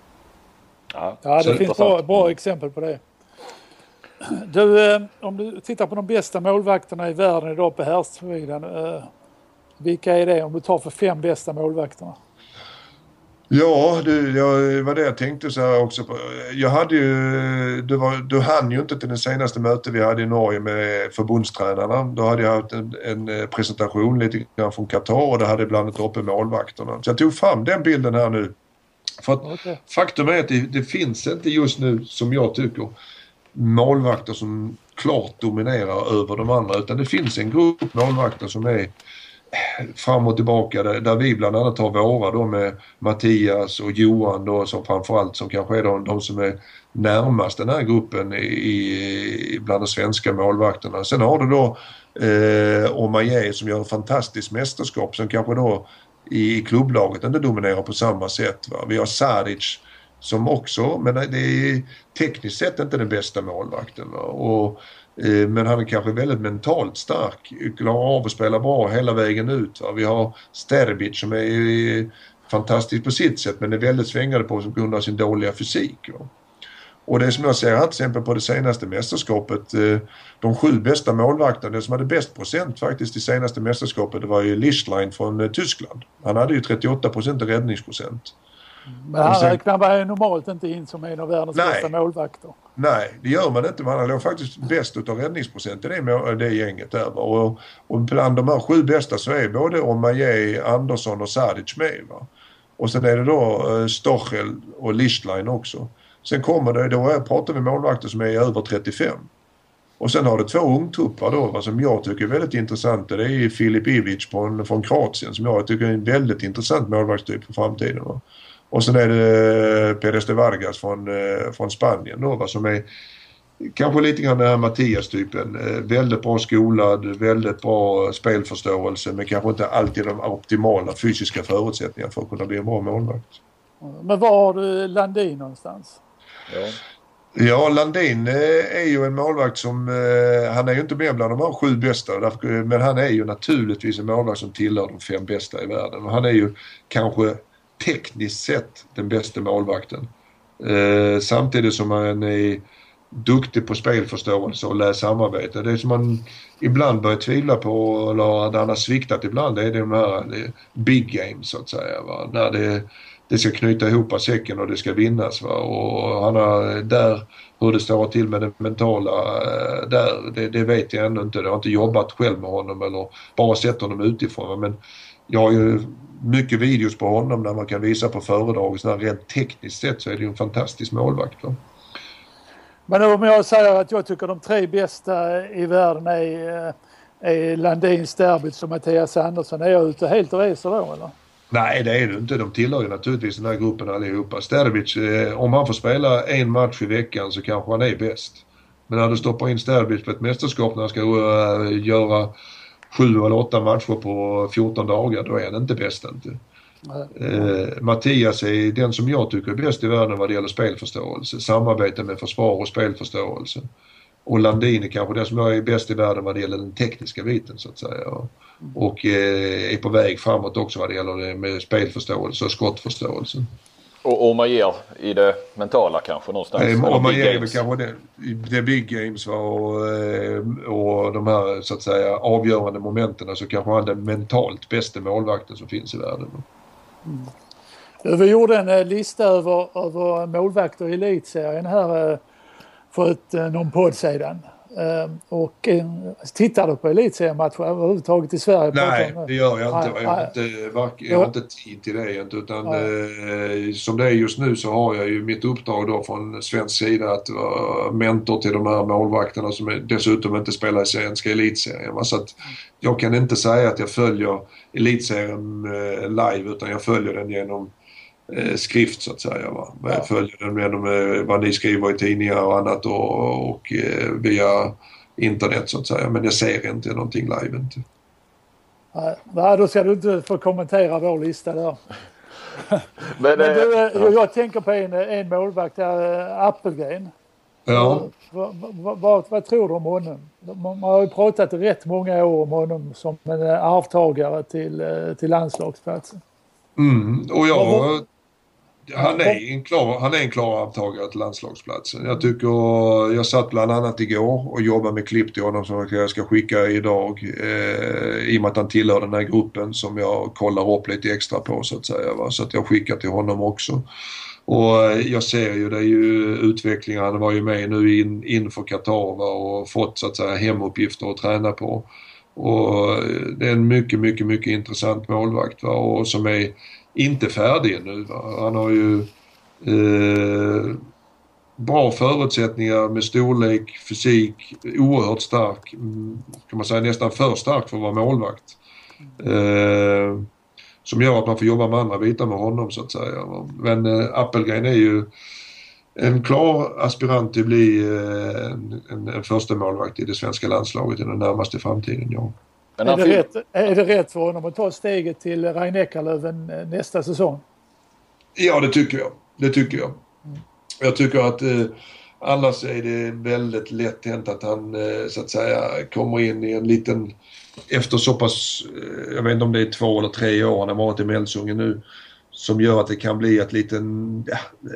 Ja, det finns bra exempel på det. Du, om du tittar på de bästa målvakterna i världen idag på herrsidan, vilka är det om du tar för 5 bästa målvakterna? Ja, det var det jag tänkte så här också på. Jag hade ju, du hann ju inte till den senaste mötet vi hade i Norge med förbundstränarna. Då hade jag haft en presentation lite grann från Qatar, och det hade blandat upp med målvakterna. Så jag tog fram den bilden här nu. För att faktum är att det finns inte just nu, som jag tycker, målvakter som klart dominerar över de andra, utan det finns en grupp målvakter som är fram och tillbaka, där vi bland annat har våra då med Mattias och Johan då, som framförallt som kanske är de som är närmast den här gruppen bland de svenska målvakterna. Sen har du då Omaye som gör ett fantastiskt mästerskap, som kanske då i klubblaget inte dominerar på samma sätt. Va? Vi har Sadic som också, men det är tekniskt sett inte den bästa målvakten. Va? Men han är kanske väldigt mentalt stark, klarar av att spela bra hela vägen ut. Va? Vi har Sterbic som är fantastisk på sitt sätt, men är väldigt svängande på som grund av sin dåliga fysik. Va? Och det som jag ser här till exempel på det senaste mästerskapet, de 7 bästa målvakterna, det som hade bäst procent faktiskt i senaste mästerskapet, det var ju Lichtlein från Tyskland. Han hade ju 38% räddningsprocent. Men han räknar man normalt inte in som en av världens bästa målvakter. Nej, det gör man inte. Man låg faktiskt bäst utav räddningsprocent i det gänget där. Och bland de här 7 bästa så är både Omaye, Andersson och Sadic med. Va? Och sen är det då Stochel och Lichtlein också. Sen kommer det, då pratar vi målvakter som är över 35. Och sen har det 2 ungtuppar då, vad som jag tycker är väldigt intressant. Det är Filip Ivic från Kroatien, som jag tycker är en väldigt intressant målvaktstyp för framtiden. Va? Och sen är det Pérez de Vargas från Spanien då, vad som är kanske lite grann den här Mattias-typen. Väldigt bra skolad, väldigt bra spelförståelse, men kanske inte alltid de optimala fysiska förutsättningarna för att kunna bli en bra målvakt. Men var har du Landin någonstans? Ja, Landin är ju en målvakt som, han är ju inte med bland de här 7 bästa, men han är ju naturligtvis en målvakt som tillhör de 5 bästa i världen. Och han är ju kanske tekniskt sett den bästa målvakten. Samtidigt som han är duktig på spelförståelse och läs samarbete. Det som man ibland börjar tvivla på, eller där han har sviktat ibland, det är de här big games så att säga. Va? När det ska knyta ihop säcken och det ska vinnas. Va? Och han har där, hur det står till med det mentala där, det vet jag ännu inte. Jag har inte jobbat själv med honom eller bara sett honom utifrån. Va? Men jag har ju mycket videos på honom där man kan visa på föredrag. Så rent tekniskt sett så är det ju en fantastisk målvakt. Va? Men om jag säger att jag tycker de 3 bästa i världen är Landin, Sterbitz och Mattias Andersson, är jag ute helt och reser då eller? Nej, det är det inte. De tillhör ju naturligtvis den här gruppen allihopa. Sterbitz, om han får spela en match i veckan så kanske han är bäst. Men när du stoppar in Sterbitz på ett mästerskap när han ska göra 7 eller 8 matcher på 14 dagar, då är han inte bäst inte. Mattias är den som jag tycker är bäst i världen vad det gäller spelförståelse, samarbete med försvar och spelförståelse. Och Landin är kanske den som jag är bäst i världen vad det gäller den tekniska biten så att säga. Och är på väg framåt också vad det gäller det med spelförståelse och skottförståelse. Och om man ger i det mentala kanske någonstans. Om man ger kanske det big games och de här så att säga avgörande momenten, så kanske han är den mentalt bästa målvakten som finns i världen. Vi gjorde en lista över målvakter i elitserien här för någon podd sedan. Och tittar du på elitseriematcher överhuvudtaget i Sverige? Nej, det gör jag inte. Jag har inte tid till det inte, utan som det är just nu så har jag ju mitt uppdrag då från svensk sida att vara mentor till de här målvakterna som dessutom inte spelar i svenska elitserien. Så att jag kan inte säga att jag följer elitserien live, utan jag följer den genom skrift så att säga. Va? Jag följer den genom vad ni skriver i tidningar och annat och via internet så att säga. Men jag ser inte någonting live inte. Nej, då ska du inte få kommentera vår lista där. Men jag tänker på en målvakt där, Appelgren. Ja. Vad tror du om honom? Man har ju pratat rätt många år om honom som en arvtagare till landslagsplatsen. Och han är en klar avtagare till landslagsplatsen. Jag satt bland annat igår och jobbade med klipp till honom som jag ska skicka idag i och med att han tillhör den här gruppen som jag kollar upp lite extra på så att säga. Va? Så att jag skickar till honom också. Och jag ser ju det är ju utvecklingen. Han var ju med nu inför Qatar och fått så att säga hemuppgifter att träna på. Och det är en mycket, mycket, mycket intressant målvakt va? Och som är inte färdig nu. Va? Han har ju bra förutsättningar med storlek, fysik, oerhört stark, kan man säga nästan för stark för att vara målvakt. Som gör att man får jobba med andra bitar med honom så att säga. Men Appelgren är ju en klar aspirant till att bli en första målvakt i det svenska landslaget i den närmaste framtiden, ja. Är det rätt för honom att ta steget till Rhein-Neckarlöven nästa säsong? Ja, det tycker jag. Jag tycker att annars är det väldigt lätt hänt att han så att säga kommer in i en liten, efter så pass, jag vet inte om det är 2 eller 3 år han har varit i Melsungen nu, som gör att det kan bli ett liten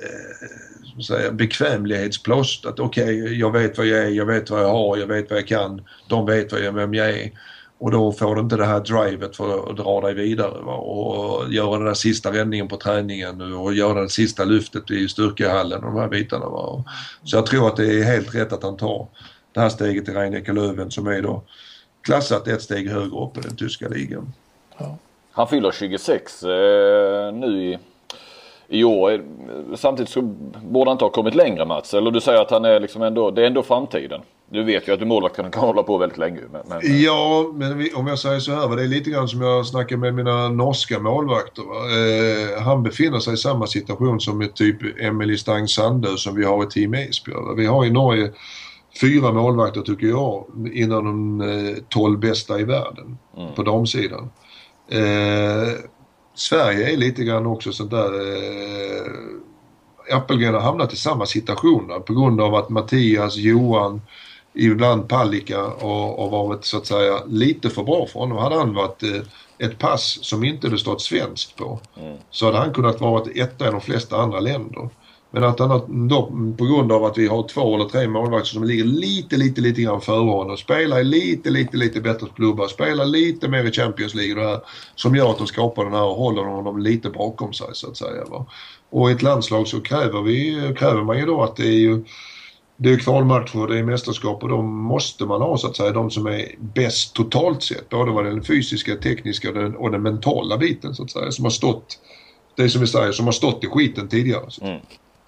bekvämlighetsplåst. Att okej, jag vet vad jag är, jag vet vad jag har, jag vet vad jag kan, de vet vem jag är. Och då får du inte det här drivet för att dra dig vidare va? Och göra den där sista vändningen på träningen nu och göra det sista lyftet i styrkehallen och de här bitarna va? Så jag tror att det är helt rätt att han tar det här steget i Rhein-Neckarlöven som är då klassat ett steg högre upp i den tyska ligan. Ja. Han fyller 26 nu i år. Samtidigt så borde han inte ha kommit längre, Mats. Eller du säger att han är liksom ändå, det är ändå framtiden. Du vet ju att målvakten kan hålla på väldigt länge. Men... Ja, men om jag säger så här, det är lite grann som jag snackar med mina norska målvakter. Han befinner sig i samma situation som typ Emily Stang Sandö som vi har i Team Esbjerg. Vi har i Norge 4 målvakter tycker jag inom de 12 bästa i världen på damsidan. Sverige är lite grann också sånt där Appelgren har hamnat i samma situationer på grund av att Mattias, Johan, ibland Palicka och varit så att säga lite för bra för honom. Hade han varit ett pass som inte det stått svenskt på så hade han kunnat vara etta i de flesta andra länder. Men att han då, på grund av att vi har 2 eller 3 målvakter som ligger lite grann före honom, spelar i lite bättre klubbar, spelar lite mer i Champions League och det här, som gör att de skapar den här och håller honom lite bakom sig så att säga. Va? Och i ett landslag så kräver man ju då att det är kvalmatcher, det är mästerskap och då måste man ha så att säga de som är bäst totalt sett. Både vad den fysiska, tekniska och den mentala biten så att säga. Som har stått, det är som vi säger, som har stått i skiten tidigare. Så.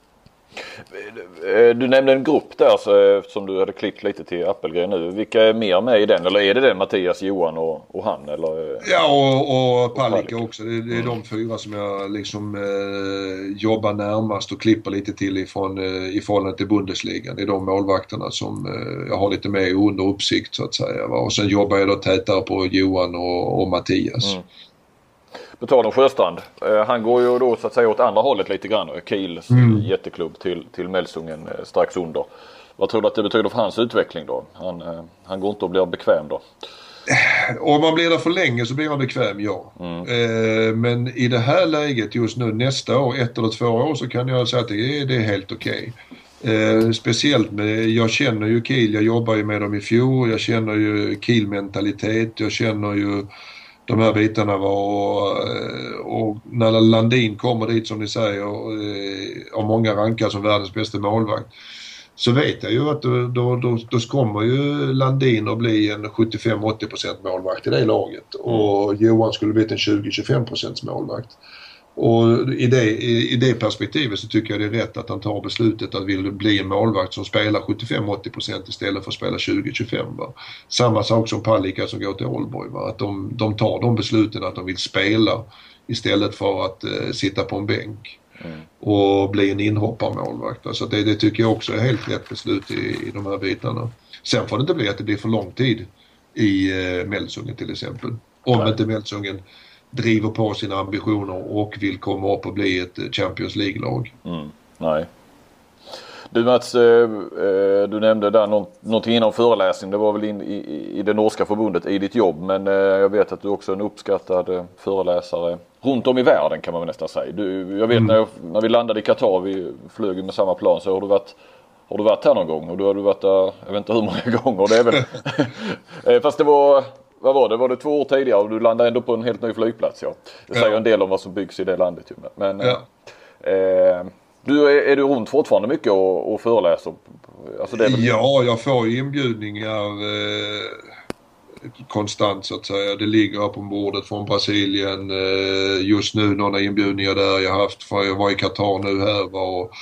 Du nämnde en grupp där så, som du hade klippt lite till Appelgren nu. Vilka är mer med i den? Eller är det Mattias, Johan och han? Eller? Ja, och Palicka också. Det är de 4 som jag liksom jobbar närmast och klipper lite till i förhållande till Bundesliga. Det är de målvakterna som jag har lite med under uppsikt så att säga. Va? Och sen jobbar jag då tätare på Johan och Mattias. På tal om Sjöstrand, han går ju då så att säga åt andra hållet lite grann. Kiels jätteklubb till Melsungen strax under. Vad tror du att det betyder för hans utveckling då? Han går inte att bli bekväm då? Om man blir där för länge så blir man bekväm, ja. Men i det här läget just nu, nästa år, 1 eller 2 år, så kan jag säga att det är helt okej. Speciellt med, jag känner ju Kiel, jag jobbar ju med dem i fjol, jag känner ju Kiel-mentalitet, jag känner ju de här bitarna och när Landin kommer dit som ni säger och många rankar som världens bästa målvakt så vet jag ju att då kommer ju Landin att bli en 75-80% målvakt i det laget och Johan skulle bli en 20-25% målvakt. Och i det perspektivet så tycker jag det är rätt att han tar beslutet att vill bli en målvakt som spelar 75-80% istället för att spela 20-25. Va? Samma sak som Palicka som går till Aalborg. Va? Att de tar de besluten att de vill spela istället för att sitta på en bänk och bli en inhopparmålvakt. Alltså det tycker jag också är helt rätt beslut i de här bitarna. Sen får det inte bli att det blir för lång tid i Melsungen till exempel. Om inte Melsungen driver på sina ambitioner och vill komma upp och bli ett Champions League-lag. Nej. Du Mats, du nämnde där någonting inom föreläsning. Det var väl i det norska förbundet i ditt jobb. Men jag vet att du också är en uppskattad föreläsare runt om i världen kan man väl nästan säga. Jag vet när vi landade i Qatar, vi flög med samma plan, så har du varit här någon gång? Och då har du varit där, jag vet inte hur många gånger. Det är väl, fast det var... Vad var det? Var det 2 år tidigare och du landade ändå på en helt ny flygplats? Ja. Det säger en del om vad som byggs i det landet. Men är du runt fortfarande mycket och föreläser? Alltså det är väl... Ja, jag får inbjudningar konstant så att säga. Det ligger på bordet från Brasilien. Just nu några inbjudningar där jag haft. För jag var i Qatar nu här.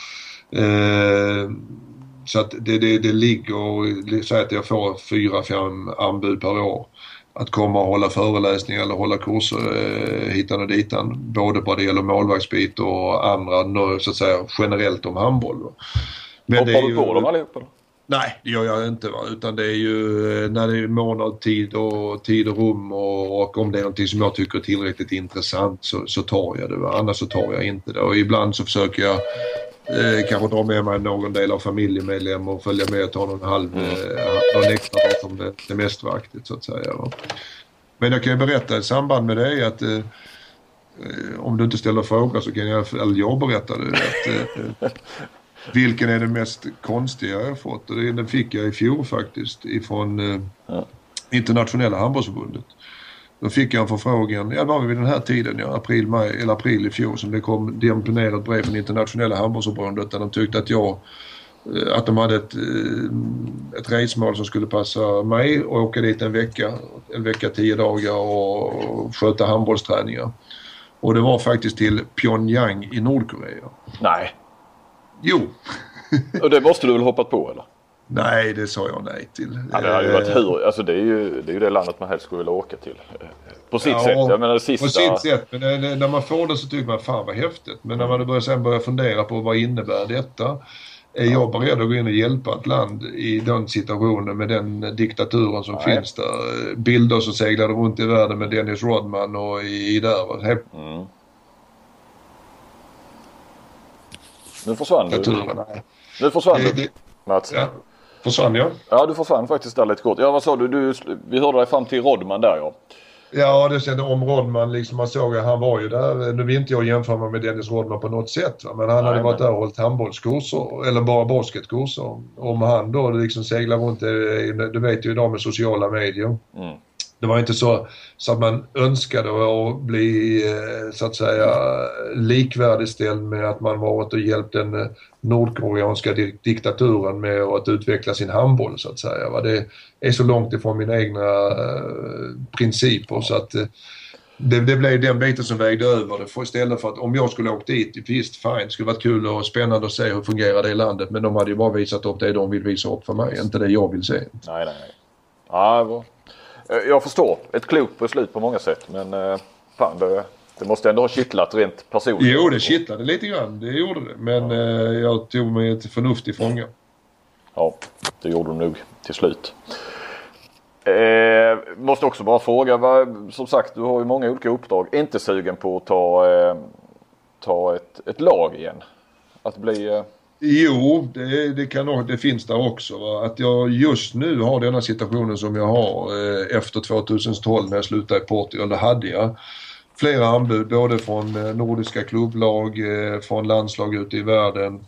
Så att det ligger och säger att jag får 4-5 anbud per år. Att komma och hålla föreläsningar eller hålla kurser hitan och ditan. Både på det gäller målvaktsbit och andra så att säga generellt om handboll. Men hoppar du på dem allihopa? Nej, det gör jag inte. Va? Utan det är ju när det är månad, tid och rum och om det är någonting som jag tycker är tillräckligt intressant så tar jag det. Va? Annars så tar jag inte det. Och ibland så försöker jag kanske dra med mig någon del av familjemedlem och följa med och ta någon extra bakom det mest vaktigt så att säga. Va? Men jag kan ju berätta i samband med det att om du inte ställer frågor så kan jag berätta det att vilken är det mest konstiga jag har fått? Och den fick jag i fjol faktiskt ifrån Internationella handbollsförbundet. Då fick jag en förfrågan, det var vid den här tiden, april i fjol, som det kom deponerat brev från Internationella handbollsförbundet där de tyckte att de hade ett resmål som skulle passa mig och åka dit en vecka 10 dagar och sköta handbollsträningar. Och det var faktiskt till Pyongyang i Nordkorea. Nej. Jo. Och det måste du väl hoppat på eller? Nej, det sa jag nej till. Ja, det har ju varit alltså det är ju det landet man helst skulle vilja åka till. På sitt sätt. Jag menar det sista. På sitt sätt, men när man får det så tycker man fan vad häftigt. Men när man börjar fundera på vad innebär detta? Är jag beredd att gå in och hjälpa ett land i den situationen med den diktaturen som finns där? Bilder som seglade runt i världen med Dennis Rodman och i där. Nu försvann du. Nu försvann du, Mats. Ja, försvann jag? Ja, du försvann faktiskt där lite kort. Ja, vad sa du? Vi hörde dig fram till Rodman där, ja. Ja, det kände om Rodman. Liksom man såg att han var ju där. Nu vill inte jag jämföra mig med Dennis Rodman på något sätt. Va? Men han hade varit där och hållit handbollskurser. Eller bara basketkurser. Om han då liksom seglar runt, du vet ju idag med sociala medier. Det var inte så att man önskade att bli så att säga likvärdigställd med att man varit och hjälpt den nordkoreanska diktaturen med att utveckla sin handboll så att säga. Det är så långt ifrån mina egna principer så att det blev den biten som vägde över det. För istället för att om jag skulle åkt dit, visst fine, det skulle varit kul och spännande att se hur fungerar det i landet, men de hade ju bara visat upp det de vill visa upp för mig, inte det jag vill se. Nej. Ja, jag förstår. Ett klokt beslut på många sätt. Men fan, det måste ändå ha kittlat rent personligt. Jo, det kittlade lite grann. Det gjorde det. Men jag tog mig ett förnuft i fånga. Ja, det gjorde du nog till slut. Måste också bara fråga. Som sagt, du har ju många olika uppdrag. Inte sugen på att ta ett lag igen? Att bli... Jo, det finns där också. Va? Att jag just nu har denna situationen som jag har efter 2012 när jag slutade i Portugal. Det hade jag flera anbud både från nordiska klubblag, från landslag ute i världen.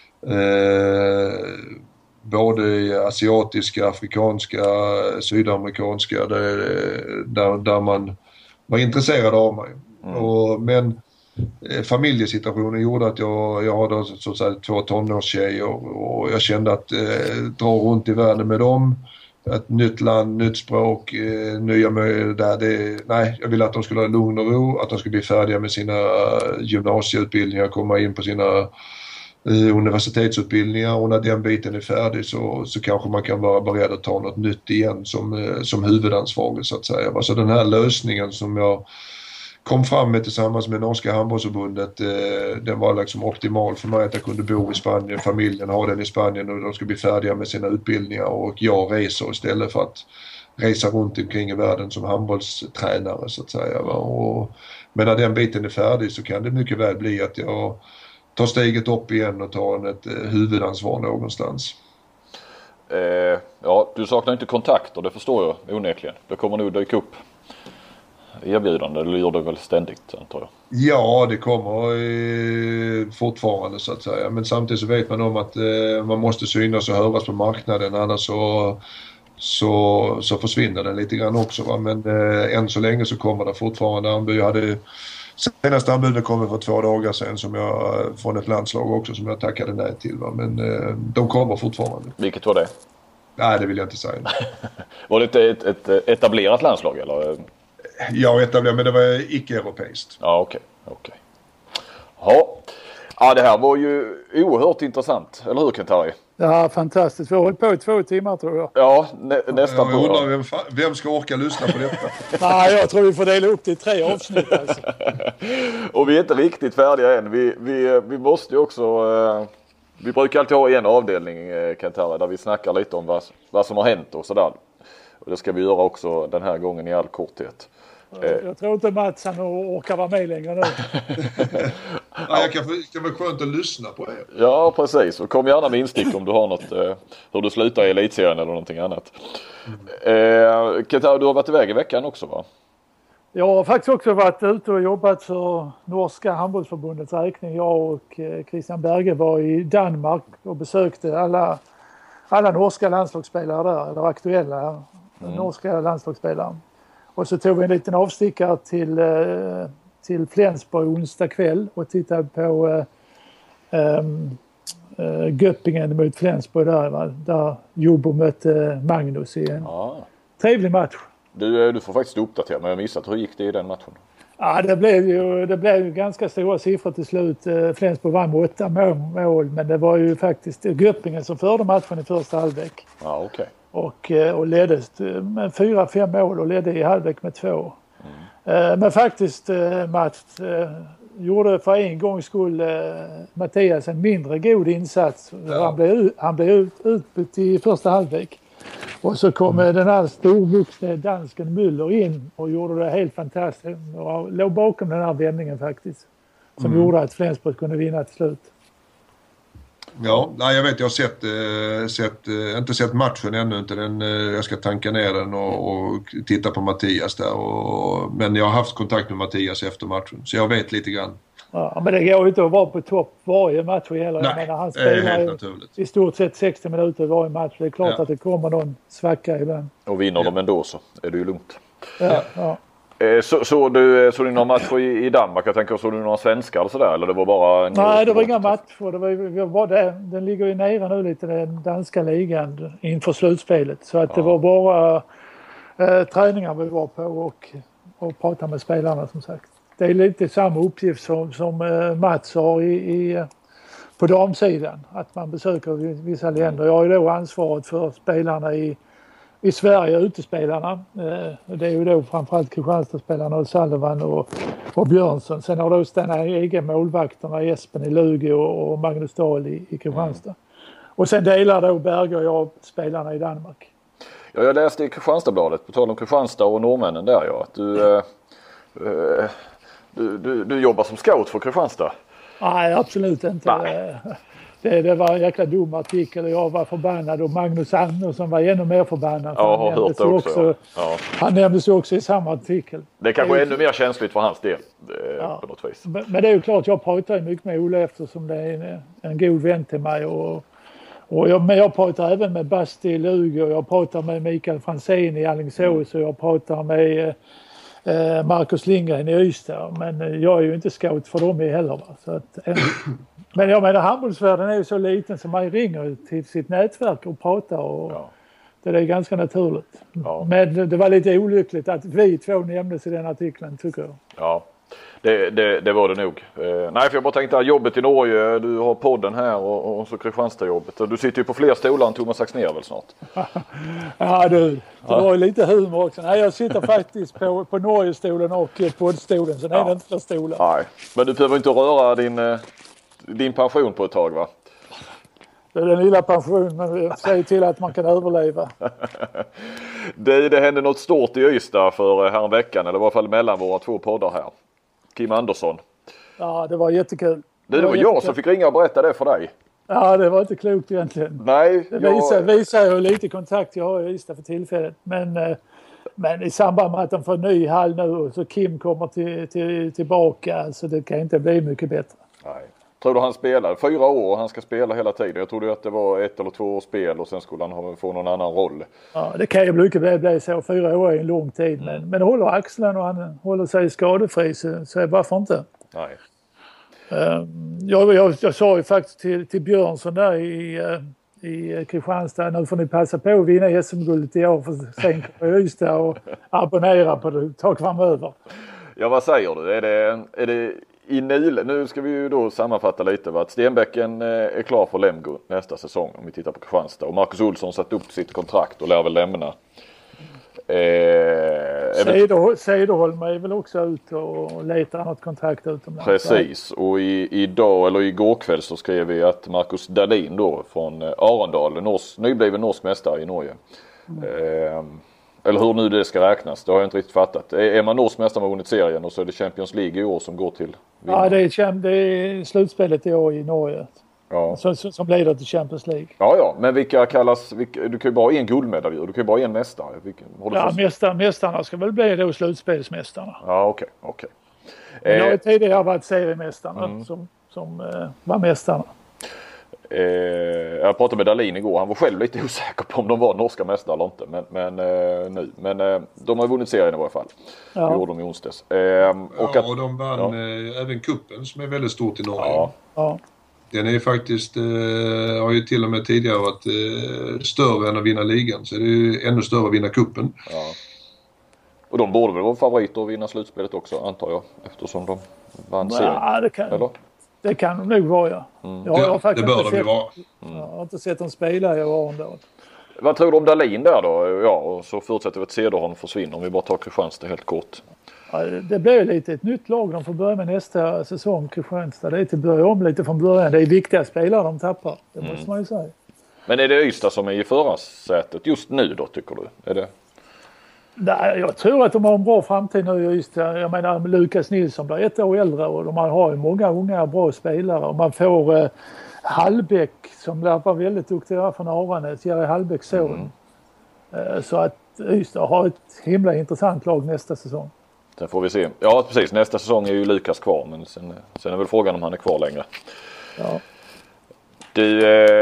Både asiatiska, afrikanska, sydamerikanska där man var intresserad av mig. Men familjesituationen gjorde att jag hade så att säga 2 tonårstjejer och jag kände att dra runt i världen med dem, ett nytt land, nytt språk, nya möjligheter. Nej, jag ville att de skulle ha lugn och ro, att de skulle bli färdiga med sina gymnasieutbildningar, komma in på sina universitetsutbildningar, och när den biten är färdig så kanske man kan vara beredd att ta något nytt igen som huvudansvarig så att säga. Så den här lösningen som jag kom fram med tillsammans med norska handbollsförbundet, den var liksom optimal för mig, att jag kunde bo i Spanien, familjen har den i Spanien och de ska bli färdiga med sina utbildningar och jag reser istället för att resa runt omkring i världen som handbollstränare så att säga. Men när den biten är färdig så kan det mycket väl bli att jag tar steget upp igen och tar ett huvudansvar någonstans. Ja, du saknar inte kontakter, det förstår jag onekligen. Det kommer nog dyka upp erbjudande, eller gör det väl ständigt antar jag? Ja, det kommer fortfarande så att säga. Men samtidigt så vet man om att man måste synas och höras på marknaden, annars så försvinner den lite grann också. Va? Men än så länge så kommer det fortfarande anbud. Jag hade senaste anbudet kommer för 2 dagar sedan från ett landslag också som jag tackade nej till. Va? Men de kommer fortfarande. Vilket var det? Nej, det vill jag inte säga. Var det ett etablerat landslag eller? Ja, etablerat, men det var icke-europeiskt. Ja, okej. Ja, det här var ju oerhört intressant, eller hur Kentari? Ja, fantastiskt. Vi har hållit på i 2 timmar tror jag. Ja, nästan på. Jag undrar vem ska orka lyssna på detta? Nej, jag tror vi får dela upp det i 3 avsnitt alltså. Och vi är inte riktigt färdiga än. Vi måste ju också... Vi brukar alltid ha en avdelning, Kentari, där vi snackar lite om vad som har hänt och sådär. Och det ska vi göra också den här gången i all korthet. Jag tror inte Mats han orkar vara med längre nu. Ja, det kan vara skönt att lyssna på det. Ja, precis. Och kom gärna med instick om du har något, hur du slutar i elitserien eller någonting annat. Kentari, du har varit iväg i veckan också va? Jag har faktiskt också varit ute och jobbat för norska handbollsförbundets räkning. Jag och Christian Berge var i Danmark och besökte alla norska landslagsspelare där, eller aktuella norska landslagsspelare. Och så tog vi en liten avstickare till Flensburg onsdag kväll och tittade på Göppingen mot Flensburg där Jobbo mötte Magnus i en trevlig match. Du får faktiskt uppdatera, men jag missat hur gick det i den matchen? Ja, det blev ju ganska stora siffror till slut. Flensburg vann med 8 mål, men det var ju faktiskt Göppingen som förde matchen i första halvlek. Ja, okej. Och ledde med 4-5 mål och ledde i halvlek med 2. Men faktiskt Mats gjorde för en gångs skull Mattias en mindre god insats. Ja. Han blev utbytt i första halvlek. Och så kom den här storvuxne dansken Müller in och gjorde det helt fantastiskt. Och låg bakom den här vändningen faktiskt. Som gjorde att Flensburg kunde vinna till slut. Ja, nej, jag vet, jag har inte sett matchen ännu, inte den, jag ska tanka ner den och titta på Mattias där. Men jag har haft kontakt med Mattias efter matchen, så jag vet lite grann. Ja, men det går ju inte att vara på topp varje match heller. Nej, jag menar, han spelar i stort sett 60 minuter varje match. Det är klart att det kommer någon svacka ibland. Och vinner de ändå så är det ju lugnt. Ja. Så du några matcher i Danmark? Jag tänker, så du några svenskar eller sådär? Eller det var bara Nej, det var inga matcher. Den ligger ju nere nu lite, den danska ligan inför slutspelet. Så att det var bara träningar vi var på och prata med spelarna som sagt. Det är lite samma uppgift som Mats har på damsidan. Att man besöker vissa länder. Jag är då ansvaret för spelarna i Sverige, utespelarna. Det är ju då framförallt Kristianstadsspelarna och Salvan och Björnsson. Sen har då stanna egen målvakterna Espen i Lugi och Magnus Dahl i Kristianstad. Och sen delar då Berger och jag spelarna i Danmark. Ja, jag läste i Kristianstadsbladet, på tal om Kristianstad och norrmännen där, att du jobbar som scout för Kristianstad. Nej, absolut inte. Nej. Det var en jäkla dum artikel och jag var förbannad och Magnus Andersson var ännu mer förbannad. Ja, jag har hört det också. Ja. Han nämndes också i samma artikel. Det är kanske ännu mer känsligt för hans del på något vis. Men det är ju klart, jag pratar mycket med Ola eftersom det är en god vän till mig. Men jag pratar även med Basti i Lugi och jag pratar med Mikael Franzén i Alingsås och jag pratar med Marcus Lindgren i Ystad. Men jag är ju inte scout för dem heller. Va? Så att, men jag menar, handbollsvärlden är ju så liten som man ringer till sitt nätverk och pratar och det är ganska naturligt. Ja. Men det var lite olyckligt att vi två nämndes i den artikeln, tycker jag. Ja, det var det nog. Nej, för jag bara tänkte att jobbet i Norge, du har podden här och så Kristianstad-jobbet. Du sitter ju på fler stolar än Thomas Axnér väl snart. Ja, det var ju lite humor också. Nej, jag sitter faktiskt på Norgestolen och poddstolen, så det är inte för stolar. Nej, men du behöver inte röra din pension på ett tag, va? Det är den lilla pensionen, men säger till att man kan överleva. Det hände något stort i Ystad för häromveckan, eller i alla fall mellan våra två poddar här. Kim Andersson. Ja, det var jättekul. Det var jag som fick ringa och berätta det för dig. Ja, det var inte klokt egentligen. Nej. Det visar ju lite kontakt jag har i Ystad för tillfället. Men i samband med att de får en ny hall nu och så Kim kommer tillbaka, så det kan inte bli mycket bättre. Nej. Tror du han spelar 4 år och han ska spela hela tiden? Jag trodde att det var 1 eller 2 års spel och sen skulle han få någon annan roll. Ja, det kan ju mycket bli så. 4 år är en lång tid. Men håller axeln och han håller sig skadefri så varför inte? Nej. Jag sa ju faktiskt till Björnsson där i Kristianstad, nu får ni passa på att vinna SM-guldet i år för sen kommer Ystad och abonnera på det ett tag framöver. Ja, vad säger du? Är det i nu ska vi ju då sammanfatta lite att Stenbäcken är klar för Lemgo nästa säsong om vi tittar på Kristianstad. Och Marcus Olsson satt upp sitt kontrakt och lär väl lämna. Cederholm är väl också ute och letar något kontrakt utomlands. Precis, och idag eller igår kväll så skrev vi att Marcus Dahlin då från Arendal, nybliven norsk mästare i Norge. Eller hur nu det ska räknas, det har jag inte riktigt fattat. Är man norsk mästare med vunnit serien och så är det Champions League i år som går till vinnaren? Ja, det är slutspelet i år i Norge. Ja. Som leder till Champions League. Ja, men vilka kallas, du kan ju bara ha en guldmedalj, du kan ju bara ha en mästare. Mästarna ska väl bli då slutspelsmästarna. Ja, okej. Men jag har tidigare varit seriemästarna som var mästarna. Jag pratade med Dahlin igår, han var själv lite osäker på om de var norska mästare eller inte. Men de har vunnit serien i varje fall. Det gjorde de i onsdags. Och de vann även kuppen som är väldigt stort i Norge. Ja. Den är faktiskt, har ju till och med tidigare varit större än att vinna ligan. Så det är ju ännu större att vinna kuppen. Ja. Och de borde väl vara favoriter att vinna slutspelet också, antar jag. Eftersom de vann serien. Ja, det kan de nog vara, ja. Det bör de ju vara. Jag har inte sett dem spela i Arendal. Vad tror du om Dahlin där då? Ja, och så fortsätter vi att Cederholm försvinner. Om vi bara tar Kristianstad helt kort. Ja, det blir lite ett nytt lag de får börja med nästa säsong, Kristianstad. Det är till att börja om lite från början. Det är viktiga spelare de tappar, det måste man ju säga. Men är det Ystad som är i förarsätet just nu då, tycker du? Är det? Nej, jag tror att de har en bra framtid nu i Ystad. Jag menar, Lukas Nilsson blir 1 år äldre och de har ju många unga bra spelare. Och man får Hallbäck som lär vara väldigt duktig från Aranäs, Jerry Hallbäcks son. Så att Ystad har ett himla intressant lag nästa säsong. Sen får vi se. Ja, precis. Nästa säsong är ju Lukas kvar, men sen är väl frågan om han är kvar längre. Ja. Du,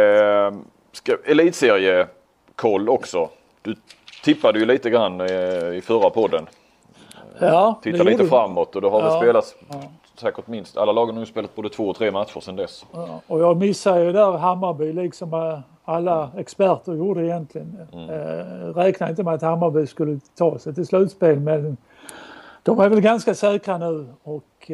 elitseriekoll också. Du tippade ju lite grann i förra podden. Ja, titta lite framåt och då har vi spelat säkert minst. Alla lagen har ju spelat både 2 och 3 matcher sedan dess. Ja, och jag missar ju där Hammarby liksom alla experter gjorde egentligen. Räknar inte med att Hammarby skulle ta sig till slutspel, men de är väl ganska säkra nu och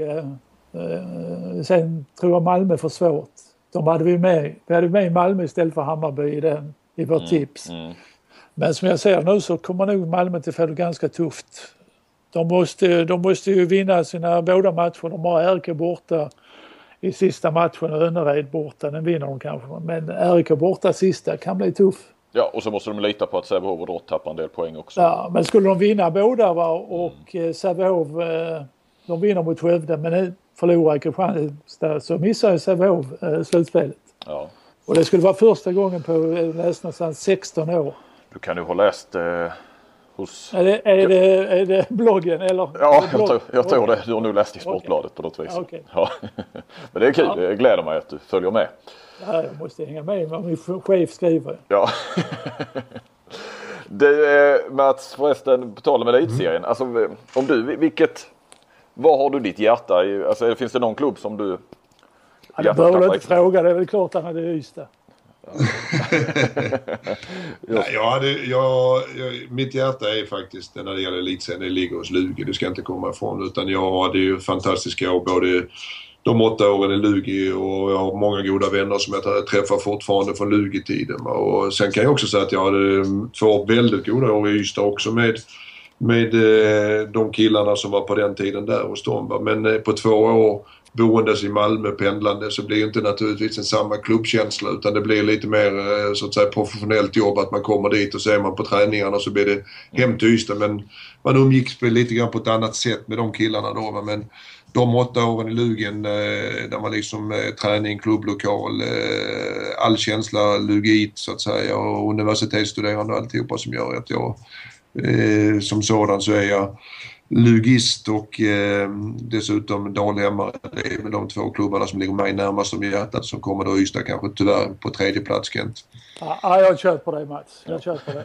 sen tror jag Malmö får svårt. Vi hade med Malmö istället för Hammarby i vårt tips. Men som jag ser nu så kommer nog Malmö till få det ganska tufft. De måste ju vinna sina båda matcher. De har RIK borta i sista matchen och Önnered borta. Den vinner de kanske. Men RIK borta sista kan bli tuff. Ja, och så måste de lita på att Sävehof och Drott tappar en del poäng också. Ja, men skulle de vinna båda och Sävehof, de vinner mot Skövde men förlorar Kristianstad så missar ju Sävehof slutspelet. Ja. Och det skulle vara första gången på nästan 16 år. Du kan ju ha läst hos... Är det bloggen eller? Ja, jag tror det. Du har nog läst i Sportbladet på något vis. Okay. Ja. Men det är kul. Jag gläder mig att du följer med. Ja, jag måste hänga med vad min chef skriver. Ja. Det, Mats, förresten, på tal om elitserien. Alltså, om du, vad har du ditt hjärta i? Alltså, finns det någon klubb som du... Det bör du inte fråga. Det är väl klart att han hade Ystad. Mitt hjärta är faktiskt när det gäller elitserien, det ligger hos Lugi. Det ska inte komma ifrån, utan jag hade ju fantastiska år både de 8 åren i Lugi och jag har många goda vänner som jag träffar fortfarande från Lugi-tiden. Och sen kan jag också säga att jag hade 2 väldigt goda år i Ystad också med de killarna som var på den tiden där hos dem. Men på 2 år boendes i Malmö, pendlande, så blir det inte naturligtvis en samma klubbkänsla, utan det blir lite mer så att säga professionellt jobb, att man kommer dit och så är man på träningarna och så blir det hem till Ystad. Men man umgicks lite grann på ett annat sätt med de killarna då. Men de 8 åren i Lugen där man liksom träning, klubblokal, all känsla lugit så att säga, och universitetsstuderande och alltihopa som gör att jag som sådan så är jag lugist och dessutom Dalhemmare. Det är väl de 2 klubbarna som ligger mig närmast om hjärtat, som kommer då Ystad kanske tyvärr på 3:e plats, Kent. Ja, jag kör på dig, Mats. Jag kör på dig.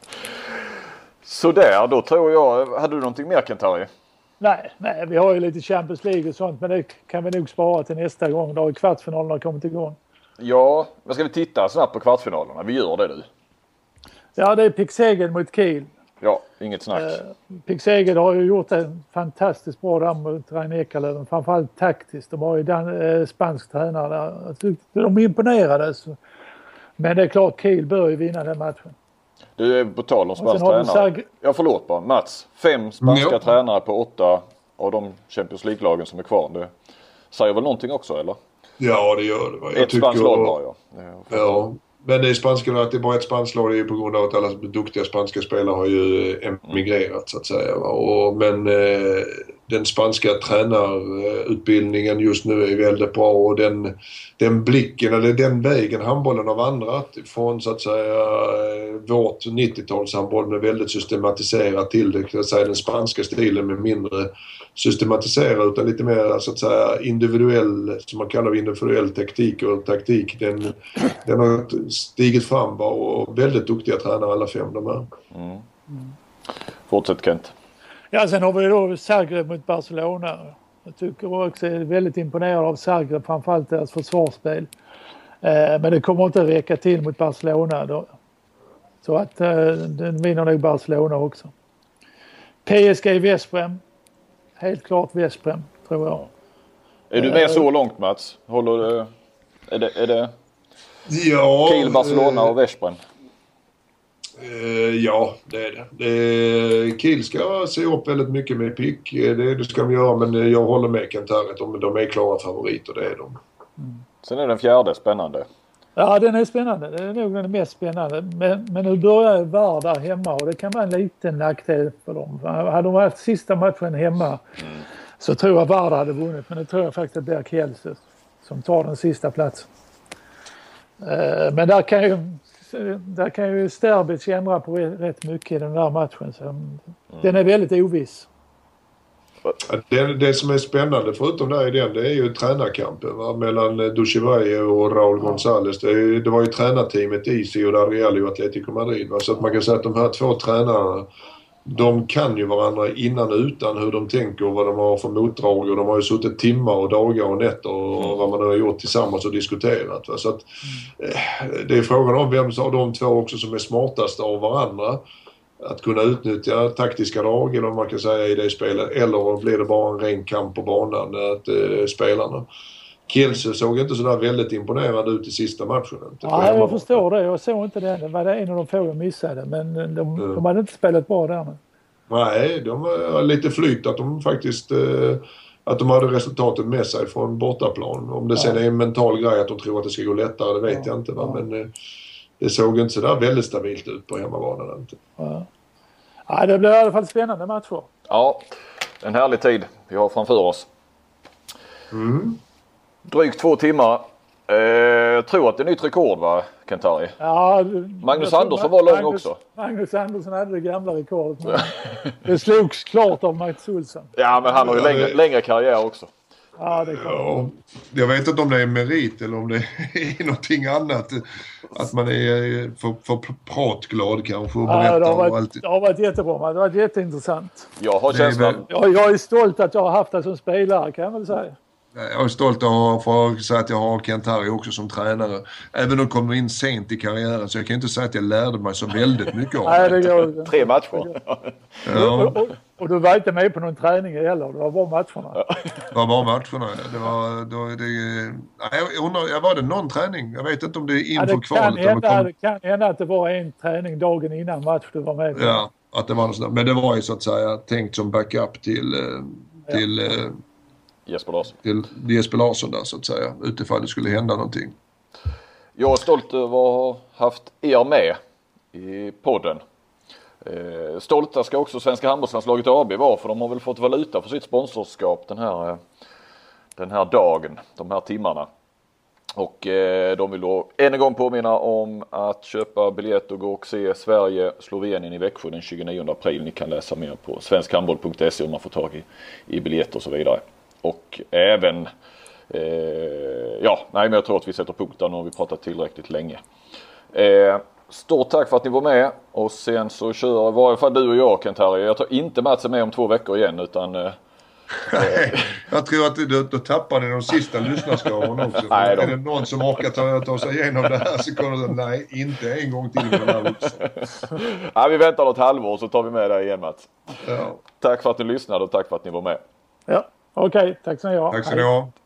Så där, då tror jag... Hade du någonting mer, Kent-Harry? Nej, vi har ju lite Champions League och sånt, men det kan vi nog spara till nästa gång. Då har kvartsfinalerna kommit igång. Ja, men ska vi titta snabbt på kvartsfinalerna? Vi gör det nu. Ja, det är Pixegen mot Kiel. Ja, inget snack. Pixegen har ju gjort en fantastiskt bra där mot Rhein-Ekerlöven, framförallt taktiskt. De har ju spansk tränare där. De imponerades. Men det är klart, Kiel bör ju vinna den matchen. Du är på tal om spansk tränare. Ja, förlåt bara. Mats, 5 spanska tränare på 8 av de Champions League-lagen som är kvar. Det säger väl någonting också, eller? Ja, det gör det. Ett spanskt lag bara, ja. Ja. Men det är spanska, att det är bara ett spanskt lag, det är på grund av att alla duktiga spanska spelare har ju emigrerat så att säga. Men den spanska tränarutbildningen just nu är väldigt bra, och den blicken eller den vägen handbollen har vandrat från så att säga vårt 90-talshandboll med väldigt systematiserat till det, så att säga, den spanska stilen med mindre systematiserad utan lite mer så att säga individuell, som man kallar individuell taktik. Den har stigit fram och väldigt duktiga tränare alla 5 de här. Fortsätt, Kent. Ja, sen har vi då Zagreb mot Barcelona. Jag tycker också är väldigt imponerad av Zagreb, framförallt deras försvarsspel. Men det kommer inte att räcka till mot Barcelona då. Så att den vinner nog Barcelona också. PSG Veszprem. Helt klart Veszprem, tror jag. Är du med så långt, Mats? Är det Kiel, Barcelona och Veszprem? Ja, det är det. Kiel ska se upp väldigt mycket med pick. Det ska de göra, men jag håller med Kent-Harry om de är klara favoriter, det är de. Sen är den 4:e spännande. Ja, den är spännande. Det är nog den mest spännande. Men nu börjar Vardar hemma och det kan vara en liten nackdel för dem. Hade de haft sista matchen hemma så tror jag Vardar hade vunnit. Men det tror jag faktiskt att det blir Kielce som tar den sista platsen. Men där kan ju Sterbic ändra på rätt mycket i den där matchen. Så den är väldigt oviss. Det som är spännande förutom det är ju tränarkampen mellan Dushivaye och Raúl González. Det var ju tränarteamet i Ciudad Real och Atlético Madrid. Så att man kan säga att de här två tränarna, de kan ju varandra innan och utan hur de tänker och vad de har för motdrag. Och de har ju suttit timmar och dagar och nätter och vad man har gjort tillsammans och diskuterat. Så att det är frågan om vem av de två också som är smartast av varandra. Att kunna utnyttja taktiska drag eller om man kan säga i det spelet. Eller blir det bara en ren kamp på banan att spelarna. Kielce såg inte sådär väldigt imponerad ut i sista matchen. Ja, jag förstår det. Jag såg inte det. Det var en av de få jag missade. Men de hade inte spelat bra där. Nej, de var lite flyt att de faktiskt att de hade resultatet med sig från bortaplan. Om det sen är en mental grej att de tror att det ska gå lättare, det vet jag inte. Men det såg inte sådär väldigt stabilt ut på hemmabanan. Ja, det blir i alla fall spännande matcher. Ja, en härlig tid vi har framför oss. Drygt 2 timmar. Jag tror att det är nytt rekord, va, Kentari? Ja, Magnus Andersson var lång också. Magnus Andersson hade det gamla rekordet. Det slogs klart av Mats Olsson. Ja, men han har ju längre karriär också. Ja, det är klart. Ja, jag vet inte om det är merit eller om det är någonting annat. Att man är för pratglad kanske och berättar. Det har varit jättebra. Det har varit jätteintressant. Jag har känslan. Jag är stolt att jag har haft det som spelare, kan jag väl säga. Jag är stolt att säga att jag har Kentari också som tränare. Även om de kommer in sent i karriären så jag kan inte säga att jag lärde mig så väldigt mycket av det. Går. 3 matcher. Ja. Och du var inte med på någon träning heller. Det var bara matcherna. Det var bara matcherna. Jag var det någon träning? Jag vet inte om det är inför kvalet. Det kan hända att det var en träning dagen innan match du var med på. Ja, att det var något sånt. Men det var ju så att säga tänkt som backup till Jesper Larsson där så att säga, utifall det skulle hända någonting. Jag är stolt över att ha haft er med i podden. Stolta ska också Svenska handbollslandslaget AB vara, för de har väl fått valuta för sitt sponsorskap den här dagen, de här timmarna. Och de vill då än en gång påminna om att köpa biljett och gå och se Sverige-Slovenien i Växjö den 29 april. Ni kan läsa mer på svenskhandboll.se om man får tag i biljetter och så vidare. Och även, men jag tror att vi sätter punkt där, nu har vi pratat tillräckligt länge. Stort tack för att ni var med, och sen så kör i varje fall du och jag, Kentari. Jag tar inte Mats med om 2 veckor igen, utan... Nej, jag tror att då tappar ni de sista lyssnarskarorna också. Nej, är det någon som orkar ta sig igenom det här så kommer det nej, inte en gång till med den här Nej, vi väntar något halvår så tar vi med det igen, Mats. Ja. Tack för att ni lyssnade och tack för att ni var med. Ja, okej. Tack så mycket. Tack så mycket.